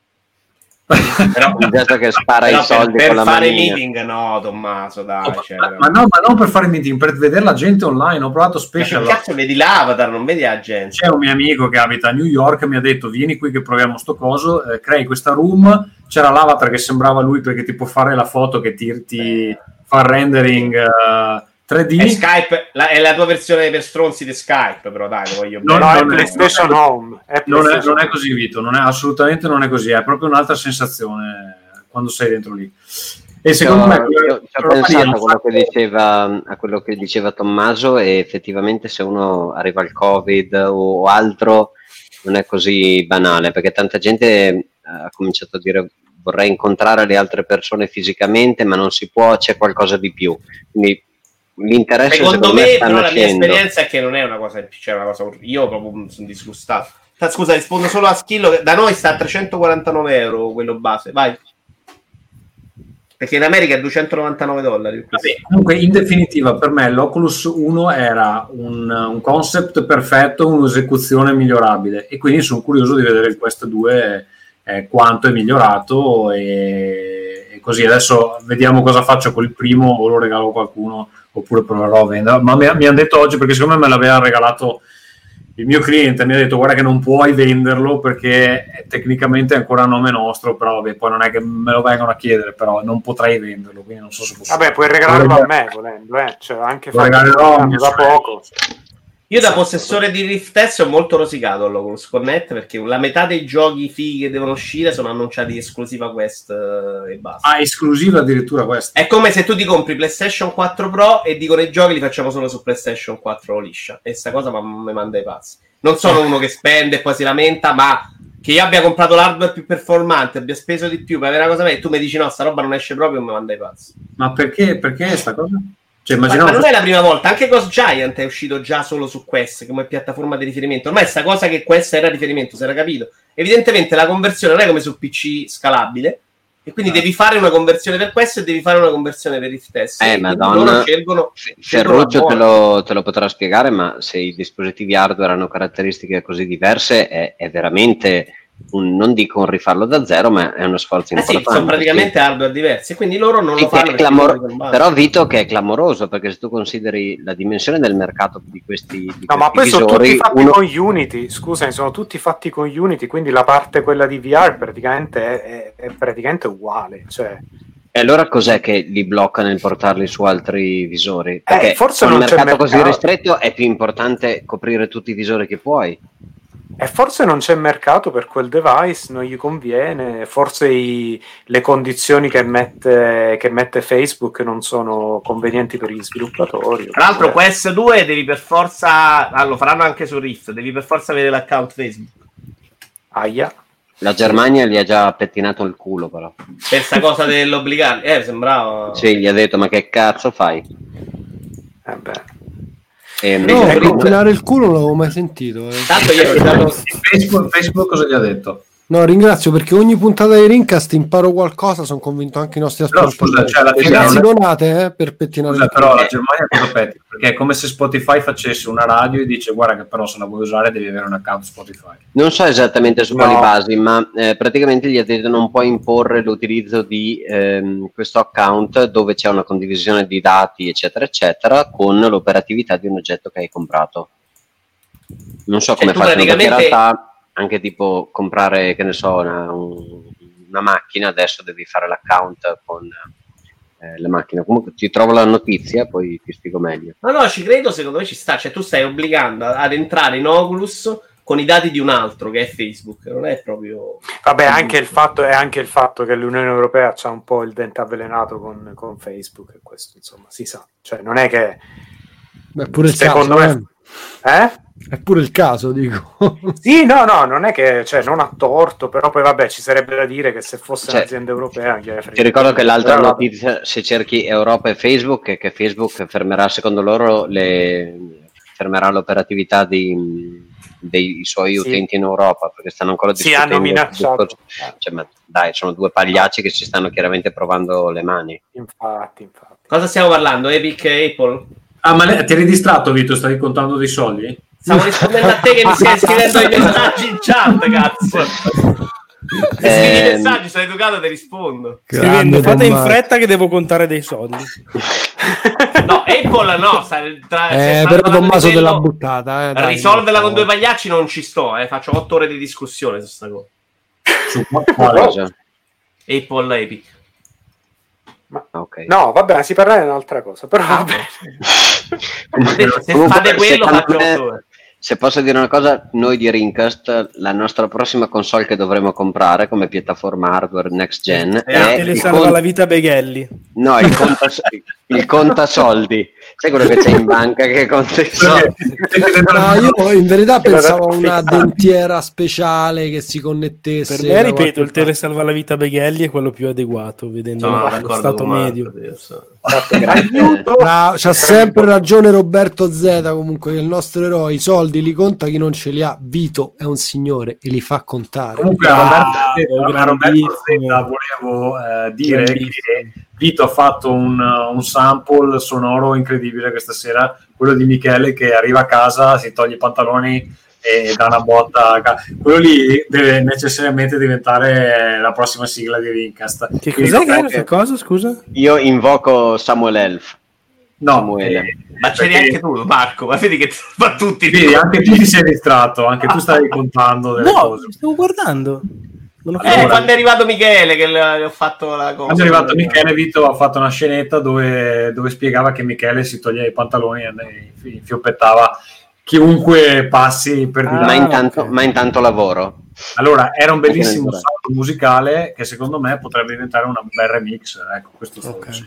Però, il gesto che spara però i soldi per, per con la fare manina. meeting, no, Tommaso, dai. No, cioè, ma, ma, no, ma non per fare meeting, per vedere la gente online. Ho provato Special. Ma che cazzo vedi l'avatar, non vedi la gente? C'è un mio amico che abita a New York, mi ha detto vieni qui che proviamo sto coso, eh, crei questa room, c'era l'avatar che sembrava lui perché ti può fare la foto che ti, ti fa il rendering uh, tre D è Skype, la, è la tua versione per stronzi di Skype, però dai, lo voglio no, bene. no, è non è- PlayStation Home. È non, è, PlayStation non è Home. così, Vito, non è, assolutamente non è così, è proprio un'altra sensazione quando sei dentro lì. E secondo Io- me io ci ho roba lì pensato hanno a quello che fatto- diceva a quello che diceva Tommaso, e effettivamente se uno arriva al Covid o altro non è così banale, perché tanta gente eh, ha cominciato a dire vorrei incontrare le altre persone fisicamente, ma non si può, c'è qualcosa di più. Quindi l'interesse Secondo, secondo, me, sta però, la mia nascendo. esperienza è che non è una cosa, cioè una cosa io proprio sono disgustato. Ah, scusa, rispondo solo a Schillo, che da noi sta a trecentoquarantanove euro quello base, vai. Perché in America è duecentonovantanove dollari. Vabbè, comunque in definitiva per me l'Oculus uno era un, un concept perfetto, un'esecuzione migliorabile, e quindi sono curioso di vedere il Quest due eh, quanto è migliorato, e, e così adesso vediamo cosa faccio con il primo, o lo regalo a qualcuno oppure proverò a vendere. Ma mi, mi hanno detto oggi, perché secondo me me l'aveva regalato il mio cliente, mi ha detto guarda che non puoi venderlo perché è tecnicamente ancora a nome nostro, però vabbè, poi non è che me lo vengono a chiedere, però non potrei venderlo, quindi non so se posso. Vabbè, puoi regalarlo a me volendo, eh. Cioè, anche Lo fatto regalerò a da mio poco. Io da possessore di Rift S ho molto rosicato all'Oculus Connect, perché la metà dei giochi fighi che devono uscire sono annunciati in esclusiva Quest eh, e basta. Ah, esclusiva addirittura questa. È come se tu ti compri PlayStation quattro Pro e dicono i giochi li facciamo solo su PlayStation quattro liscia, e sta cosa mi manda i pazzi. Non sono uno che spende e poi si lamenta, ma che io abbia comprato l'hardware più performante, abbia speso di più per avere una cosa meglio, e tu mi dici no, sta roba non esce proprio, mi manda i pazzi. Ma perché, perché sta cosa? Cioè, Ma, immaginavo ma non è la prima volta, anche Ghost Giant è uscito già solo su Quest come piattaforma di riferimento. Ormai sta cosa che Quest era riferimento, si era capito. Evidentemente la conversione non è come su P C scalabile, e quindi devi fare una conversione per Quest e devi fare una conversione per Rift S. Eh, E quindi Madonna, loro scelgono, scelgono Ferruccio la te buona. lo, te lo potrà spiegare, ma se i dispositivi hardware hanno caratteristiche così diverse è, è veramente un, non dico un rifarlo da zero, ma è uno sforzo Eh sì, importante. sono praticamente hardware diversi, e quindi loro non Sì, lo che fanno. è perché clamor- loro dicono, però Vito, che è clamoroso, perché se tu consideri la dimensione del mercato di questi, di No, ma poi questi sono tutti visori, fatti uno- con Unity, scusami, sono tutti fatti con Unity, quindi la parte quella di V R praticamente è, è, è praticamente uguale, cioè e allora cos'è che li blocca nel portarli su altri visori? Perché Eh, forse con un non c'è mercato così mercato. ristretto è più importante coprire tutti i visori che puoi. E forse non c'è mercato per quel device, non gli conviene, forse i- le condizioni che mette, che mette Facebook non sono convenienti per gli sviluppatori. Tra l'altro, oppure- Quest due devi per forza. Ah, lo faranno anche su Rift. Devi per forza avere l'account Facebook. Aia. La Germania gli ha già pettinato il culo, però. Per sta cosa dell'obbligare. Eh, sembrava. Sì, gli ha detto, ma che cazzo fai? Eh beh. E No, invece- per pettinare il culo non l'avevo mai sentito. eh. Tanto io ho dato. Facebook, Facebook cosa gli ha detto? No, ringrazio, perché ogni puntata di Rincast imparo qualcosa, sono convinto anche i nostri Però, ascoltatori. scusa, cioè, alla fine Ragazzi, non è- donate eh, per pettinare Scusa, il culo. però la Germania cosa petti? Perché è come se Spotify facesse una radio e dice guarda che però se la vuoi usare devi avere un account Spotify. Non so esattamente su No. quali basi, ma eh, praticamente gli ha detto non puoi imporre l'utilizzo di ehm, questo account dove c'è una condivisione di dati, eccetera, eccetera, con l'operatività di un oggetto che hai comprato. Non so come tu facciano, perché in praticamente- realtà anche tipo comprare, che ne so, una, un- una macchina, adesso devi fare l'account con eh, la macchina. Comunque ti trovo la notizia, poi ti spiego meglio. No, no, ci credo, secondo me ci sta. Cioè, tu stai obbligando ad entrare in Oculus con i dati di un altro, che è Facebook. Non è proprio. Vabbè, anche il fatto, è anche il fatto che l'Unione Europea c'ha un po' il dente avvelenato con, con Facebook, e questo insomma si sa. Cioè, non è che Beh, pure il secondo caso, me... Eh? È pure il caso, dico. Sì, no, no, non è che, cioè, non ha torto, però poi vabbè, ci sarebbe da dire che se fosse Cioè, un'azienda europea... gliene frega. Ti ricordo che l'altra Però, notizia, se cerchi Europa e Facebook, è che Facebook fermerà, secondo loro, le, fermerà l'operatività di, dei suoi Sì. utenti in Europa, perché stanno ancora Sì, discutendo. hanno minacciato. Cioè, ma dai, sono due pagliacci che si stanno chiaramente provando le mani. Infatti, infatti. Cosa stiamo parlando? Epic e Apple? Ah, ma le- ti eri distratto, Vito? Stavi contando dei soldi? Stavo rispondendo a te che mi stai scrivendo i messaggi in chat, cazzo. Se scrivi i Ehm, messaggi, sono educato, te rispondo. Scrivendo, Grande fate in Tommaso. fretta che devo contare dei soldi. No, Apple no. Sta, tra, se Eh, stanno però parlando Tommaso di te l'ha quello, buttata. Eh, dai, risolverla no. con due pagliacci non ci sto. Eh. Faccio otto ore di discussione su sta cosa. Su quale cosa? Apple Epic. Ma, okay. No, vabbè, si parla di un'altra cosa, però va bene. Se fate quello, faccio me, se posso dire una cosa, noi di Rincast, la nostra prossima console che dovremo comprare come piattaforma hardware next gen eh, è le il salva cont- la vita Beghelli. No, il conta, il contasoldi. Sai quello che c'è in banca che conta i soldi? No, io in verità pensavo a una dentiera speciale che si connettesse. Per me, ripeto, il telesalva la vita Beghelli è quello più adeguato, vedendo no, lo stato medio. Bravo, c'ha sempre ragione Roberto Z, comunque, che il nostro eroe i soldi li conta chi non ce li ha. Vito è un signore e li fa contare. Comunque a Roberto, a Roberto Z volevo eh, dire che Vito ha fatto un, un sample sonoro incredibile questa sera, quello di Michele che arriva a casa, si toglie i pantaloni e dà una botta. Quello lì deve necessariamente diventare la prossima sigla di Rincast. Che cos'è che era? Che cosa, scusa? Io invoco Samuel Elf. No, Samuele. Eh, ma c'eri perché... anche tu, Marco, ma vedi che fa tutti. Vedi, anche tu ti sei distratto, anche tu stai contando delle no, cose. Stavo guardando. Non ho eh, allora, quando è arrivato Michele che le ho fatto la cosa. Quando è arrivato Michele, Vito ha fatto una scenetta dove, dove spiegava che Michele si toglieva i pantaloni e fioppettava chiunque passi per di là. Ma intanto, okay. ma intanto lavoro. Allora, era un bellissimo salto musicale che secondo me potrebbe diventare una bel remix. Ecco, questo sto okay.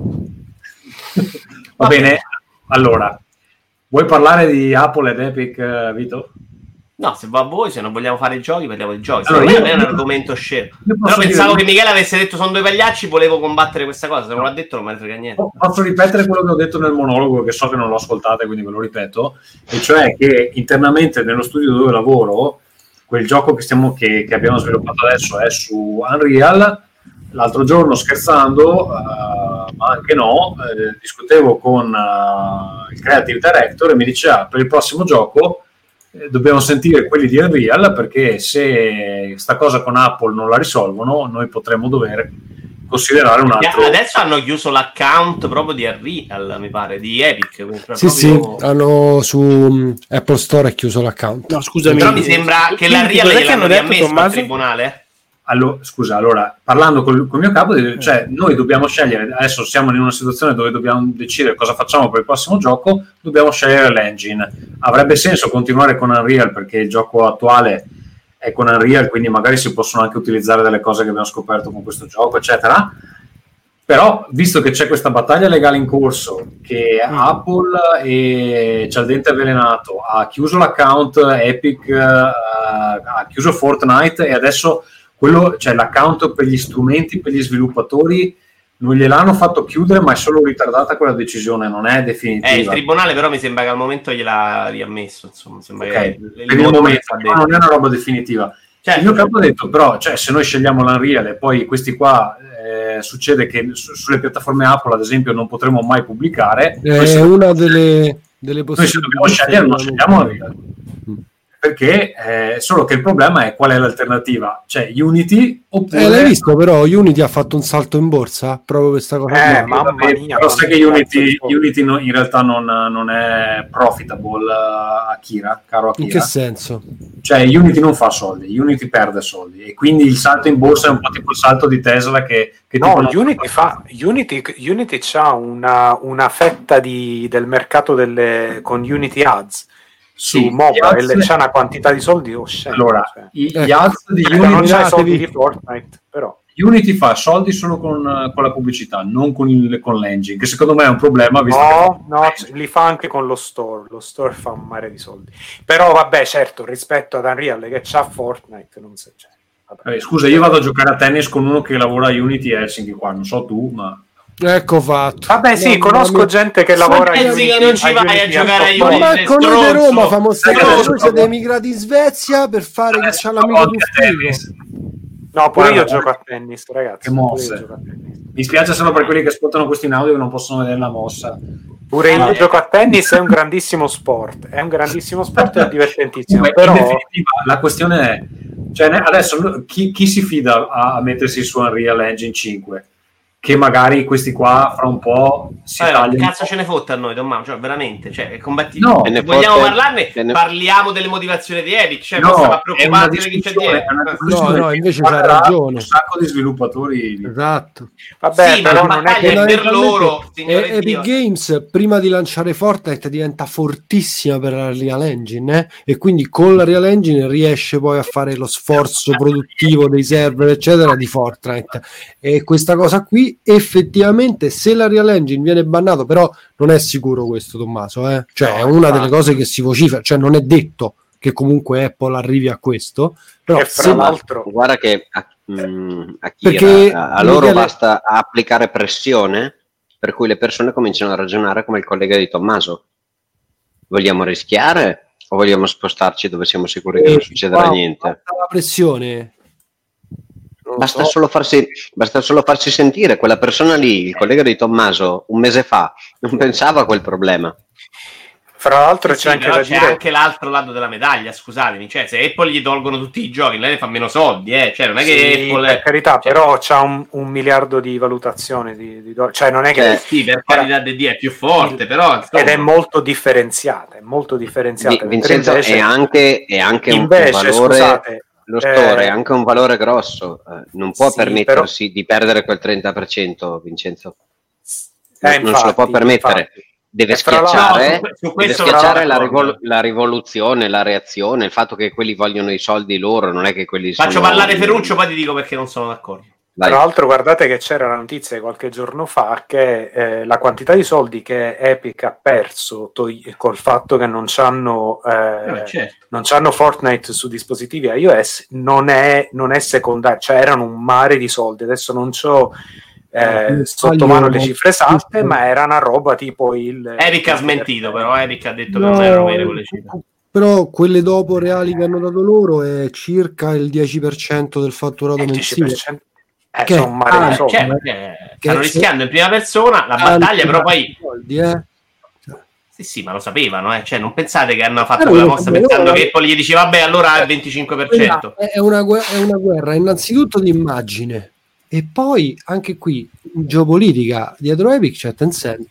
Va bene, allora, vuoi parlare di Apple ed Epic, Vito? No, se va a voi, se non vogliamo fare i giochi, parliamo di giochi. Allora, Secondo me è un argomento scemo. Però pensavo dire... che Michele avesse detto sono due pagliacci, volevo combattere questa cosa. Se non l'ha detto non me ne frega niente. Posso ripetere quello che ho detto nel monologo, che so che non l'ho ascoltato, quindi ve lo ripeto. E cioè che internamente nello studio dove lavoro, quel gioco che, stiamo, che, che abbiamo sviluppato adesso è su Unreal. L'altro giorno, scherzando, uh, ma anche no, eh, discutevo con uh, il creative director e mi diceva per il prossimo gioco eh, dobbiamo sentire quelli di Unreal, perché se sta cosa con Apple non la risolvono, noi potremmo dover considerare un altro. Adesso hanno chiuso l'account proprio di Unreal, mi pare, di Epic. Sì, sì, hanno su um, Apple Store è chiuso l'account. No, scusami. Però mi sembra che l'Unreal gliel'hanno riammesso al tribunale. Allora, scusa, allora, parlando col, col mio capo, cioè noi dobbiamo scegliere, adesso siamo in una situazione dove dobbiamo decidere cosa facciamo per il prossimo gioco, dobbiamo scegliere l'engine. Avrebbe senso continuare con Unreal perché il gioco attuale è con Unreal, quindi magari si possono anche utilizzare delle cose che abbiamo scoperto con questo gioco, eccetera. Però, visto che c'è questa battaglia legale in corso, che mm. Apple e c'è il dente avvelenato, ha chiuso l'account Epic, uh, ha chiuso Fortnite e adesso quello, cioè l'account per gli strumenti, per gli sviluppatori non gliel'hanno fatto chiudere, ma è solo ritardata quella decisione, non è definitiva. Eh, il tribunale però mi sembra che al momento gliel'ha riammesso, insomma, sembra okay. che per il momento non è una roba definitiva. Certo. Il mio capo ha detto però, cioè, se noi scegliamo l'Unreal e poi questi qua eh, succede che su, sulle piattaforme Apple ad esempio non potremo mai pubblicare, è se... una delle, delle possibilità. Noi se dobbiamo scegliere non scegliamo Unreal. Perché eh, solo che il problema è qual è l'alternativa, cioè Unity oppure... Eh, l'hai visto però, Unity ha fatto un salto in borsa proprio questa cosa. Eh, mamma mia, però sai che Unity, Unity no, in realtà non, non è profitable, uh, Akira, caro Akira. In che senso? Cioè Unity non fa soldi, Unity perde soldi e quindi il salto in borsa è un po' tipo il salto di Tesla che... che no, Unity fa, Unity, Unity c'ha una, una fetta di, del mercato delle, con Unity Ads. Su sì, mobile ads... c'è una quantità di soldi oscena. Allora, cioè. gli ecco. ads di Unity non c'è soldi di Fortnite, però Unity fa soldi solo con, con la pubblicità, non con, il, con l'engine, che secondo me è un problema. Visto no, che... no, li fa anche con lo store. Lo store fa un mare di soldi. Però vabbè, certo, rispetto ad Unreal che c'ha Fortnite, non so. Cioè, vabbè, scusa, io vado a giocare a tennis con uno che lavora a Unity Helsinki qua, non so tu, ma... Ecco fatto. Vabbè, sì, no, conosco no, gente che lavora a Unity. Che non ci vai a giocare a Unity. Ma con noi di Roma famo stare, noi siete emigrati in Svezia per fare che c'ha l'amico più figo. No, pure Guarda, io gioco a tennis, ragazzi. Che mosse. Mi spiace solo per quelli che ascoltano questo in audio che non possono vedere la mossa. Pure io eh. gioco a tennis, è un grandissimo sport. È un grandissimo sport, è divertentissimo. Beh, però... in definitiva, la questione è, cioè, adesso chi, chi si fida a, a mettersi su Unreal Engine cinque? che magari questi qua fra un po' si Vabbè, tagliano. che cazzo ce ne fotte a noi, Tommaso? Cioè, veramente, cioè, combatti... No, se ne vogliamo fotte- parlarne, ne- parliamo delle motivazioni di Epic, cioè, No, no, stiamo è una preoccupati di chi c'è discussione, dietro. è una No, discussione no, che invece c'ha riguarderà ragione. un sacco di sviluppatori. Esatto. Vabbè, Sì, ma però la non è battaglia che è per loro, E- signore Epic Dio. Games prima di lanciare Fortnite diventa fortissima per la Real Engine, eh? E quindi con la Real Engine riesce poi a fare lo sforzo produttivo dei server eccetera di Fortnite, e questa cosa qui effettivamente, se la Real Engine viene bannato, però non è sicuro questo, Tommaso, eh? Cioè è una delle cose che si vocifera, cioè non è detto che comunque Apple arrivi a questo, però E fra se- l'altro, Guarda che a, mm, a Kira, Perché- a, a loro Michele- basta applicare pressione per cui le persone cominciano a ragionare come il collega di Tommaso. Vogliamo rischiare o vogliamo spostarci dove siamo sicuri che non succederà wow, niente? basta la pressione. Non lo Basta so. solo, farsi, basta solo farsi sentire. Quella persona lì, il collega di Tommaso, un mese fa, non pensava a quel problema. fra l'altro Sì, c'è anche però da c'è dire anche l'altro lato della medaglia, scusatemi, cioè se Apple gli tolgono tutti i giochi, lei ne fa meno soldi, eh? Cioè non è che sì, Apple per è... carità, cioè, però c'ha un, un miliardo di valutazione di, di do- cioè non è che Eh, sì, per carità di Dio è più forte, però insomma, ed è molto differenziata, è molto Vi- differenziata. mentre Vincenzo, invece, è anche, è anche un- invece, un valore, scusate, lo store eh, è anche un valore grosso. Eh, non può sì, permettersi di perdere quel trenta per cento, Vincenzo. Eh, non se lo può infatti, permettere. infatti. Deve E fra l'altro- schiacciare, No, su- su deve questo schiacciare sono la, d'accordo. rivol- la rivoluzione, la reazione, il fatto che quelli vogliono i soldi loro, non è che quelli faccio sono... parlare Ferruccio, poi ti dico perché non sono d'accordo. Vai. Tra l'altro guardate che c'era la notizia qualche giorno fa che eh, la quantità di soldi che Epic ha perso to- col fatto che non c'hanno, eh, Eh, certo. non c'hanno Fortnite su dispositivi iOS non è, non è secondaria, cioè erano un mare di soldi, adesso non c'ho eh, sotto mano le cifre esatte, ma era una roba tipo il... Eric ha smentito, però Eric ha detto No, che non erano vere quelle cifre. però quelle dopo reali che hanno dato loro è circa il dieci per cento del fatturato il mensile. dieci per cento eh, Che- sono un mare ah, di soldi. Cioè, eh. eh, Che- stanno rischiando in prima persona la Ah, battaglia, però poi soldi, eh. sì, sì, ma lo sapevano, eh. Cioè, non pensate che hanno fatto Però quella lo mossa sapevano, pensando eh. che Apple gli diceva vabbè, allora il venticinque per cento. È una, guerra, è una guerra innanzitutto di immagine, e poi anche qui in geopolitica dietro Epic c'è Tencent.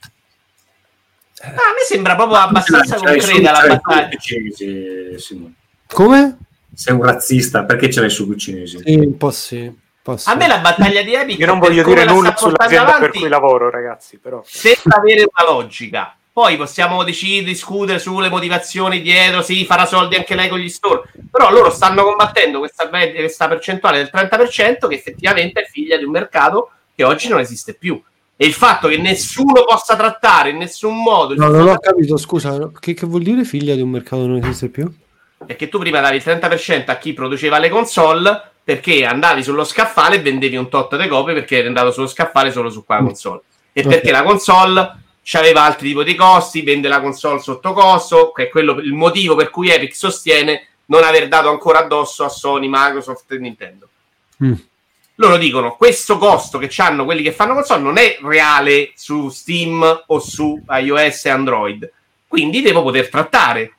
Ah, a me sembra proprio abbastanza Ce l'hai su- concreta ce la l'hai su battaglia. i cinesi, Simone. Come? Sei un razzista, perché ce l'hai su i cinesi? Sì, un po' sì, un po' sì. A me la battaglia di Epic, Io non per voglio come dire la nulla sta portando sull'azienda per avanti, cui lavoro, ragazzi, però sembra avere una logica. Poi possiamo decidere, discutere sulle motivazioni dietro, sì, farà soldi anche lei con gli store, però loro stanno combattendo questa, questa percentuale del trenta per cento che effettivamente è figlia di un mercato che oggi non esiste più. E il fatto che nessuno possa trattare in nessun modo il No, non ho sistema- capito, scusa, che, che vuol dire figlia di un mercato che non esiste più? perché tu prima davi il trenta per cento a chi produceva le console, perché andavi sullo scaffale e vendevi un tot di copie perché eri andato sullo scaffale solo su quella console, e Ok. perché la console c'aveva altri tipi di costi, vende la console sotto costo, che è quello il motivo per cui Epic sostiene non aver dato ancora addosso a Sony, Microsoft e Nintendo. Mm. Loro dicono questo costo che hanno quelli che fanno console non è reale su Steam o su iOS e Android, quindi devo poter trattare.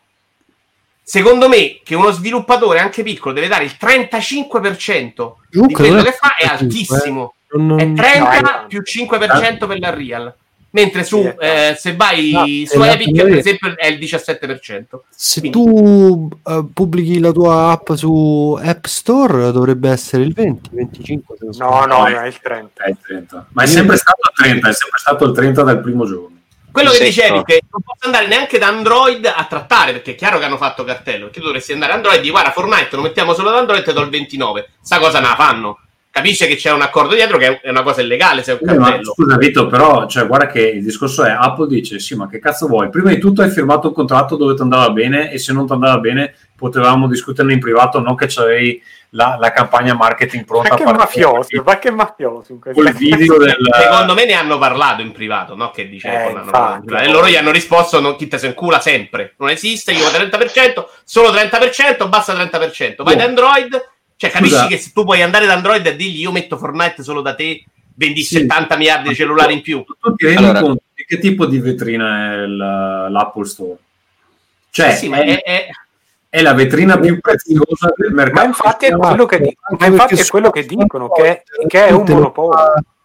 Secondo me che uno sviluppatore anche piccolo deve dare il trentacinque per cento di Comunque quello non è che fa è trentacinque, altissimo. eh. Non- È trenta No, più cinque per cento per la Real. Mentre su, Sì, è eh, se vai No, su è la Epic, Real. per esempio, è il diciassette per cento. Se Quindi- tu eh, pubblichi la tua app su App Store dovrebbe essere il venti, venticinque. se non no, sbaglio. no, no, è il trenta. È il trenta. Ma è sempre stato il trenta, è sempre stato il trenta dal primo giorno. Quello che Secco. dicevi che non posso andare neanche da Android a trattare, perché è chiaro che hanno fatto cartello, perché tu dovresti andare a Android e dire guarda Fortnite lo mettiamo solo ad Android e ti do il ventinove. Sta cosa non la fanno. Capisce che c'è un accordo dietro che è una cosa illegale se è un Eh, ma cartello. scusa Vito, però cioè, guarda che il discorso è Apple dice sì, ma che cazzo vuoi? Prima di tutto hai firmato un contratto dove ti andava bene, e se non ti andava bene potevamo discuterne in privato, non che c'avevi la, la campagna marketing pronta Ma che a partire mafioso, ma che mafioso in questo col video del Secondo me ne hanno parlato in privato, no? Che dice Eh, Apple, hanno infatti, parlato in privato. E loro gli hanno risposto non, chi te se incula sempre, non esiste, io trenta per cento, solo trenta per cento, basta trenta per cento, vai Oh. da Android, cioè capisci Scusa. che se tu puoi andare da Android e dirgli io metto Fortnite solo da te, vendi Sì. settanta miliardi di cellulari in più. tu ti rendi Allora- conto di che tipo di vetrina è il- l'Apple Store? Cioè Sì, sì, ma è, è, è- è la vetrina più preziosa del mercato. Ma infatti è quello che, di- Anche ma infatti perché è quello che su- dicono, che, che è un te lo monopolio. fa-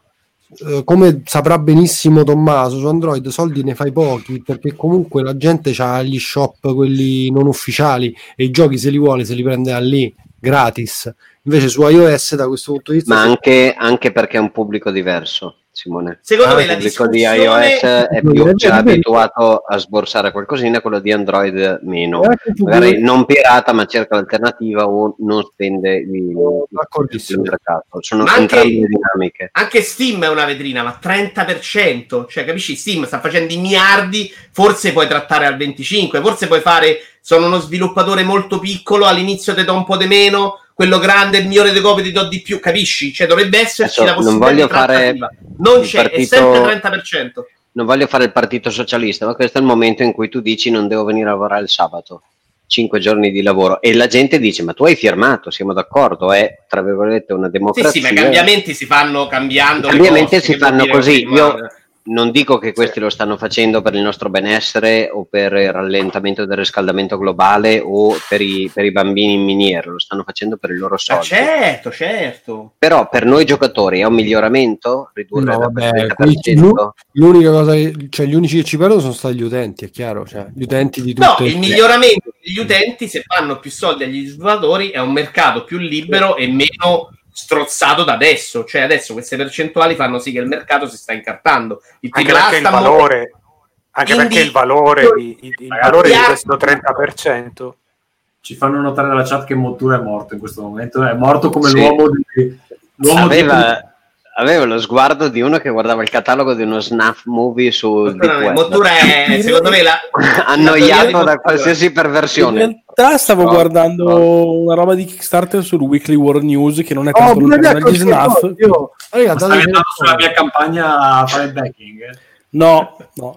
eh, come saprà benissimo Tommaso, su Android soldi ne fai pochi, perché comunque la gente c'ha gli shop, quelli non ufficiali, e i giochi se li vuole se li prende da lì gratis. Invece su iOS da questo punto di vista Ma se- anche, anche perché è un pubblico diverso, Simone. Secondo Ah, me il la pubblico di discussione- iOS è No, più è già vero, è vero. abituato a sborsare qualcosina, quello di Android meno. È anche più Magari vero. non pirata, ma cerca l'alternativa o non spende il, il D'accordissimo. mercato. Sono Ma anche- entrambe le dinamiche. Anche Steam è una vetrina, ma trenta per cento, cioè capisci? Steam sta facendo i miliardi, forse puoi trattare al venticinque, forse puoi fare, sono uno sviluppatore molto piccolo, all'inizio ti do un po' di meno, quello grande, il milione di copie ti do di più, capisci? Cioè dovrebbe esserci Adesso la non possibilità voglio di fare trattativa. Non il c'è, è partito- sempre trenta per cento. Non voglio fare il partito socialista, ma questo è il momento in cui tu dici non devo venire a lavorare il sabato. Cinque giorni di lavoro. E la gente dice, ma tu hai firmato, siamo d'accordo, è tra virgolette una Sì, democrazia. sì, ma i cambiamenti si fanno cambiando I le cambiamenti cose, si che vuol fanno dire così. firmare. Io non dico che questi lo stanno facendo per il nostro benessere o per il rallentamento del riscaldamento globale o per i, per i bambini in miniera, lo stanno facendo per i loro Ma soldi. certo, certo. Però per noi giocatori è un miglioramento ridurre No, da vabbè, trenta per quei- cento? l'u- l'unica cosa che, cioè gli unici che ci perdono sono stati gli utenti, è chiaro, cioè gli utenti di No, tutte il miglioramento degli utenti, se fanno più soldi agli sviluppatori, è un mercato più libero e meno strozzato da adesso. Cioè adesso queste percentuali fanno sì che il mercato si sta incartando. Il Anche tripla A perché il sta mo- valore, anche Indie- perché il valore, di, il, il Ragazzi, valore di ah, questo trenta per cento Ci fanno notare dalla chat che Mottura è morto in questo momento, è morto come Sì. l'uomo di... L'uomo Aveva, aveva lo sguardo di uno che guardava il catalogo di uno snuff movie su Deep Web. Mottura è, secondo me, la, annoiato la da qualsiasi In perversione. realtà stavo No, guardando no. una roba di Kickstarter sul Weekly World News che non è Oh, tanto pure lontano me, dagli snuff. io- io- raga, Stai date- andando sulla mia campagna a fare il backing? No, no.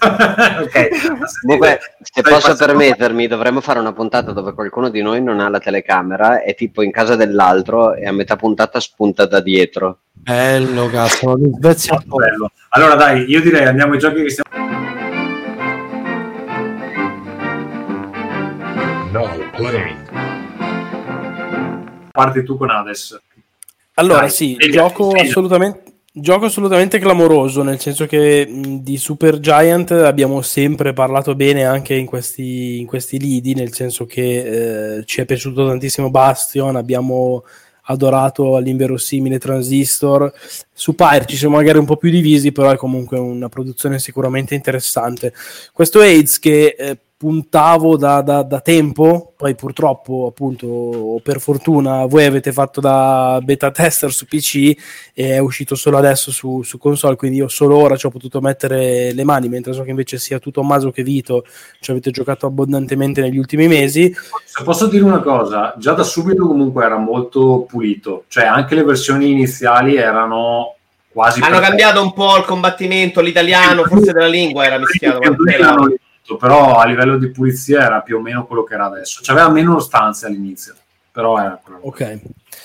Ok. Comunque, se Stai posso facendo- permettermi, dovremmo fare una puntata dove qualcuno di noi non ha la telecamera, è tipo in casa dell'altro e a metà puntata spunta da dietro. Bello, cazzo, ma in Svezia Molto bello. Allora dai, io direi andiamo ai giochi che stiamo... No play. Parti tu con Hades. Allora, Dai, sì, spiega, gioco spiega. assolutamente, gioco assolutamente clamoroso, nel senso che mh, di Super Giant abbiamo sempre parlato bene anche in questi, in questi lidi, nel senso che eh, ci è piaciuto tantissimo Bastion, abbiamo adorato all'inverosimile Transistor. Su Pyre ci siamo magari un po' più divisi, però è comunque una produzione sicuramente interessante. Questo AIDS che eh, puntavo da, da, da tempo, poi purtroppo appunto o per fortuna voi avete fatto da beta tester su P C e è uscito solo adesso su, su console, quindi io solo ora ci ho potuto mettere le mani, mentre so che invece sia tutto Tommaso che Vito ci avete giocato abbondantemente negli ultimi mesi. Se posso dire una cosa, già da subito comunque era molto pulito, cioè anche le versioni iniziali erano quasi hanno perfette. cambiato un po' il combattimento, l'italiano, forse della lingua era mischiato. Più o meno hanno ridotto, però a livello di pulizia era più o meno quello che era adesso. C'aveva meno stanze all'inizio, però era quello. Ok.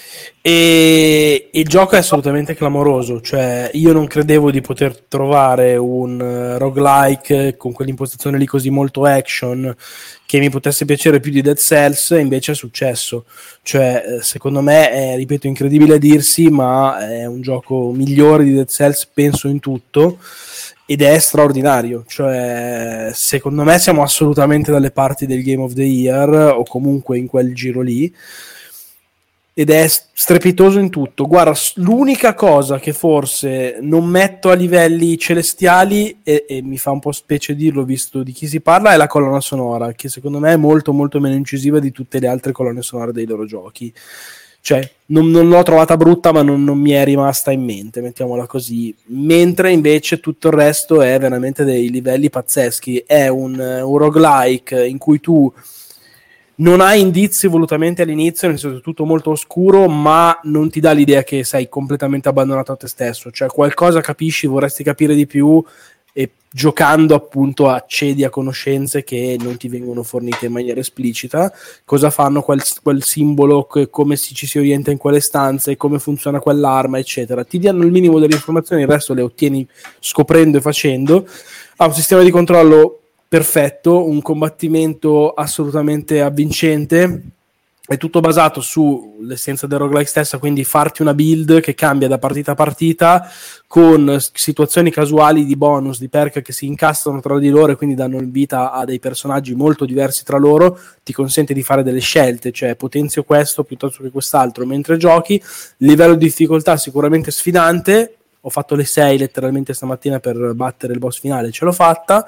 E il gioco è assolutamente clamoroso, cioè io non credevo di poter trovare un uh, roguelike con quell'impostazione lì così molto action che mi potesse piacere più di Dead Cells, e invece è successo. Cioè, eh, secondo me è, ripeto, incredibile a dirsi, ma è un gioco migliore di Dead Cells, penso, in tutto, ed è straordinario. Cioè, secondo me siamo assolutamente dalle parti del Game of the Year, o comunque in quel giro lì, ed è strepitoso in tutto. Guarda, l'unica cosa che forse non metto a livelli celestiali, e, e mi fa un po' specie dirlo visto di chi si parla, è la colonna sonora, che secondo me è molto molto meno incisiva di tutte le altre colonne sonore dei loro giochi. Cioè, non, non l'ho trovata brutta, ma non, non mi è rimasta in mente, mettiamola così. Mentre invece tutto il resto è veramente dei livelli pazzeschi. È un, un roguelike in cui tu non hai indizi volutamente all'inizio, nel senso è tutto molto oscuro, ma non ti dà l'idea che sei completamente abbandonato a te stesso. Cioè, qualcosa capisci, vorresti capire di più, e giocando appunto accedi a conoscenze che non ti vengono fornite in maniera esplicita. Cosa fanno quel, quel simbolo, come si, ci si orienta in quelle stanze, come funziona quell'arma, eccetera. Ti danno il minimo delle informazioni, il resto le ottieni scoprendo e facendo. Ha un sistema di controllo perfetto, un combattimento assolutamente avvincente, è tutto basato sull'essenza del roguelike stessa, quindi farti una build che cambia da partita a partita con situazioni casuali di bonus, di perk che si incastrano tra di loro e quindi danno vita a dei personaggi molto diversi tra loro, ti consente di fare delle scelte, cioè potenzio questo piuttosto che quest'altro mentre giochi. Livello di difficoltà sicuramente sfidante, ho fatto le sei letteralmente stamattina per battere il boss finale, ce l'ho fatta.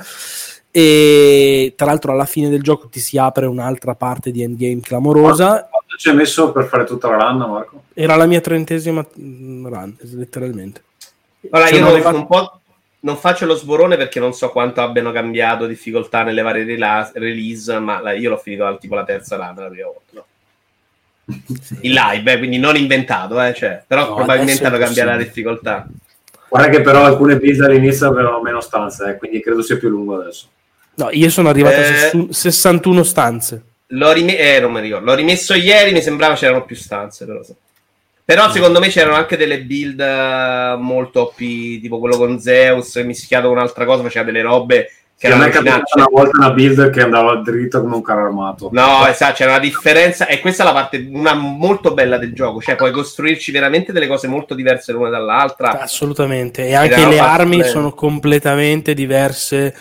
E tra l'altro alla fine del gioco ti si apre un'altra parte di endgame clamorosa. Quanto ci hai messo per fare tutta la run, Marco? Era la mia trentesima run, letteralmente. Allora, Cioè, io non, fatto... un po' non faccio lo sborone perché non so quanto abbiano cambiato difficoltà nelle varie rela- release, ma la, io l'ho finito al tipo la terza run la prima volta, no? In live, eh, quindi non inventato, eh, cioè, però no, probabilmente hanno cambiato la possibile. difficoltà. Guarda che però alcune build all'inizio avevano meno stanze, eh, quindi credo sia più lungo adesso. No, io sono arrivato Eh, a sessantuno stanze. L'ho, rime- eh, non mi ricordo. L'ho rimesso ieri, mi sembrava c'erano più stanze, però, so. Però Mm. secondo me c'erano anche delle build eh, molto O P, tipo quello con Zeus, mischiato con un'altra cosa, faceva delle robe che Che a erano me è capitata allucinanti. una volta una build che andava dritto come un carro armato. No, esatto, c'era una differenza e questa è la parte una molto bella del gioco, cioè puoi costruirci veramente delle cose molto diverse l'una dall'altra. Assolutamente, e anche le armi sono completamente diverse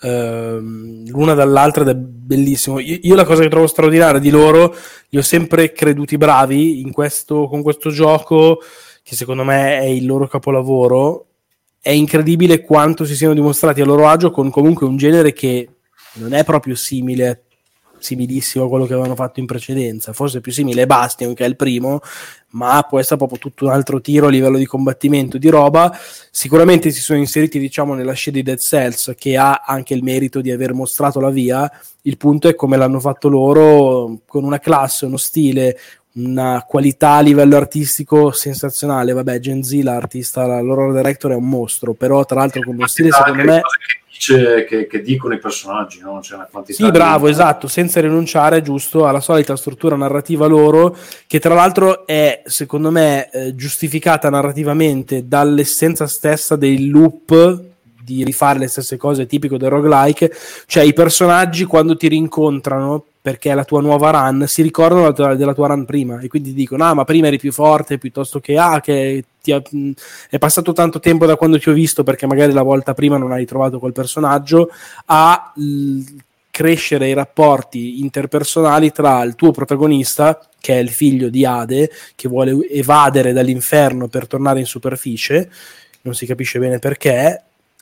ehm, l'una dall'altra ed è bellissimo. Io, io la cosa che trovo straordinaria di loro, li ho sempre creduti bravi in questo, con questo gioco, che secondo me è il loro capolavoro. È incredibile quanto si siano dimostrati a loro agio con comunque un genere che non è proprio simile, similissimo a quello che avevano fatto in precedenza, forse più simile a Bastion, che è il primo, ma può essere proprio tutto un altro tiro a livello di combattimento, di roba. Sicuramente si sono inseriti, diciamo, nella scia di Dead Cells, che ha anche il merito di aver mostrato la via. Il punto è come l'hanno fatto loro, con una classe, uno stile, una qualità a livello artistico sensazionale. Vabbè, Gen Z, l'artista, la loro director è un mostro, però tra l'altro con uno stile secondo me che, dice, che, che dicono i personaggi, no? C'è una quantità sì, bravo, di... esatto, senza rinunciare, giusto, alla solita struttura narrativa loro, che tra l'altro è, secondo me, eh, giustificata narrativamente dall'essenza stessa del loop di rifare le stesse cose, tipico del roguelike. Cioè i personaggi quando ti rincontrano, perché è la tua nuova run, si ricordano della tua, della tua run prima e quindi dicono: ah, ma prima eri più forte, piuttosto che ah, che ti ha, mh, è passato tanto tempo da quando ti ho visto, perché magari la volta prima non hai trovato quel personaggio, a l- crescere i rapporti interpersonali tra il tuo protagonista, che è il figlio di Ade, che vuole evadere dall'inferno per tornare in superficie, non si capisce bene perché,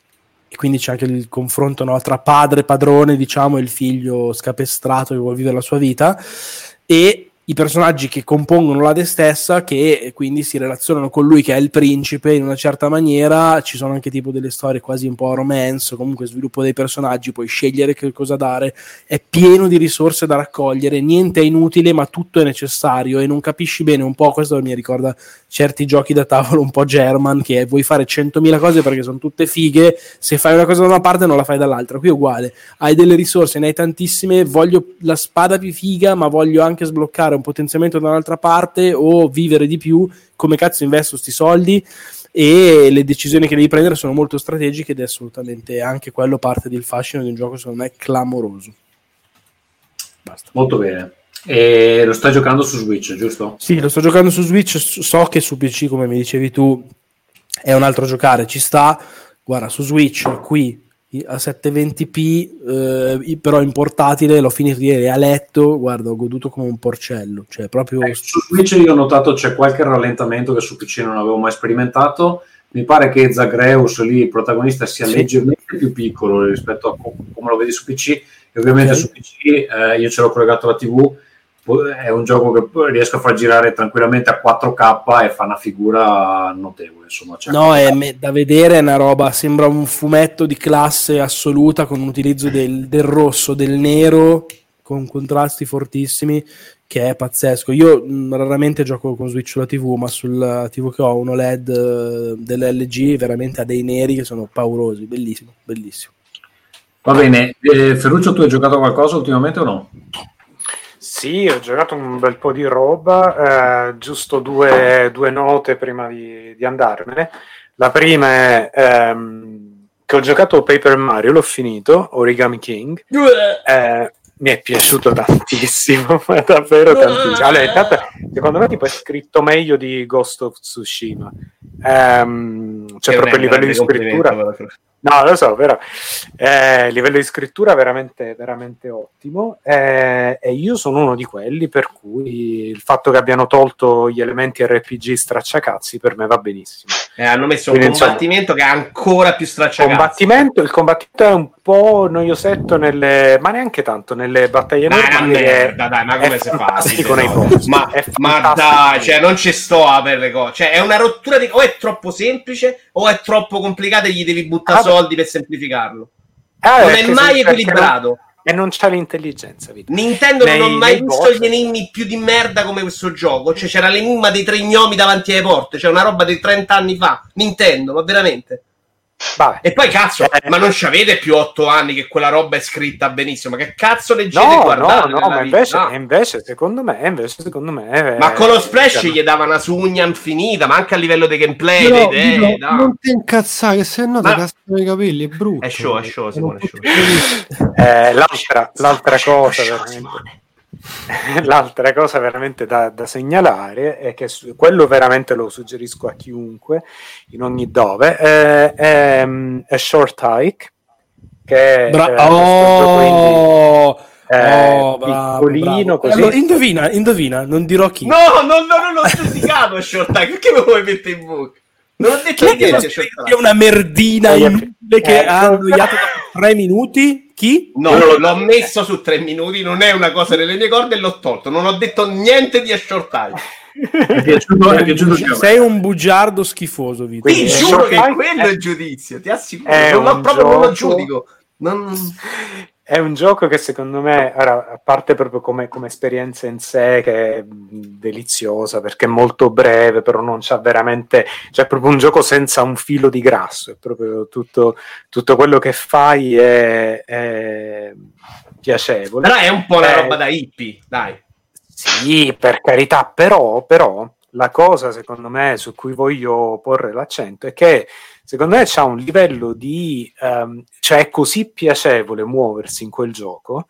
e quindi c'è anche il confronto, no, tra padre e padrone, diciamo, e il figlio scapestrato che vuole vivere la sua vita, e i personaggi che compongono l'Ade stessa, che quindi si relazionano con lui che è il principe in una certa maniera. Ci sono anche tipo delle storie quasi un po' romance, comunque sviluppo dei personaggi, puoi scegliere che cosa dare, è pieno di risorse da raccogliere, niente è inutile ma tutto è necessario, e non capisci bene un po', questo mi ricorda certi giochi da tavolo un po' German, che vuoi fare centomila cose perché sono tutte fighe, se fai una cosa da una parte non la fai dall'altra. Qui è uguale, hai delle risorse, ne hai tantissime, voglio la spada più figa ma voglio anche sbloccare un potenziamento da un'altra parte o vivere di più, come cazzo investo sti soldi? E le decisioni che devi prendere sono molto strategiche ed è assolutamente anche quello parte del fascino di un gioco secondo me clamoroso. Basta. Molto bene. E lo stai giocando su Switch, giusto? Sì, lo sto giocando su Switch, so che su P C, come mi dicevi tu, è un altro giocare, ci sta. Guarda, su Switch qui a settecentoventi p, eh, però in portatile, l'ho finito ieri a letto, guarda, ho goduto come un porcello, cioè proprio... Eh, su Switch io ho notato c'è qualche rallentamento che su P C non avevo mai sperimentato. Mi pare che Zagreus lì, il protagonista, sia Sì. leggermente più piccolo rispetto a co- come lo vedi su P C, e ovviamente Okay. su P C eh, io ce l'ho collegato alla tivù, è un gioco che riesco a far girare tranquillamente a quattro K e fa una figura notevole, insomma. Cioè, No, è me- da vedere, è una roba, sembra un fumetto di classe assoluta, con un utilizzo del, del rosso, del nero, con contrasti fortissimi, che è pazzesco. Io mh, raramente gioco con Switch sulla tivù, ma sulla tivù che ho, un O L E D eh, dell'L G, veramente ha dei neri che sono paurosi, bellissimo, bellissimo. Va bene, eh, Ferruccio, tu hai giocato qualcosa ultimamente o no? Sì, ho giocato un bel po' di roba, eh, giusto due, due note prima di, di andarmene. La prima è ehm, che ho giocato Paper Mario, l'ho finito, Origami King, eh, mi è piaciuto tantissimo, ma davvero tantissimo. Allora, intanto, secondo me tipo è scritto meglio di Ghost of Tsushima. Ehm, cioè, proprio il livello di scrittura. No, lo so, però eh, livello di scrittura veramente, veramente ottimo. Eh, e io sono uno di quelli per cui il fatto che abbiano tolto gli elementi R P G stracciacazzi per me va benissimo. Eh, hanno messo Quindi, un combattimento insomma, che è ancora più stracciacazzi. Combattimento, il combattimento è un po' noiosetto nelle, ma neanche tanto nelle battaglie normali. Dai, dai, ma come si fa? Nei boss. Ma, ma dai, cioè, non ci sto a per le cose. Cioè, è una rottura di. O è troppo semplice o è troppo complicato e gli devi buttare ah, soldi per semplificarlo. Ah, non è mai equilibrato. Non, e non c'ha l'intelligenza. Vito. Nintendo nei, non ho mai visto boss. Gli enigmi più di merda come questo gioco. Cioè, c'era l'enigma dei tre gnomi davanti alle porte. Cioè, una roba di trenta anni fa. Nintendo, ma veramente. Vabbè. E poi cazzo, eh, ma non ci avete più otto anni che quella roba è scritta benissimo? Ma che cazzo leggete no, e guardate? No, no, ma invece, no. invece secondo me, invece secondo me è, ma con lo splash gli dava una sugna infinita, ma anche a livello di gameplay, no, le idee, no, non ti incazzare, che se no ti cascano i capelli, è brutto. È show, è show, Simone, è show. eh, l'altra, l'altra cosa veramente. L'altra cosa veramente da, da segnalare è che su, quello veramente lo suggerisco a chiunque in ogni dove è, è, è Short Hike che Bra- è oh, è oh, bravo, piccolino bravo. così. Allora, indovina, indovina, non dirò chi. No, no, no, non l'ho giudicato Short Hike, perché me lo vuoi mettere in bocca? Non ho detto che niente, è una merdina inutile che ha annoiato dopo tre minuti. Chi? No, no, l'ho messo su tre minuti, non è una cosa nelle mie corde e l'ho tolto. Non ho detto niente di A Short Time. È piaciuto, è piaciuto sei un bugiardo schifoso, Vito. Ti giuro che è quello il giudizio, ti assicuro. Non lo, proprio non lo giudico. Non... È un gioco che secondo me, ora, a parte proprio come, come esperienza in sé, che è deliziosa perché è molto breve, però non c'ha veramente, cioè è proprio un gioco senza un filo di grasso, è proprio tutto, tutto quello che fai è, è piacevole. Però è un po' la roba da hippie, dai. Sì, per carità, però, però la cosa secondo me su cui voglio porre l'accento è che secondo me c'ha un livello di um, cioè è così piacevole muoversi in quel gioco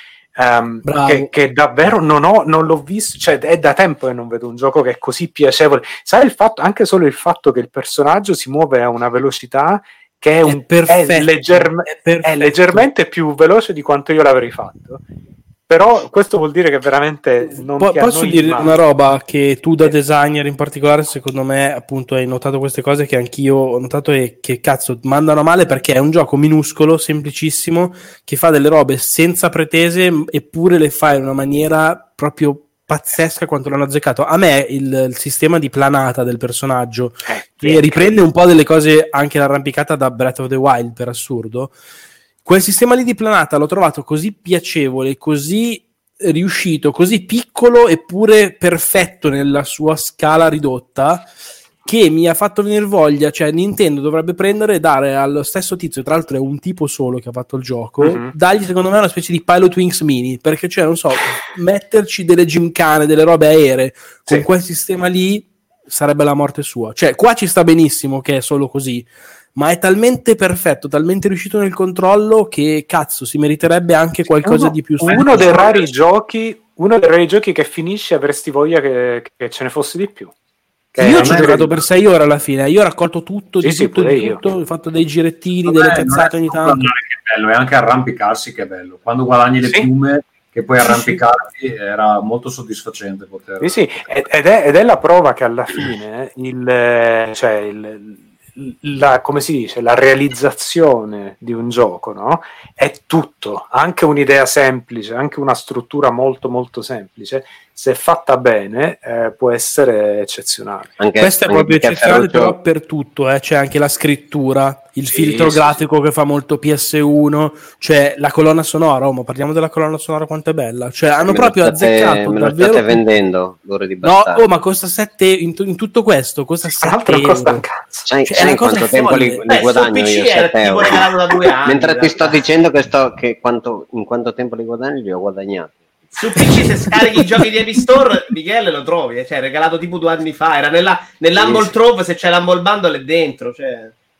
um, che, che davvero non ho non l'ho visto, cioè è da tempo che non vedo un gioco che è così piacevole. Sai il fatto, anche solo il fatto che il personaggio si muove a una velocità che è, un, è, è, leggerme, è, è leggermente più veloce di quanto io l'avrei fatto. Però questo vuol dire che veramente non po- ti posso dire mai. Una roba che tu da designer in particolare secondo me appunto hai notato queste cose che anch'io ho notato e che cazzo mandano male, perché è un gioco minuscolo, semplicissimo, che fa delle robe senza pretese eppure le fa in una maniera proprio pazzesca quanto l'hanno azzeccato. A me il, il sistema di planata del personaggio eh, che riprende un po' delle cose, anche l'arrampicata da Breath of the Wild per assurdo, quel sistema lì di planata l'ho trovato così piacevole, così riuscito, così piccolo eppure perfetto nella sua scala ridotta, che mi ha fatto venire voglia. Cioè Nintendo dovrebbe prendere e dare allo stesso tizio, tra l'altro è un tipo solo che ha fatto il gioco, mm-hmm. dargli secondo me una specie di Pilot Wings mini, perché cioè non so, metterci delle gymkhane, delle robe aeree con sì. quel sistema lì sarebbe la morte sua. Cioè qua ci sta benissimo che è solo così, ma è talmente perfetto, talmente riuscito nel controllo che cazzo si meriterebbe anche qualcosa uno, di più. Uno dei rari giochi, uno dei rari giochi che finisce avresti voglia che, che ce ne fosse di più. Che io ci ho giocato di... per sei ore alla fine, io ho raccolto tutto, sì, di sì, tutto, di tutto, ho fatto dei girettini, Vabbè, delle cazzate ogni tanto. Non è che è bello, è anche arrampicarsi che è bello. Quando guadagni le sì. piume che puoi arrampicarti sì, sì. era molto soddisfacente poter... Sì, sì, ed è, ed è la prova che alla fine il, cioè il La, come si dice, la realizzazione di un gioco, no? È tutto, anche un'idea semplice, anche una struttura molto molto semplice, se fatta bene eh, può essere eccezionale. Anche, Questo è proprio eccezionale, Ferruccio... però per tutto, eh? C'è anche la scrittura, il sì, filtro sì, grafico sì. che fa molto P S uno, cioè la colonna sonora, oh, ma parliamo della colonna sonora quanto è bella, cioè hanno me proprio state, azzeccato me davvero. Lo state vendendo l'ora di no, oh, ma costa sette in, in tutto questo costa sette euro. Costa un cazzo. Sai, cioè, sai quanto tempo li, li guadagno io? sette euro. Da due anni, mentre ti sto dicendo che, sto, che quanto, in quanto tempo li guadagni li ho guadagnati. Su P C se scarichi i giochi di Epic Store, Michele, lo trovi, eh? Cioè regalato tipo due anni fa, era nella, nell'Humble sì, Trove, se c'è l'Humble Bundle è dentro, cioè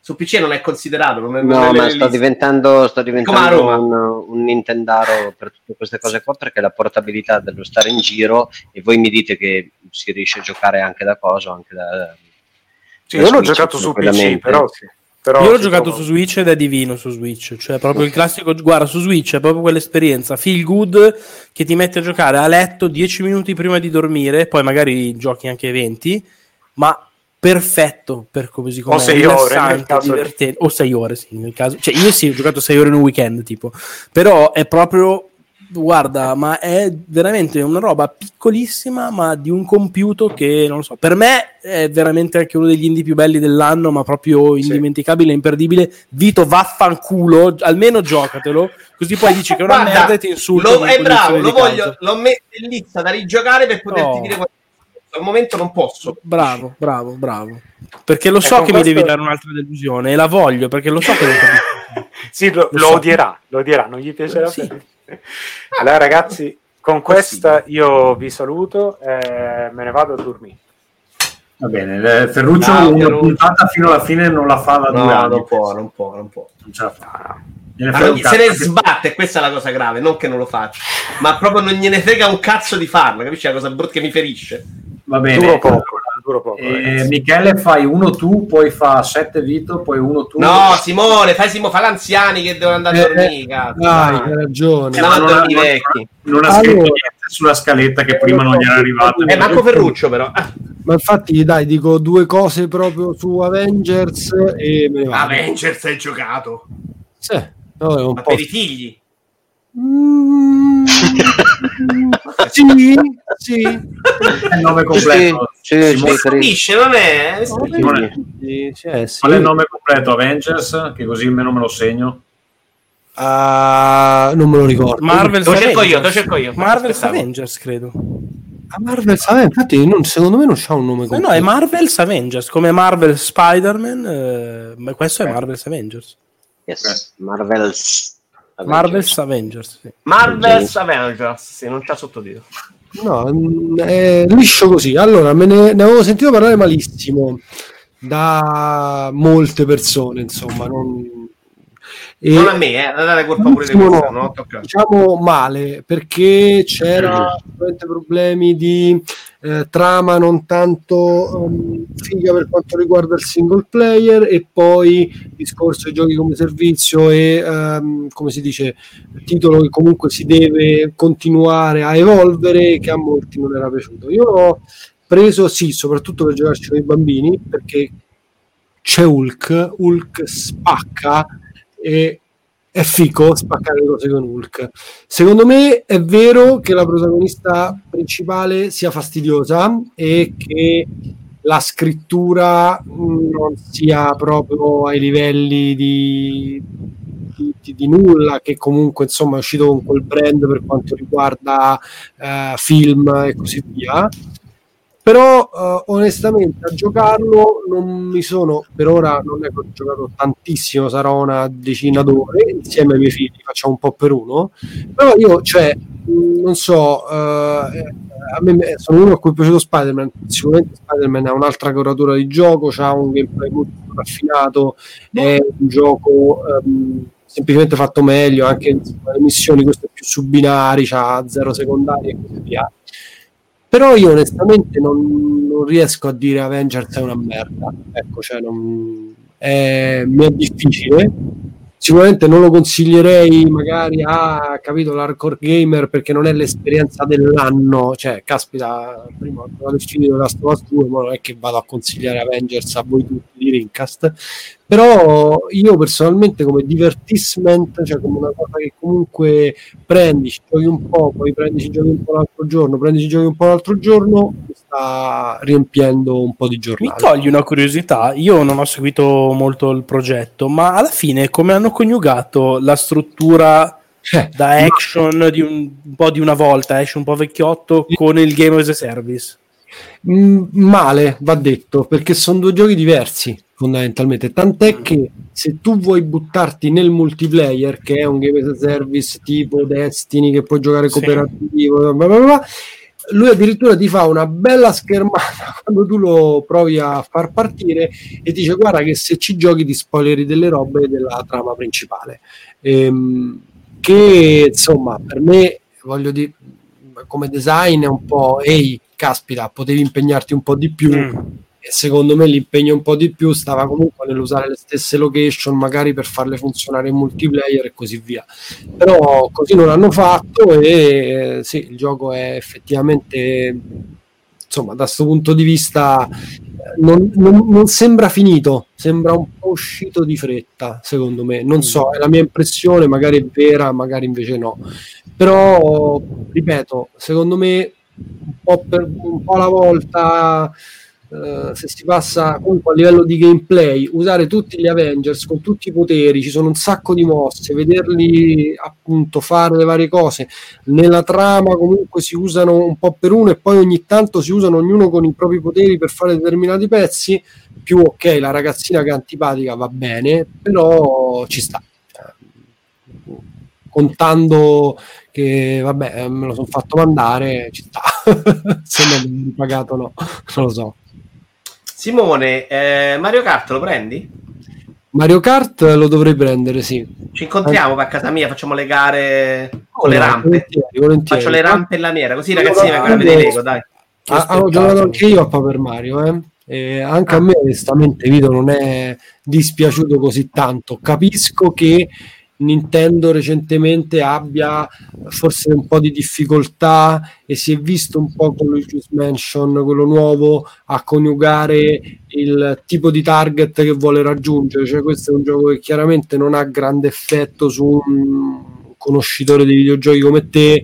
Su P C non è considerato. Non è, no, non è ma sto diventando, sto diventando Come a un, un Nintendaro per tutte queste cose qua, perché la portabilità dello stare in giro, e voi mi dite che si riesce a giocare anche da cosa, anche da... Sì, io l'ho giocato su P C, però sì. Però io l'ho giocato trovo... su Switch ed è divino su Switch, cioè proprio il classico, guarda, su Switch è proprio quell'esperienza feel good che ti metti a giocare a letto dieci minuti prima di dormire, poi magari giochi anche venti, ma perfetto per così come o sei ore nel caso divertente, o sei ore sì, nel caso, cioè io sì ho giocato sei ore in un weekend tipo, però è proprio, guarda, ma è veramente una roba piccolissima ma di un compiuto che non lo so, per me è veramente anche uno degli indie più belli dell'anno, ma proprio indimenticabile, sì. Imperdibile. Vito, vaffanculo, almeno giocatelo, così poi dici che è una Guarda, merda e ti insulto. Lo, è bravo, lo voglio, l'ho messo in lista da rigiocare per poterti oh. dire qualcosa. Al momento non posso. Bravo, bravo, bravo. Perché lo so che questo... mi devi dare un'altra delusione e la voglio, perché lo so che non capisco. Sì, lo, lo, lo so. odierà, lo odierà, non gli piacerà. Sì. Allora ragazzi, con questa io vi saluto e me ne vado a dormire. Va bene, Ferruccio no, una Ferruccio. puntata fino alla fine non la fa da due no, anni. non può, non può, non può. Non ce la fa. No. Ma non, se ne sbatte, questa è la cosa grave, non che non lo faccia, ma proprio non gliene frega un cazzo di farlo, capisci? La cosa brutta che mi ferisce. Va bene. Duro poco, duro poco. Eh, Michele, fai uno tu, poi fa sette Vito, poi uno tu. No, Simone, fai Simo, fa l'anziani che devono andare a eh, dormire, cazzo. Dai, hai ragione. Eh, non, non, ha, vecchi. non ha scritto allora, niente sulla scaletta che prima non gli era arrivato. Eh, manco Ferruccio però. Ma infatti, dai, dico due cose proprio su Avengers e me ne vado. Avengers hai giocato? Sì. No, è un ma po'... per i figli? Mm, sì, sì. Il nome completo. Sì, sì, si capisce, non è? Simone. Sì, cioè, sì. Qual è il nome completo? Avengers? Che così almeno me lo segno. Uh, non me lo ricordo. Marvel lo cerco io, lo cerco io. Marvel's Avengers, credo. A Marvel's Avengers, infatti non, secondo me non c'ha un nome completo. No, no, è Marvel's Avengers, come Marvel Spider-Man, eh, ma questo è Marvel's Avengers. Yes, Marvel's Avengers. Marvel's Avengers, sì. Marvel's Avengers, sì, non c'ha sottotitolo. No, è liscio così. Allora, me ne, ne avevo sentito parlare malissimo da molte persone, insomma, non... E non a me, eh, dare colpa pure di questo, no? Diciamo male, perché c'era problemi di eh, trama non tanto um, figa per quanto riguarda il single player, e poi discorso di giochi come servizio e um, come si dice, titolo che comunque si deve continuare a evolvere, che a molti non era piaciuto. Io l'ho preso sì, soprattutto per giocarci con i bambini, perché c'è Hulk, Hulk spacca e è fico spaccare le cose con Hulk. Secondo me è vero che la protagonista principale sia fastidiosa e che la scrittura non sia proprio ai livelli di, di, di nulla, che comunque insomma è uscito con quel brand per quanto riguarda eh, film e così via. Però uh, onestamente a giocarlo non mi sono, per ora non è che ho giocato tantissimo, sarò una decina d'ore insieme ai miei figli, facciamo un po' per uno, però io cioè non so, uh, a me sono uno a cui è piaciuto Spider-Man, sicuramente Spider-Man ha un'altra coloratura di gioco, c'ha un gameplay molto raffinato, è un gioco um, semplicemente fatto meglio, anche insomma, le missioni, questo è più su binari, c'ha zero secondari e così via. Però io onestamente non, non riesco a dire Avengers è una merda, ecco, cioè non, è, mi è difficile. Sicuramente non lo consiglierei magari a, capito, l'hardcore gamer, perché non è l'esperienza dell'anno, cioè caspita, prima ho finito Last of Us due, ma non è che vado a consigliare Avengers a voi tutti di Rincast, però io personalmente come divertissement, cioè come una cosa che comunque prendi, ci giochi un po', poi prendi, ci giochi un po' l'altro giorno, prendi, ci giochi un po' l'altro giorno, mi sta riempiendo un po' di giornali. Mi togli una curiosità, io non ho seguito molto il progetto, ma alla fine come hanno coniugato la struttura eh, da action ma... di un, un po' di una volta, action un po' vecchiotto, con il game as a service? Mm, male, va detto, perché sono due giochi diversi fondamentalmente, tant'è che se tu vuoi buttarti nel multiplayer, che è un game as a service tipo Destiny che puoi giocare cooperativo, sì. bla bla bla, lui addirittura ti fa una bella schermata quando tu lo provi a far partire e dice guarda che se ci giochi ti spoileri delle robe della trama principale, ehm, che insomma per me, voglio dire, come design è un po' ehi, caspita, potevi impegnarti un po' di più. Mm. E secondo me l'impegno un po' di più stava comunque nell'usare le stesse location magari per farle funzionare in multiplayer e così via, però così non hanno fatto e sì, il gioco è effettivamente, insomma, da questo punto di vista non, non, non sembra finito, sembra un po' uscito di fretta, secondo me, non so, è la mia impressione, magari è vera, magari invece no, però ripeto, secondo me un po' per un po' alla volta. Uh, se si passa comunque a livello di gameplay, usare tutti gli Avengers con tutti i poteri, ci sono un sacco di mosse, vederli appunto fare le varie cose, nella trama comunque si usano un po' per uno e poi ogni tanto si usano ognuno con i propri poteri per fare determinati pezzi, più ok, la ragazzina che è antipatica va bene, però ci sta, contando che vabbè me lo sono fatto mandare, ci sta. Se non mi pagato no, non lo so. Simone, eh, Mario Kart lo prendi? Mario Kart lo dovrei prendere, sì. Ci incontriamo eh. a casa mia, facciamo le gare con oh, le rampe. Volentieri, volentieri. Faccio le rampe in lamiera, così i ragazzini vengono a vedere Lego, dai. Ah, ho giocato anche io a Paper Mario, eh. E anche ah. a me onestamente Vito non è dispiaciuto così tanto. Capisco che Nintendo recentemente abbia forse un po' di difficoltà e si è visto un po' con Luigi's Mansion, quello nuovo, a coniugare il tipo di target che vuole raggiungere, cioè questo è un gioco che chiaramente non ha grande effetto su un conoscitore dei videogiochi come te,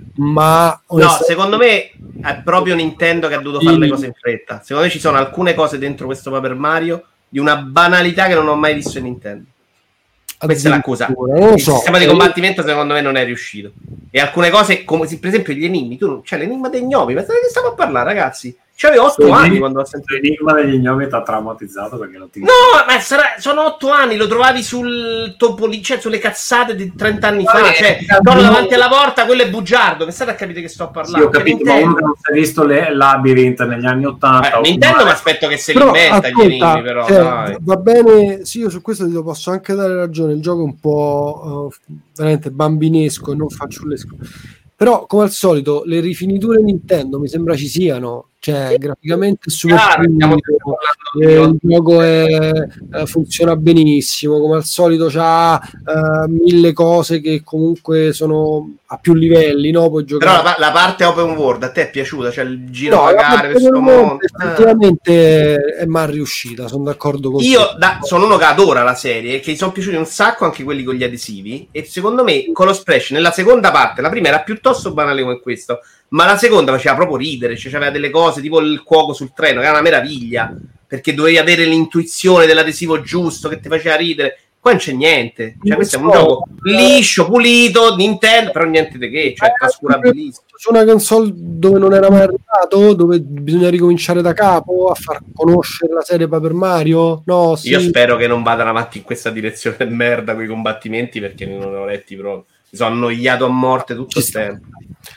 ma no, secondo me è proprio Nintendo che ha dovuto fare le cose in fretta. Secondo me ci sono alcune cose dentro questo Paper Mario di una banalità che non ho mai visto in Nintendo. Questa è l'accusa. Il so. sistema di combattimento secondo me non è riuscito. E alcune cose, come per esempio gli enigmi, tu non, cioè l'enigma dei gnomi, ma che stiamo a parlare, ragazzi? C'avevo otto anni quando ho sentito. L'enigma degli gnomi ti ha traumatizzato perché non ti... No, ma sarà, sono otto anni, lo trovavi sul Topolino, cioè sulle cazzate di trenta anni fa, cioè torno davanti alla porta, quello è bugiardo, pensate a capire che sto parlando. Sì, ho capito, ma uno non si è visto le Labyrinth negli anni ottanta. Eh, Nintendo mi aspetto che se li inventa gli enigmi, però cioè, dai. Va bene, sì, io su questo ti lo posso anche dare ragione, il gioco è un po' uh, veramente bambinesco e non fanciullesco. Però come al solito le rifiniture Nintendo mi sembra ci siano, cioè graficamente è super fluido, eh, il gioco è, eh, funziona benissimo, come al solito c'ha eh, mille cose che comunque sono a più livelli, no? Puoi giocare. Però la, la parte open world a te è piaciuta? Cioè il giro no, magari questo mondo effettivamente ah. è mal riuscita, sono d'accordo con io te. Da, sono uno che adora la serie e che gli sono piaciuti un sacco anche quelli con gli adesivi, e secondo me con lo Splash nella seconda parte, la prima era piuttosto banale come questo, ma la seconda faceva proprio ridere, cioè c'aveva delle cose tipo il cuoco sul treno, che era una meraviglia, perché dovevi avere l'intuizione dell'adesivo giusto che ti faceva ridere. Qua non c'è niente, cioè questo è un gioco liscio, pulito, Nintendo, però niente di che, cioè trascurabilissimo. Su una console dove non era mai arrivato, dove bisogna ricominciare da capo a far conoscere la serie Paper Mario? No, sì. Io spero che non vadano avanti in questa direzione di merda con i combattimenti, perché non ne ho letti proprio. Mi sono annoiato a morte tutto il tempo.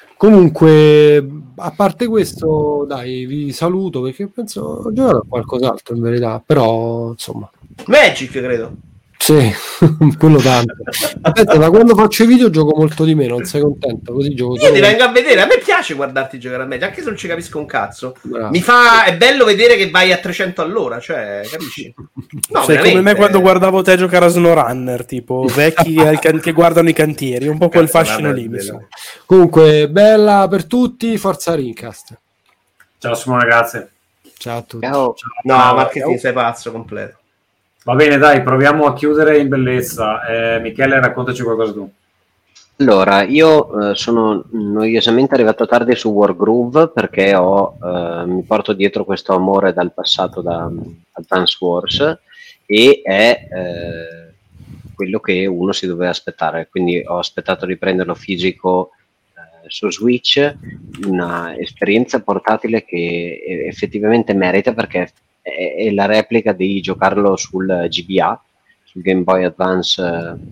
Comunque, a parte questo, dai, vi saluto perché penso ho giocato a qualcos'altro in verità, però insomma. Magic, credo. Sì, quello tanto. Aspetta, da quando faccio i video gioco molto di meno, non sei contento? Così gioco Io ti vengo a vedere, a me piace guardarti giocare a Magic, anche se non ci capisco un cazzo. Bravo. Mi fa, è bello vedere che vai a trecento all'ora, cioè, capisci? No, sei come me quando guardavo te giocare a SnowRunner, tipo vecchi che guardano i cantieri, un po' quel fascino lì. Comunque, bella per tutti, forza Rincast. Ciao Simone, grazie. Ciao a tutti. Ciao. No, Marchettino, sei pazzo completo. Va bene, dai, proviamo a chiudere in bellezza. Eh, Michele, raccontaci qualcosa tu. Allora, io eh, sono noiosamente arrivato tardi su Wargroove perché ho, eh, mi porto dietro questo amore dal passato da Advance Wars e è eh, quello che uno si doveva aspettare. Quindi ho aspettato di prenderlo fisico eh, su Switch, una esperienza portatile che effettivamente merita perché è la replica di giocarlo sul G B A, sul Game Boy Advance,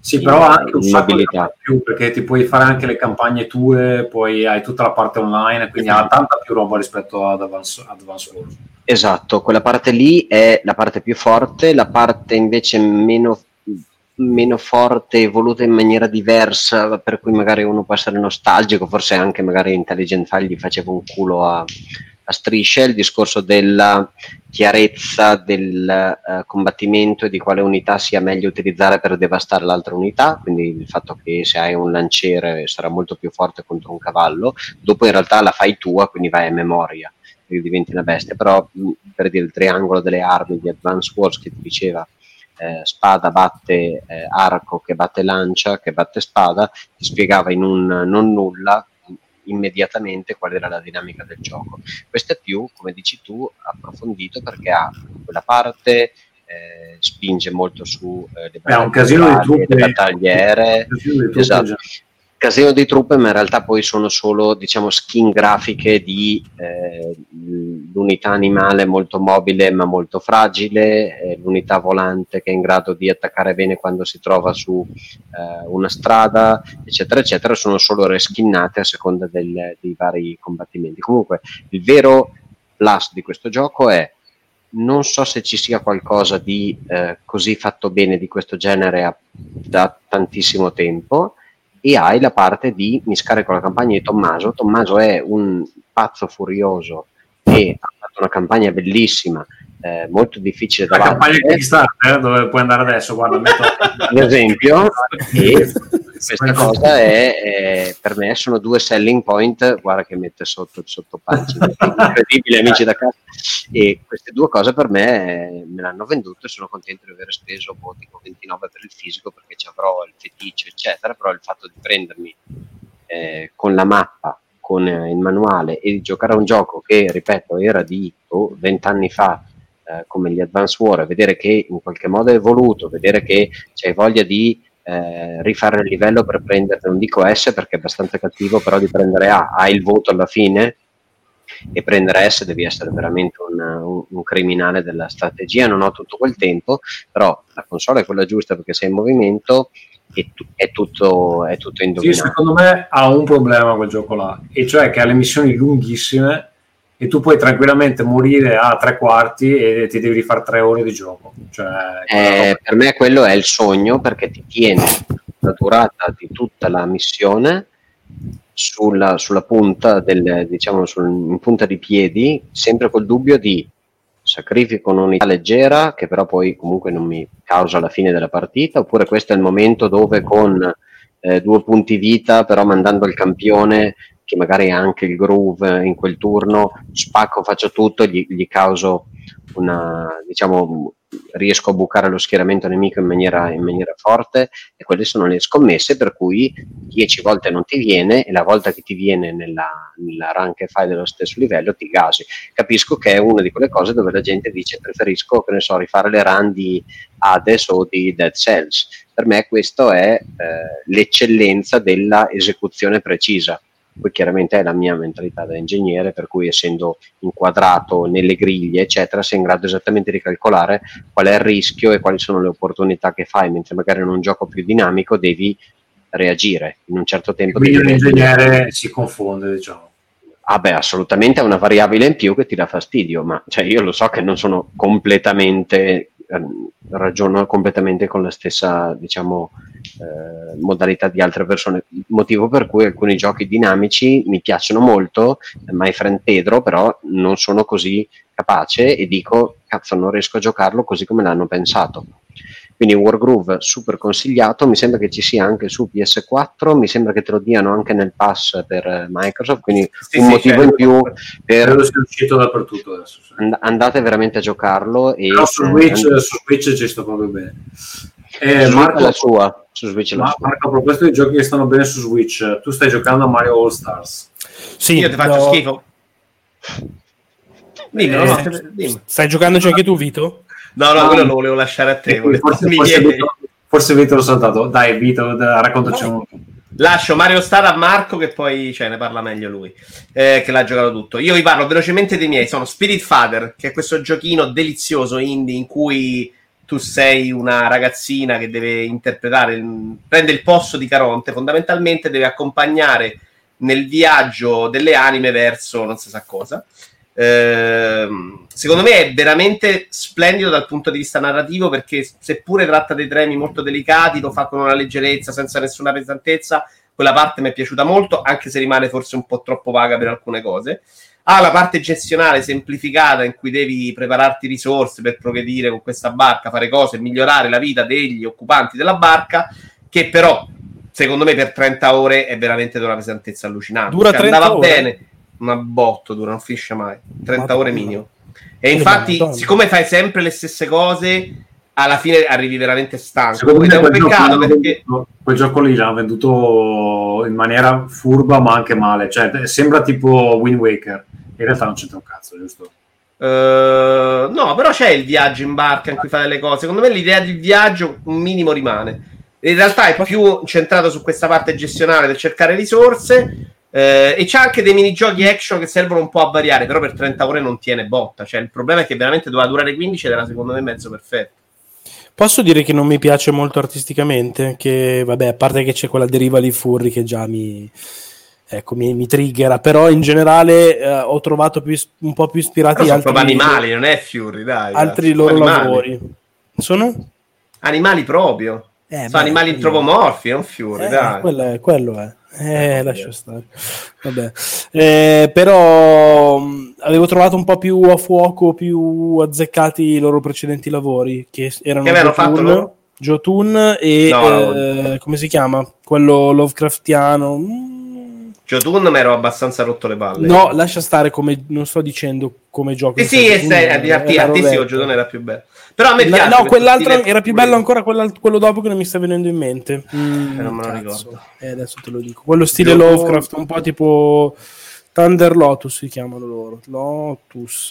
Sì, però ha anche un sacco di mobilità. roba in più, perché ti puoi fare anche le campagne tue, poi hai tutta la parte online, quindi ha tanta più roba rispetto ad Advance, Advance Wars. Esatto, quella parte lì è la parte più forte, la parte invece meno, meno forte, evoluta in maniera diversa, per cui magari uno può essere nostalgico, forse anche magari Intelligent File gli faceva un culo a, a strisce, il discorso della chiarezza del uh, combattimento e di quale unità sia meglio utilizzare per devastare l'altra unità, quindi il fatto che se hai un lanciere sarà molto più forte contro un cavallo, dopo in realtà la fai tua, quindi vai a memoria, diventi una bestia. Però mh, per dire il triangolo delle armi di Advance Wars che ti diceva eh, spada batte eh, arco che batte lancia che batte spada, ti spiegava in un non nulla immediatamente qual era la dinamica del gioco. Questo è più, come dici tu, approfondito, perché ha quella parte eh, spinge molto su eh, le È un casino di battaglie, truppe, le battaglie aeree, esatto. Casino di truppe, ma in realtà poi sono solo, diciamo, skin grafiche di eh, l'unità animale molto mobile ma molto fragile, eh, l'unità volante che è in grado di attaccare bene quando si trova su eh, una strada, eccetera eccetera, sono solo reskinnate a seconda del, dei vari combattimenti. Comunque il vero plus di questo gioco è, non so se ci sia qualcosa di eh, così fatto bene di questo genere a, da tantissimo tempo, e hai la parte di miscare con la campagna di Tommaso. Tommaso è un pazzo furioso e ha fatto una campagna bellissima, eh, molto difficile da la campagna Kickstarter dove puoi andare adesso, guarda, metto ad esempio, e questa cosa è, è per me sono due selling point, guarda che mette sotto il sottopancia incredibile, amici da casa, e queste due cose per me me l'hanno venduto e sono contento di aver speso boh, tipo ventinove per il fisico, perché ci avrò il feticcio eccetera, però il fatto di prendermi eh, con la mappa, con eh, il manuale, e di giocare a un gioco che, ripeto, era di venti anni fa, eh, come gli Advance War, vedere che in qualche modo è evoluto, vedere che c'hai voglia di eh, rifare il livello per prendere, non dico S perché è abbastanza cattivo, però di prendere A, hai il voto alla fine, e prendere S devi essere veramente un, un, un criminale della strategia. Non ho tutto quel tempo, però la console è quella giusta perché sei in movimento e tu, è tutto è tutto indovinato. Sì, secondo me ha un problema quel gioco là, e cioè che ha le missioni lunghissime e tu puoi tranquillamente morire a tre quarti e ti devi rifare tre ore di gioco, cioè, eh, per me quello è il sogno, perché ti tiene la durata di tutta la missione sulla, sulla punta del, diciamo sul, in punta di piedi, sempre col dubbio di sacrifico un'unità leggera che però poi comunque non mi causa la fine della partita, oppure questo è il momento dove con eh, due punti vita, però mandando il campione che magari ha anche il groove in quel turno, spacco, faccio tutto, gli, gli causo una, diciamo, riesco a bucare lo schieramento nemico in maniera, in maniera forte, e quelle sono le scommesse per cui dieci volte non ti viene, e la volta che ti viene nella, nella rank e fai dello stesso livello ti gasi. Capisco che è una di quelle cose dove la gente dice preferisco, che ne so, rifare le run di Hades o di Dead Cells. Per me questo è eh, l'eccellenza della esecuzione precisa. Poi chiaramente è la mia mentalità da ingegnere, per cui essendo inquadrato nelle griglie eccetera sei in grado esattamente di calcolare qual è il rischio e quali sono le opportunità che fai, mentre magari in un gioco più dinamico devi reagire in un certo tempo. Quindi un ingegnere si confonde, diciamo. Ah beh, assolutamente è una variabile in più che ti dà fastidio, ma cioè, io lo so che non sono completamente ragiono completamente con la stessa, diciamo, eh, modalità di altre persone, motivo per cui alcuni giochi dinamici mi piacciono molto, My Friend Pedro, però non sono così capace e dico cazzo, non riesco a giocarlo così come l'hanno pensato. Quindi Wargroove super consigliato, mi sembra che ci sia anche su P S quattro, mi sembra che te lo diano anche nel pass per Microsoft, quindi sì, un sì, motivo in più per... Credo sia uscito dappertutto adesso. Sì. And- andate veramente a giocarlo. E no, su Switch, and- su Switch ci sta proprio bene. Eh, Marco, la sua, su Switch la ma, sua. Marco, a proposito di giochi che stanno bene su Switch, tu stai giocando a Mario All Stars. Sì, io ti faccio no. schifo. Dimmi, eh, no, no, dimmi. Stai giocando anche tu, Vito? No, no, quello lo volevo lasciare a te. Forse, forse, Vito, forse Vito l'ho saltato. Dai, Vito, raccontaci un po'. Lascio Mario Star a Marco, che poi cioè, ne parla meglio lui, eh, che l'ha giocato tutto. Io vi parlo velocemente dei miei. Sono Spirit Father, che è questo giochino delizioso indie in cui tu sei una ragazzina che deve interpretare, il, prende il posto di Caronte, fondamentalmente deve accompagnare nel viaggio delle anime verso non si sa cosa. Ehm, secondo me è veramente splendido dal punto di vista narrativo, perché seppure tratta dei temi molto delicati, lo fa con una leggerezza, senza nessuna pesantezza. Quella parte mi è piaciuta molto, anche se rimane forse un po' troppo vaga per alcune cose. Ha la parte gestionale semplificata in cui devi prepararti risorse per progredire con questa barca, fare cose, migliorare la vita degli occupanti della barca, che però secondo me per trenta ore è veramente di una pesantezza allucinante. Dura cioè, trenta andava ore? bene, una botto dura, non finisce mai. trenta Madonna. ore minimo. E infatti, Madonna. siccome fai sempre le stesse cose, alla fine arrivi veramente stanco. Secondo Ed me è un quel peccato gioco, perché... quel gioco lì l'hanno venduto in maniera furba ma anche male, cioè sembra tipo Wind Waker, in realtà non c'entra un cazzo, giusto? Uh, no, però c'è il viaggio in barca in cui fa delle cose. Secondo me l'idea del viaggio un minimo rimane. In realtà è più centrato su questa parte gestionale del cercare risorse, eh, e c'è anche dei minigiochi action che servono un po' a variare, però per trenta ore non tiene botta. Cioè il problema è che veramente doveva durare quindici ed era secondo me mezzo perfetto. Posso dire che non mi piace molto artisticamente, che vabbè, a parte che c'è quella deriva di Furry che già mi... ecco, mi, mi triggera, però in generale eh, ho trovato più, un po' più ispirati sono altri, proprio animali, non è Fury, dai. altri dai. loro Animali. lavori. Sono? Animali proprio. Eh, sono beh, animali antropomorfi, non Fury, eh, dai. Quello è, quello è. Eh, lascia stare. Vabbè. Eh, però mh, avevo trovato un po' più a fuoco, più azzeccati i loro precedenti lavori, che erano Che avevano fatto loro? Jotun e No, eh, come si chiama? Quello Lovecraftiano. Mm. Jotun mi ero abbastanza rotto le palle. No, lascia stare, come non sto dicendo come gioco. Sì, sì, è, è, è, è artistico, Jotun era più bello. Però a me no, piace. no, quell'altro stile... era più bello ancora, quello dopo che non mi sta venendo in mente. Mm, eh, non me lo cazzo. ricordo. Eh, adesso te lo dico. Quello stile Jotun... Lovecraft, un po' tipo Thunder Lotus si chiamano loro. Lotus.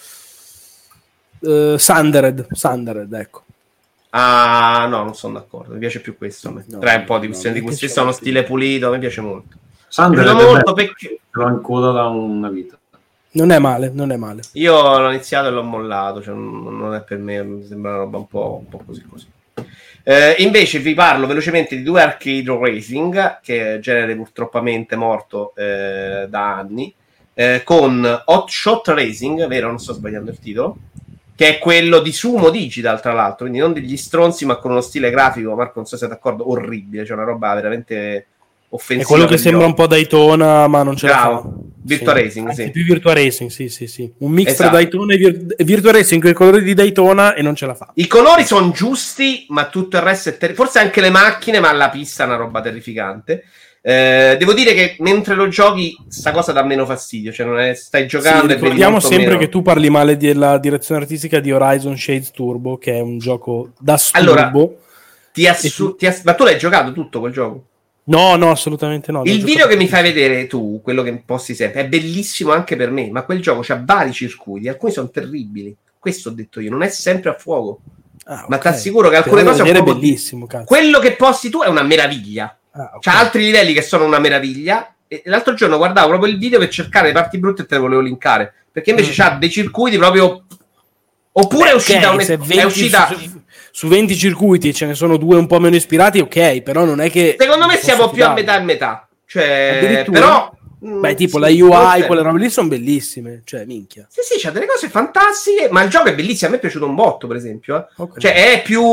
Uh, Sundered, Sundered, ecco. Ah, no, non sono d'accordo. Mi piace più questo. A me. No, Tra un po' di no, questioni di gusti. piace Uno stile pulito, a me piace molto. Sander mi molto perché l'ho in coda da una vita. Non è male, non è male. Io l'ho iniziato e l'ho mollato, cioè non, non è per me, mi sembra una roba un po', un po' così così. Eh, invece vi parlo velocemente di due Arcade Racing, che è genere purtroppamente morto eh, da anni, eh, con Hot Shot Racing, vero? Non sto sbagliando il titolo, che è quello di Sumo Digital, tra l'altro, quindi non degli stronzi, ma con uno stile grafico, Marco, non so se siete d'accordo, orribile, cioè una roba veramente offensiva. È quello che sembra un po' Daytona, ma non ce la fa. Virtua sì. Racing, Anzi, sì. più Virtua Racing, sì, sì, sì. Un mix Esatto. tra Daytona e Vir- Virtua Racing con i colori di Daytona e non ce la fa. I colori sono giusti, ma tutto il resto è ter- forse anche le macchine, ma la pista è una roba terrificante. Eh, devo dire che mentre lo giochi sta cosa dà meno fastidio, cioè non è, stai giocando sì, e ricordiamo sempre meno. che tu parli male della direzione artistica di Horizon Shades Turbo, che è un gioco da sturbo. Allora, ti assu- tu... ti ass- ma tu l'hai giocato tutto quel gioco? No, no, assolutamente no. Il video che mi fai vedere tu, quello che posti sempre, è bellissimo anche per me, ma quel gioco c'ha vari circuiti, alcuni sono terribili. Questo ho detto io, non è sempre a fuoco. Ah, okay. Ma ti assicuro che alcune per cose è proprio... bellissimo, cazzo. Quello che posti tu è una meraviglia. Ah, okay. C'ha altri livelli che sono una meraviglia. E l'altro giorno guardavo proprio il video per cercare le parti brutte e te le volevo linkare, perché invece mm. c'ha dei circuiti proprio... Oppure Beh, è uscita, okay, un... venti, è uscita... Su, su venti circuiti ce ne sono due un po' meno ispirati, ok, però non è che... Secondo me siamo più a metà e metà. Cioè, però... Beh, tipo sì, la U I, quelle robe lì sono bellissime, cioè minchia. Sì, sì, c'ha delle cose fantastiche, ma il gioco è bellissimo, a me è piaciuto un botto, per esempio. Eh. Okay. Cioè, è più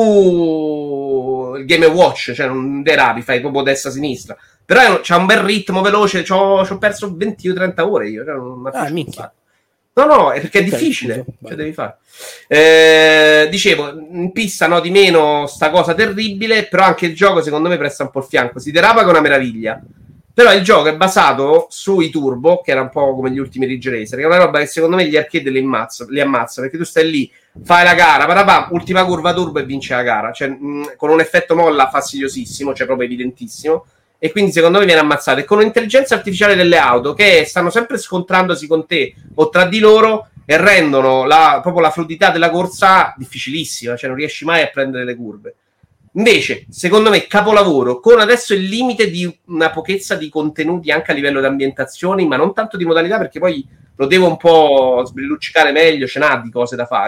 il Game and Watch, cioè non derapi, fai proprio destra-sinistra. Però è, c'ha un bel ritmo veloce, ci ho perso venti o trenta ore io. Cioè non ah, minchia. No, no, è perché è okay, difficile, cioè devi fare. Eh, dicevo, in pista no di meno sta cosa terribile, però anche il gioco secondo me presta un po' il fianco, si derapa che è una meraviglia. Però il gioco è basato sui turbo, che era un po' come gli ultimi Ridge Racer, che è una roba che secondo me gli arcade li ammazza, li ammazza perché tu stai lì, fai la gara, parapam, ultima curva turbo e vince la gara, cioè mh, con un effetto molla fastidiosissimo, cioè proprio evidentissimo, e quindi secondo me viene ammazzato. E con un'intelligenza artificiale delle auto che stanno sempre scontrandosi con te o tra di loro e rendono la, proprio la fluidità della corsa difficilissima, cioè non riesci mai a prendere le curve. Invece, secondo me, capolavoro, con adesso il limite di una pochezza di contenuti anche a livello di ambientazioni, ma non tanto di modalità, perché poi lo devo un po' sbrilluccicare meglio, ce n'ha di cose da fare.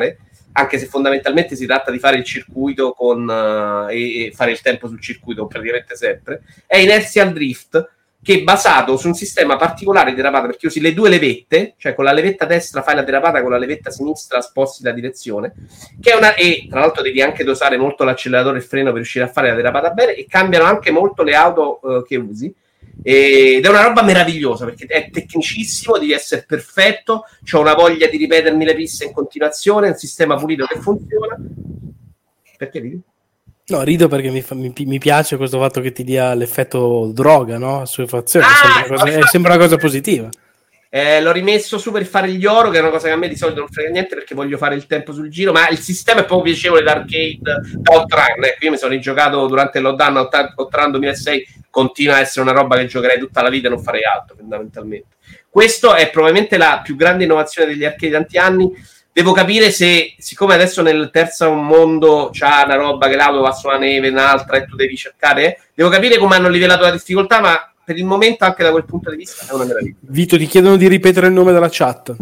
anche se fondamentalmente si tratta di fare il circuito con uh, e, e fare il tempo sul circuito praticamente sempre, è Inertial Drift, che è basato su un sistema particolare di derapata, perché usi le due levette, cioè con la levetta destra fai la derapata, con la levetta sinistra sposti la direzione, che è una, e tra l'altro devi anche dosare molto l'acceleratore e il freno per riuscire a fare la derapata bene, e cambiano anche molto le auto uh, che usi, ed è una roba meravigliosa perché è tecnicissimo, devi essere perfetto, c'ho una voglia di ripetermi le piste in continuazione, un sistema pulito che funziona. Perché ridi? No, rido perché mi, fa, mi, mi piace questo fatto che ti dia l'effetto droga, no? Assuefazione, Ah, sembra, una cosa, sembra una cosa positiva. Eh, l'ho rimesso su per fare gli oro, che è una cosa che a me di solito non frega niente perché voglio fare il tempo sul giro, ma il sistema è proprio piacevole d'arcade da Outrun. Ecco, io mi sono rigiocato durante il lockdown Outrun duemilasei, continua a essere una roba che giocherei tutta la vita e non farei altro fondamentalmente. Questo è probabilmente la più grande innovazione degli arcade di tanti anni. Devo capire se, siccome adesso nel terzo mondo c'ha una roba che l'auto va sulla neve, un'altra e tu devi cercare, devo capire come hanno livellato la difficoltà, ma per il momento anche da quel punto di vista è una meraviglia. Vito, ti chiedono di ripetere il nome della chat.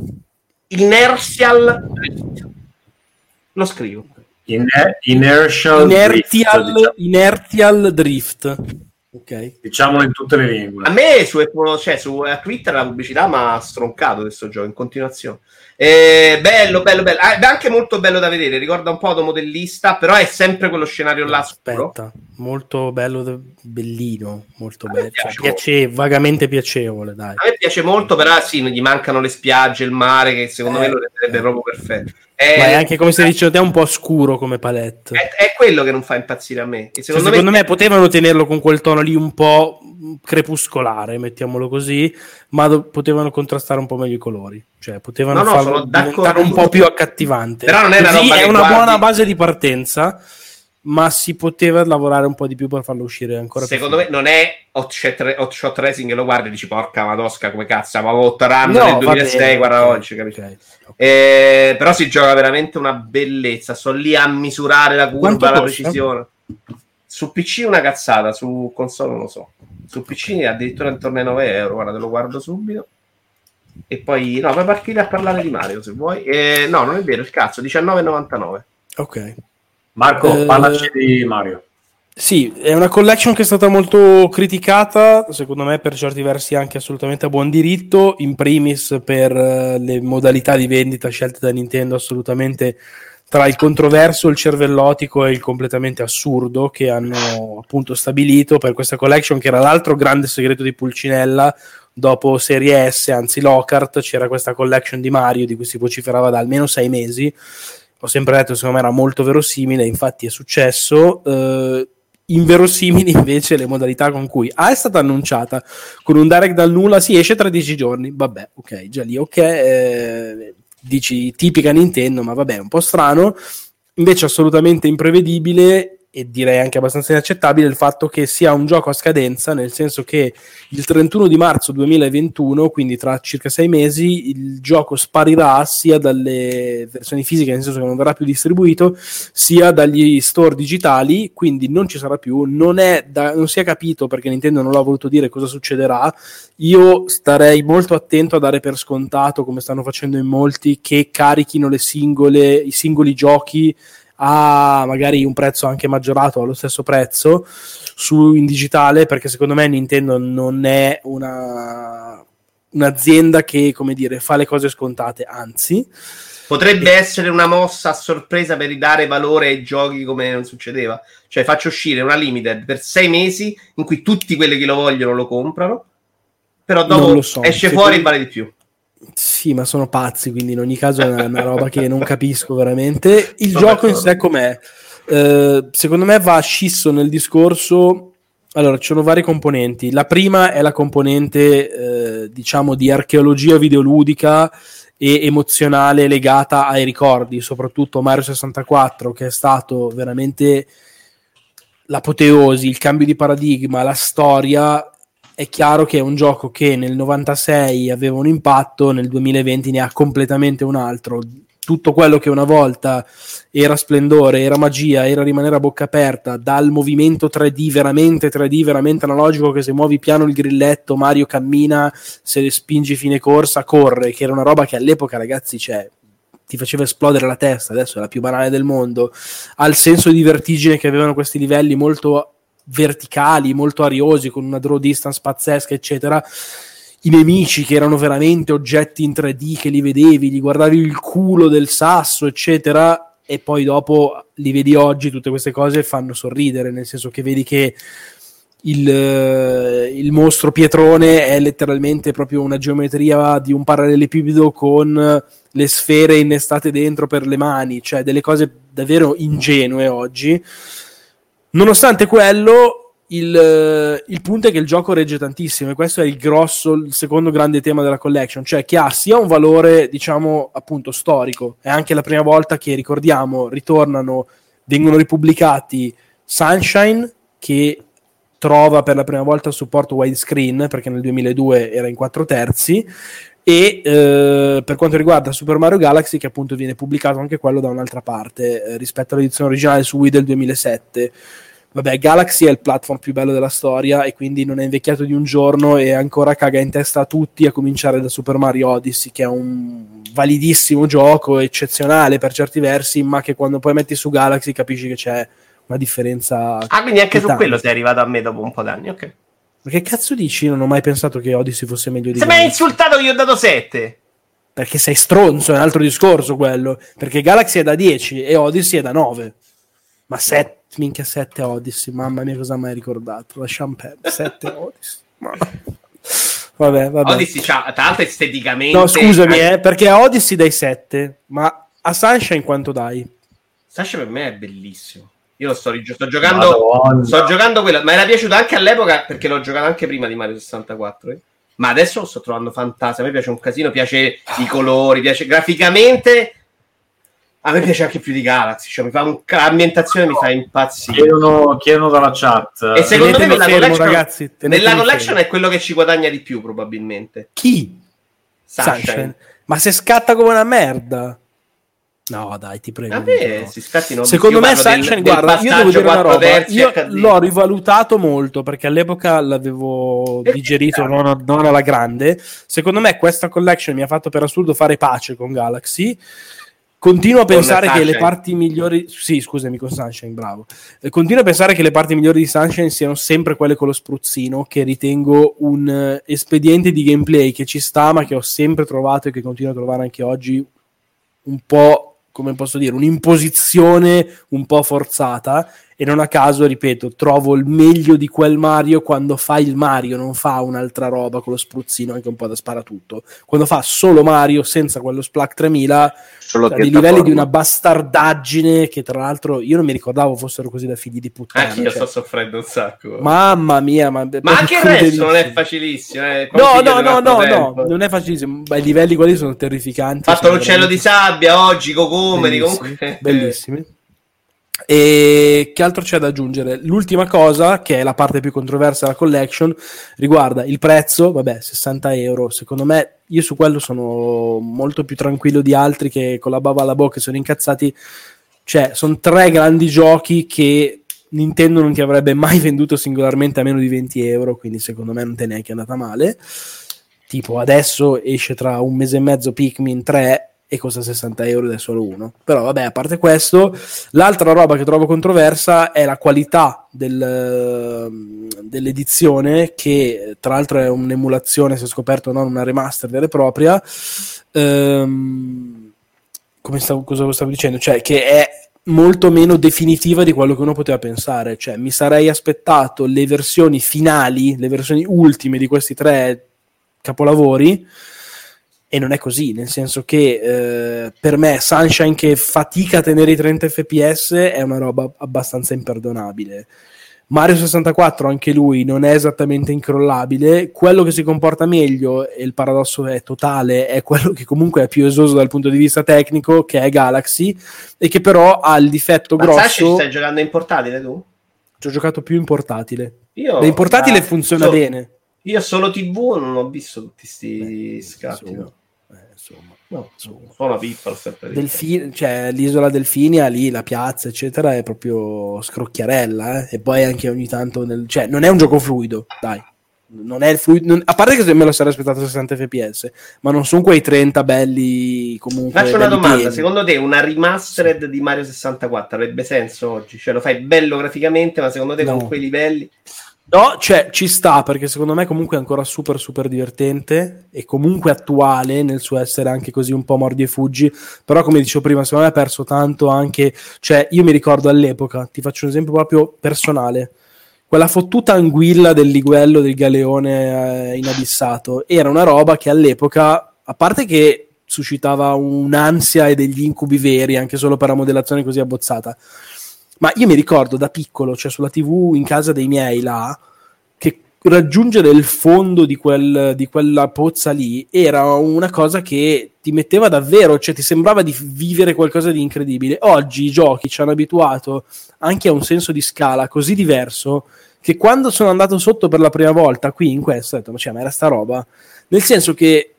Inertial Drift. Lo scrivo. Iner- inertial, Inertial drift, diciamo. Inertial Drift. Ok. Diciamolo in tutte le lingue. A me su, cioè, su Twitter la pubblicità mi ha stroncato questo gioco in continuazione. Eh, bello, bello, bello. Ah, è anche molto bello da vedere. Ricorda un po' automodellista, però è sempre quello scenario là scuro. Aspetta, molto bello, bellino, molto bello. Cioè, piace, vagamente piacevole, dai. A me piace molto, però sì, gli mancano le spiagge, il mare, che secondo eh, me lo renderebbe eh. proprio perfetto. È, Ma è anche, come stai dicendo te, un po' scuro come palette. È, è quello che non fa impazzire a me. E secondo, cioè, secondo me... me potevano tenerlo con quel tono lì un po' crepuscolare, mettiamolo così, ma do- potevano contrastare un po' meglio i colori. Cioè, potevano no, no, farlo diventare un po' più accattivante. Però non è una, roba è che una guardi... buona base di partenza, ma si poteva lavorare un po' di più per farlo uscire ancora secondo più. Me non è hot shot, hot shot racing, lo guardi e dici porca madosca come cazzo, ma otto run no, nel duemilasei, guarda okay, oggi, capisci? Okay, okay. Eh, però si gioca veramente una bellezza, sto lì a misurare la curva, Quanto la costa? precisione. Su P C una cazzata, su console non lo so. Su P C addirittura intorno ai nove euro, guarda, te lo guardo subito. E poi, no, puoi partire a parlare di Mario se vuoi. Eh, no, non è vero, il cazzo, diciannove e novantanove. Ok. Marco, eh, parlaci di Mario. Sì, è una collection che è stata molto criticata, secondo me per certi versi anche assolutamente a buon diritto, in primis per uh, le modalità di vendita scelte da Nintendo, assolutamente tra il controverso, il cervellotico e il completamente assurdo che hanno appunto stabilito per questa collection, che era l'altro grande segreto di Pulcinella. Dopo Serie S, anzi Lockhart, c'era questa collection di Mario di cui si vociferava da almeno sei mesi. Ho sempre detto che secondo me era molto verosimile, infatti è successo. Eh, inverosimili invece le modalità con cui A è stata annunciata con un direct dal nulla, si esce tra dieci giorni, vabbè, ok, già lì ok, eh, dici tipica Nintendo, ma vabbè, un po' strano. Invece assolutamente imprevedibile e direi anche abbastanza inaccettabile il fatto che sia un gioco a scadenza, nel senso che il trentuno di marzo duemilaventuno, quindi tra circa sei mesi, il gioco sparirà sia dalle versioni fisiche, nel senso che non verrà più distribuito, sia dagli store digitali, quindi non ci sarà più, non, è da, non si è capito perché Nintendo non l'ha voluto dire cosa succederà. Io starei molto attento a dare per scontato, come stanno facendo in molti, che carichino le singole, i singoli giochi a magari un prezzo anche maggiorato allo stesso prezzo su in digitale, perché secondo me Nintendo non è una un'azienda che, come dire, fa le cose scontate, anzi potrebbe e... essere una mossa a sorpresa per ridare valore ai giochi come non succedeva, cioè faccio uscire una limited per sei mesi in cui tutti quelli che lo vogliono lo comprano, però dopo so. esce fuori e vale di più. Sì, ma sono pazzi, quindi in ogni caso è una, una roba che non capisco veramente. Il no, gioco in sé com'è? Eh, secondo me va scisso nel discorso. Allora, ci sono varie componenti. La prima è la componente, eh, diciamo, di archeologia videoludica e emozionale legata ai ricordi, soprattutto Mario sessantaquattro, che è stato veramente l'apoteosi, il cambio di paradigma, la storia. È chiaro che è un gioco che nel novantasei aveva un impatto, nel duemilaventi ne ha completamente un altro. Tutto quello che una volta era splendore, era magia, era rimanere a bocca aperta, dal movimento tre D, veramente tre D, veramente analogico, che se muovi piano il grilletto Mario cammina, se le spingi fine corsa corre, che era una roba che all'epoca, ragazzi, c'è ti faceva esplodere la testa, adesso è la più banale del mondo, al senso di vertigine che avevano questi livelli molto verticali, molto ariosi, con una draw distance pazzesca, eccetera. I nemici che erano veramente oggetti in tre D, che li vedevi, gli guardavi il culo del sasso, eccetera, e poi dopo li vedi oggi, tutte queste cose fanno sorridere, nel senso che vedi che il, il mostro pietrone è letteralmente proprio una geometria di un parallelepipedo con le sfere innestate dentro per le mani, cioè delle cose davvero ingenue oggi. Nonostante quello, il, il punto è che il gioco regge tantissimo, e questo è il grosso, il secondo grande tema della collection, cioè che ha sia un valore, diciamo, appunto storico. È anche la prima volta che, ricordiamo, ritornano, vengono ripubblicati Sunshine, che trova per la prima volta il supporto widescreen, perché nel duemiladue era in quattro terzi, e eh, per quanto riguarda Super Mario Galaxy, che appunto viene pubblicato anche quello da un'altra parte eh, rispetto all'edizione originale su Wii del duemilasette. Vabbè, Galaxy è il platform più bello della storia, e quindi non è invecchiato di un giorno e ancora caga in testa a tutti, a cominciare da Super Mario Odyssey, che è un validissimo gioco, eccezionale per certi versi, ma che quando poi metti su Galaxy capisci che c'è una differenza. Ah, quindi anche su tanta. quello sei arrivato a me dopo un po' d'anni, ok. Ma che cazzo dici? Non ho mai pensato che Odyssey fosse meglio di Se mi hai insultato che gli ho dato sette. Perché sei stronzo, è un altro discorso quello. Perché Galaxy è da dieci e Odyssey è da nove. Ma sette, minchia sette Odyssey, mamma mia cosa mai ricordato. Lasciamo perdere, sette Odyssey. Ma... Vabbè, vabbè. Odyssey c'ha, tra l'altro esteticamente... No, scusami, eh, perché a Odyssey dai sette, ma a Sunshine quanto dai? Sunshine per me è bellissimo. Io lo sto, sto giocando, Madonna. sto giocando quello, ma era piaciuto anche all'epoca perché l'ho giocato anche prima di Mario sessantaquattro. Eh. Ma adesso lo sto trovando fantastico. A me piace un casino, piace i colori, piace graficamente. A me piace anche più di Galaxy, cioè mi fa un... l'ambientazione mi fa impazzire. Chiedono, chiedono dalla chat. E secondo me nella fermo, collection, ragazzi, nella collection è quello che ci guadagna di più, probabilmente. Chi? Sunshine. Sunshine. Ma se scatta come una merda. No, dai, ti prego. Vabbè, si scatti non Secondo me Sunshine, del, guarda, del io devo dire una roba, io acca di. l'ho rivalutato molto perché all'epoca l'avevo digerito non, non alla grande. Secondo me questa collection mi ha fatto per assurdo fare pace con Galaxy. Continuo a pensare che le parti migliori, sì, scusami, con Sunshine, bravo. Eh, continuo a pensare che le parti migliori di Sunshine siano sempre quelle con lo spruzzino, che ritengo un uh, espediente di gameplay che ci sta, ma che ho sempre trovato e che continuo a trovare anche oggi un po', come posso dire, un'imposizione un po' forzata. E non a caso, ripeto, trovo il meglio di quel Mario quando fa il Mario, non fa un'altra roba con lo spruzzino anche un po' da sparatutto. Quando fa solo Mario senza quello Splak tremila, cioè, dei livelli forma. Di una bastardaggine che tra l'altro io non mi ricordavo fossero così da figli di puttana. Anche io cioè. sto soffrendo un sacco. Mamma mia, ma, ma anche il resto non è facilissimo. Eh, no, no, no, no, no, non è facilissimo. Beh, i livelli quelli sono terrificanti. Fatto sono l'uccello veramente... di sabbia oggi, cocomeri, bellissimi, comunque. Bellissimi. E che altro c'è da aggiungere? L'ultima cosa, che è la parte più controversa della collection, riguarda il prezzo. Vabbè, sessanta euro. Secondo me, io su quello sono molto più tranquillo di altri che con la bava alla bocca sono incazzati. Cioè, sono tre grandi giochi che Nintendo non ti avrebbe mai venduto singolarmente a meno di venti euro, quindi secondo me non te ne è neanche andata male. Tipo, adesso esce tra un mese e mezzo Pikmin tre e costa sessanta euro ed è solo uno. Però vabbè, a parte questo, l'altra roba che trovo controversa è la qualità del, dell'edizione, che tra l'altro è un'emulazione, si è scoperto, non una remaster vera e propria. Ehm, come stavo, cosa stavo dicendo? Cioè che è molto meno definitiva di quello che uno poteva pensare. Cioè mi sarei aspettato le versioni finali, le versioni ultime di questi tre capolavori, e non è così, nel senso che eh, per me Sunshine, che fatica a tenere i trenta F P S, è una roba abbastanza imperdonabile. Mario sessantaquattro, anche lui, non è esattamente incrollabile. Quello che si comporta meglio, e il paradosso è totale, è quello che comunque è più esoso dal punto di vista tecnico, che è Galaxy, e che però ha il difetto Ma grosso... Ma ci stai giocando in portatile tu? Ci ho giocato più in portatile. Io, in portatile ma, funziona so, bene. Io solo tivù non ho visto tutti sti scatti, no. Insomma, no, sono una pippa sempre. Delfin- cioè l'isola Delfinia lì, la piazza eccetera, è proprio scrocchiarella, eh? E poi anche ogni tanto nel... cioè non è un gioco fluido, dai, non è il fluido, non, a parte che me lo sarei aspettato a sessanta effe pi esse, ma non sono quei trenta belli comunque. Faccio una belli domanda, pieni. secondo te una remastered di Mario sessantaquattro avrebbe senso oggi? Cioè lo fai bello graficamente, ma secondo te No. con quei livelli? No, cioè ci sta, perché secondo me comunque è ancora super super divertente e comunque attuale nel suo essere anche così un po' mordi e fuggi, però come dicevo prima secondo me ha perso tanto anche, cioè io mi ricordo all'epoca, ti faccio un esempio proprio personale, quella fottuta anguilla del liguello del galeone eh, inabissato era una roba che all'epoca, a parte che suscitava un'ansia e degli incubi veri anche solo per la modellazione così abbozzata, ma io mi ricordo da piccolo, cioè sulla tivù in casa dei miei là, che raggiungere il fondo di, quel, di quella pozza lì era una cosa che ti metteva davvero, cioè ti sembrava di vivere qualcosa di incredibile. Oggi i giochi ci hanno abituato anche a un senso di scala così diverso che quando sono andato sotto per la prima volta qui in questo ho detto ma, cioè, ma era sta roba? Nel senso che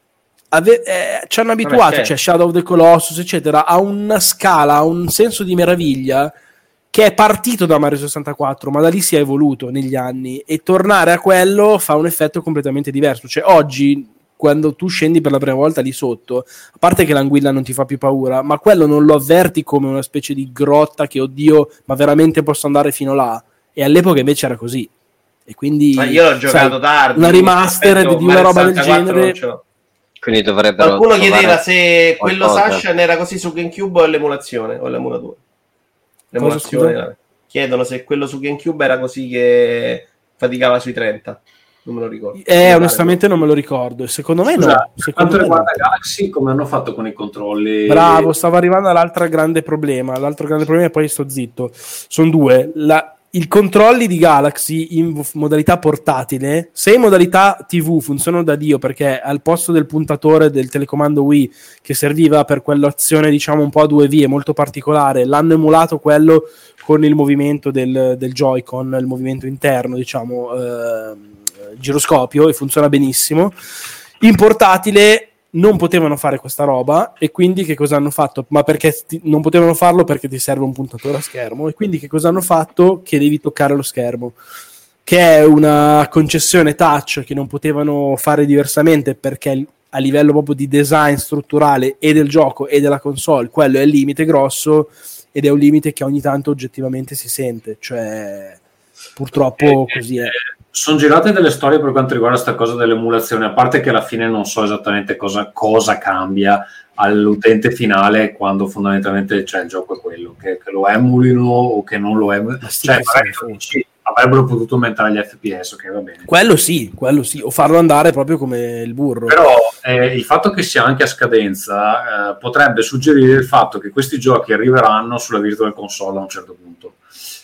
Ave- eh, ci hanno abituato, Vabbè, certo. cioè Shadow of the Colossus eccetera, a una scala, a un senso di meraviglia che è partito da Mario sessantaquattro, ma da lì si è evoluto negli anni e tornare a quello fa un effetto completamente diverso. Cioè oggi quando tu scendi per la prima volta lì sotto, a parte che l'anguilla non ti fa più paura, ma quello non lo avverti come una specie di grotta che oddio, ma veramente posso andare fino là, e all'epoca invece era così. E quindi Ma io l'ho giocato sai, tardi, una remaster di una roba del genere. Quindi dovrebbero Qualcuno trovare chiedeva se quello qualcosa. Sasha era così su GameCube o l'emulazione o l'emulatore. L'emulazione. scusa? vabbè. Chiedono se quello su GameCube era così che faticava sui trenta. Non me lo ricordo. Eh, onestamente non me lo ricordo. Secondo me Scusa, no. per Secondo quanto me riguarda no. Galaxy, come hanno fatto con i controlli? Bravo, stavo arrivando all'altro grande problema. L'altro grande problema e poi sto zitto. Sono due. La, I controlli di Galaxy in v- modalità portatile, se in modalità tivù funzionano da Dio, perché al posto del puntatore del telecomando Wii che serviva per quell'azione diciamo un po' a due vie molto particolare, l'hanno emulato quello con il movimento del, del Joy-Con, il movimento interno diciamo eh, giroscopio, e funziona benissimo. In portatile non potevano fare questa roba, e quindi che cosa hanno fatto? Ma perché ti, non potevano farlo perché ti serve un puntatore a schermo, e quindi che cosa hanno fatto? Che devi toccare lo schermo, che è una concessione touch che non potevano fare diversamente, perché a livello proprio di design strutturale e del gioco e della console quello è il limite grosso, ed è un limite che ogni tanto oggettivamente si sente, cioè purtroppo Eh, così è. Sono girate delle storie per quanto riguarda questa cosa dell'emulazione, a parte che alla fine non so esattamente cosa, cosa cambia all'utente finale quando fondamentalmente cioè, il gioco è quello, che, che lo emulino o che non lo emulino, cioè magari tu dici, avrebbero potuto aumentare gli F P S, ok, va bene. Quello sì, quello sì, o farlo andare proprio come il burro. Però eh, il fatto che sia anche a scadenza eh, potrebbe suggerire il fatto che questi giochi arriveranno sulla Virtual Console a un certo punto.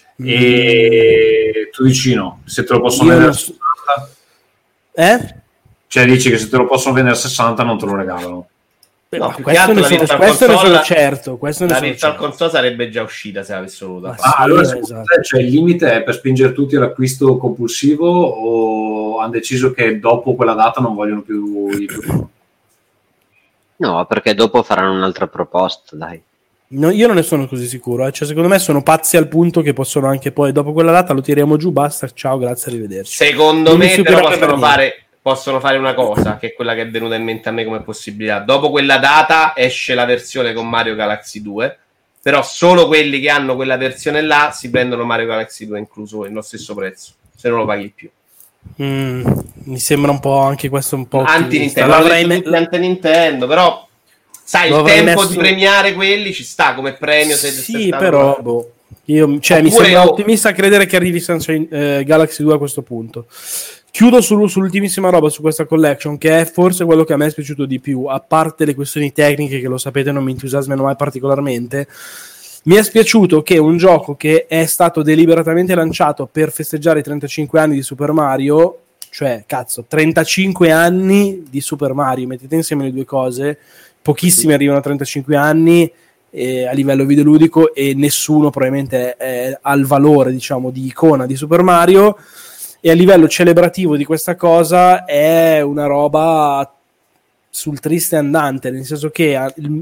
E tu dici no, se te lo possono Io vendere a non so- sessanta, Eh? cioè dici che se te lo possono vendere a sessanta non te lo regalano. Beh, No, ma più che questo altro ne la sono, Virtual questo ne Console- sono certo. Questo ne La sono Virtual certo. Console sarebbe già uscita se avessero voluto Ma fare. Ah, allora sì, secondo esatto. te, cioè, il limite è per spingere tutti all'acquisto compulsivo o hanno deciso che dopo quella data non vogliono più i più? No, perché dopo faranno un'altra proposta, dai. No, io non ne sono così sicuro. Eh. Cioè, secondo me sono pazzi al punto che possono anche poi, dopo quella data, lo tiriamo giù, basta, ciao, grazie, arrivederci. Secondo Non mi me però stupirebbe per possono niente. fare, possono fare una cosa, che è quella che è venuta in mente a me come possibilità. Dopo quella data esce la versione con Mario Galaxy due, però solo quelli che hanno quella versione là si prendono Mario Galaxy due incluso nello stesso prezzo, se non lo paghi più. Mm, mi sembra un po' anche questo un po' Anti-Nintendo, L'avrei l'avrei me- anti-Nintendo, però sai, Lo il avrei tempo messo- di premiare quelli ci sta come premio. Se Sì, però boh, io, cioè, mi Oppure sembra io- ottimista a credere che arrivi Sunshine, eh, Galaxy due a questo punto. Chiudo sul- sull'ultimissima roba su questa collection, che è forse quello che a me è piaciuto di più, a parte le questioni tecniche che lo sapete non mi entusiasmano mai particolarmente. Mi è spiaciuto che un gioco che è stato deliberatamente lanciato per festeggiare i trentacinque anni di Super Mario, cioè cazzo, trentacinque anni di Super Mario, mettete insieme le due cose, pochissimi arrivano a trentacinque anni eh, a livello videoludico, e nessuno probabilmente è, è al valore, diciamo, di icona di Super Mario, e a livello celebrativo di questa cosa è una roba sul triste andante, nel senso che ha- il-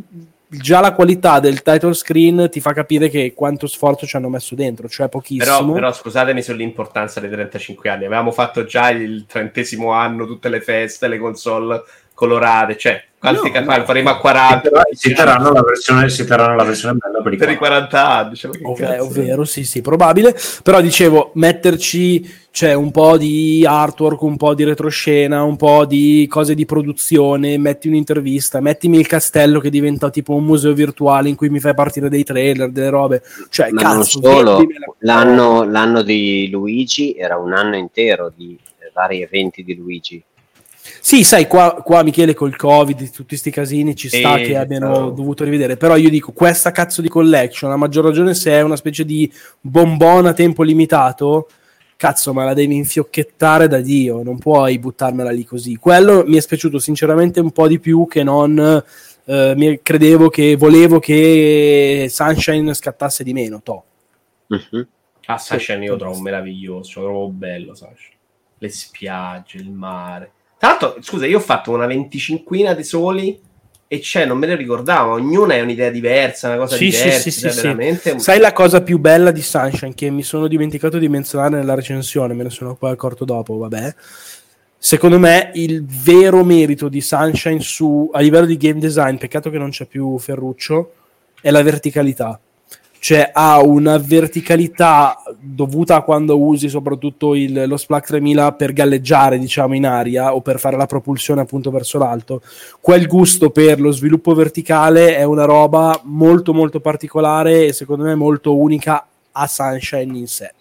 già la qualità del title screen ti fa capire che quanto sforzo ci hanno messo dentro, cioè pochissimo. Però, però scusatemi sull'importanza dei trentacinque anni, avevamo fatto già il trentesimo anno, tutte le feste, le console colorate, cioè quanti No, no, no. faremo a quaranta? Si terranno la versione, si terranno la versione bella per i Per i quaranta. quaranta anni, cioè, che Ov- cazzo. ovvero, sì, sì, probabile. Però dicevo, metterci cioè, un po' di artwork, un po' di retroscena, un po' di cose di produzione, metti un'intervista, mettimi il castello che diventa tipo un museo virtuale in cui mi fai partire dei trailer, delle robe. Cioè, Ma cazzo, non solo, vendimela. l'anno, l'anno di Luigi era un anno intero di vari eventi di Luigi. Sì, sai, qua, qua Michele col Covid, tutti sti casini, ci sta Sì, che abbiano no. dovuto rivedere, però io dico, questa cazzo di collection, a maggior ragione se è una specie di bonbon a tempo limitato, cazzo, ma la devi infiocchettare da Dio, non puoi buttarmela lì così. Quello mi è spiaciuto sinceramente un po' di più che non eh, mi credevo che, volevo che Sunshine scattasse di meno, toh. Mhm. Ah, Sunshine io trovo meraviglioso, trovo bello, Sunshine. Le spiagge, il mare. Tra l'altro, scusa, io ho fatto una venticinquina di soli e c'è, non me ne ricordavo, ognuna è un'idea diversa, una cosa Sì, sì, diversa, sì, cioè sì, sì. veramente... un- Sai la cosa più bella di Sunshine che mi sono dimenticato di menzionare nella recensione, me ne sono poi accorto dopo, vabbè. Secondo me il vero merito di Sunshine su, a livello di game design, peccato che non c'è più Ferruccio, è la verticalità. Cioè ha una verticalità dovuta a quando usi soprattutto il, lo Splunk tremila per galleggiare, diciamo, in aria o per fare la propulsione appunto verso l'alto. Quel gusto per lo sviluppo verticale è una roba molto molto particolare e secondo me molto unica a Sunshine in sé.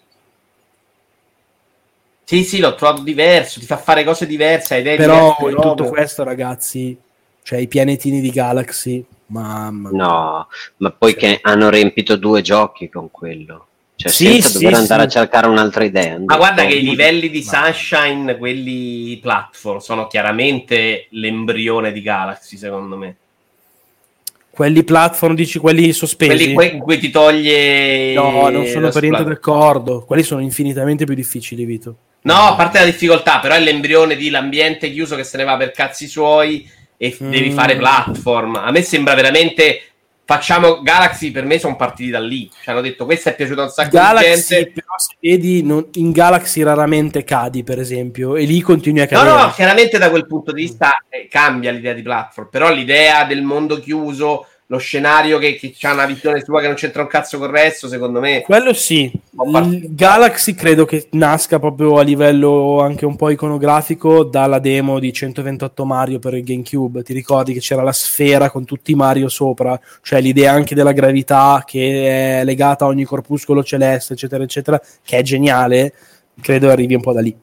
Sì, sì, l'ho trovato diverso, ti fa fare cose diverse, hai idee Però diverse, in tutto robe. questo, ragazzi, cioè i pianetini di Galaxy, mamma mia. No, ma poi che hanno riempito due giochi con quello. Cioè, Sì, senza sì, dover andare sì. a cercare un'altra idea. Ma guarda che i Detto, livelli di Sunshine, quelli platform, sono chiaramente l'embrione di Galaxy, secondo me. Quelli platform, dici quelli sospesi? Quelli que- in cui ti toglie... No, non sono lo per niente splat- d'accordo. Quelli sono infinitamente più difficili, Vito. No, a parte la difficoltà, però è l'embrione di l'ambiente chiuso che se ne va per cazzi suoi e f- Mm. devi fare platform. A me sembra veramente... Facciamo Galaxy, per me sono partiti da lì. Ci hanno detto, questo è piaciuto a un sacco Galaxy, di gente. però se vedi, non- in Galaxy raramente cadi, per esempio, e lì continui a No, cadere. no, chiaramente da quel punto di vista eh, cambia l'idea di platform, però l'idea del mondo chiuso, lo scenario che, che ha una visione sua che non c'entra un cazzo con il resto, secondo me... Quello sì. Il Galaxy credo che nasca proprio a livello anche un po' iconografico dalla demo di centoventotto Mario per il GameCube. Ti ricordi che c'era la sfera con tutti i Mario sopra? Cioè l'idea anche della gravità che è legata a ogni corpuscolo celeste, eccetera, eccetera, che è geniale. Credo arrivi un po' da lì.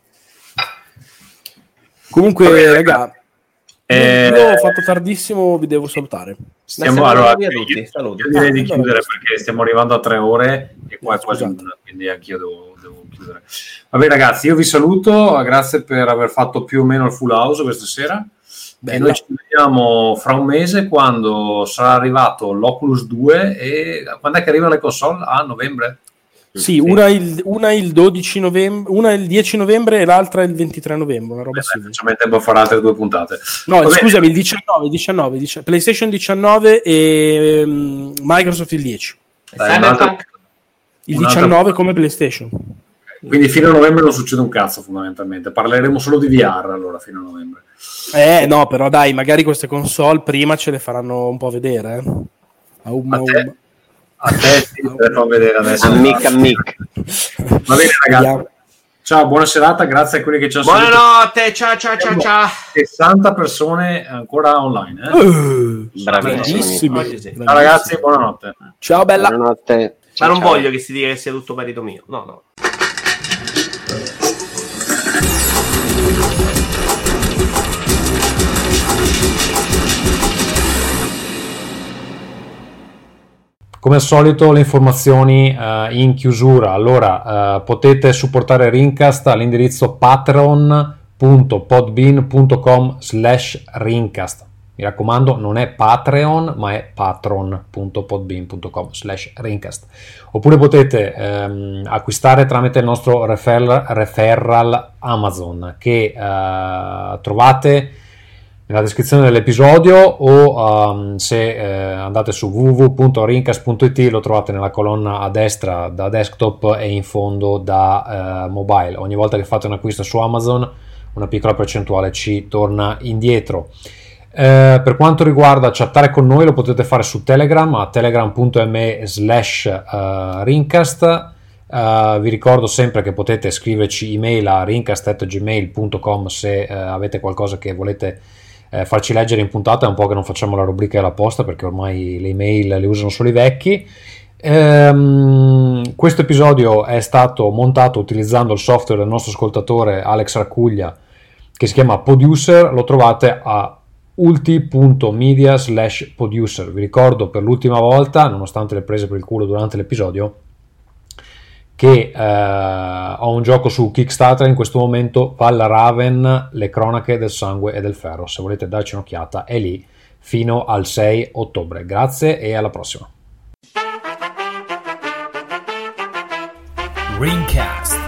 Comunque, Vabbè, raga, eh, io ho fatto tardissimo, vi devo salutare. Stiamo, Ma siamo allora, via io, tutti, io saluti. direi di Ah, allora, chiudere perché stiamo arrivando a tre ore e qua è quasi Scusate. una, quindi anch'io devo, devo chiudere. Vabbè ragazzi, io vi saluto, grazie per aver fatto più o meno il full house questa sera. Bella. E noi ci vediamo fra un mese quando sarà arrivato l'Oculus due e quando è che arrivano le console? A novembre? Sì, una il, una il dodici novembre, una il dieci novembre e l'altra il ventitré novembre, una roba Eh, simile. facciamo in tempo a fare altre due puntate. No, Va bene. scusami, il diciannove, diciannove, dici- PlayStation diciannove e um, Microsoft il dieci. Dai, un'altra- Cyberpunk? Il un'altra- diciannove come PlayStation. Quindi fino a novembre non succede un cazzo fondamentalmente, parleremo solo di V R allora fino a novembre. Eh, no, però dai, magari queste console prima ce le faranno un po' vedere, eh. Aum, A te? aum. A te sì, te le fa vedere adesso. Amic, amic. Va bene ragazzi. Vediamo. Ciao, buona serata, grazie a quelli che ci hanno seguito. Buonanotte, ciao ciao ciao ciao. sessanta persone ancora online. Eh? Uh, Bravissimi. bravissimi. Oggi sì. Ciao ragazzi, buonanotte. Ciao bella. Buonanotte. Ma non Ciao. voglio che si dica che sia tutto merito mio. No, no. Come al solito le informazioni eh, in chiusura. Allora, eh, potete supportare Rincast all'indirizzo patreon.podbean.com slash Rincast. Mi raccomando, non è Patreon, ma è patron.podbean.com slash Rincast. Oppure potete ehm, acquistare tramite il nostro referral, referral Amazon, che eh, trovate nella descrizione dell'episodio, o um, se eh, andate su w w w punto rincast punto i t lo trovate nella colonna a destra da desktop e in fondo da eh, mobile. Ogni volta che fate un acquisto su Amazon una piccola percentuale ci torna indietro. Eh, per quanto riguarda chattare con noi, lo potete fare su Telegram a telegram punto me slash rincast. Uh, vi ricordo sempre che potete scriverci email a rincast at gmail punto com se uh, avete qualcosa che volete uh, farci leggere in puntata. È un po' che non facciamo la rubrica della posta perché ormai le email le usano solo i vecchi. Um, questo episodio è stato montato utilizzando il software del nostro ascoltatore Alex Racuglia che si chiama Producer. Lo trovate a ulti punto media slash producer. Vi ricordo per l'ultima volta, nonostante le prese per il culo durante l'episodio, che eh, ho un gioco su Kickstarter in questo momento, Valraven, le cronache del sangue e del ferro. Se volete darci un'occhiata è lì fino al sei ottobre. Grazie e alla prossima. Ringcast.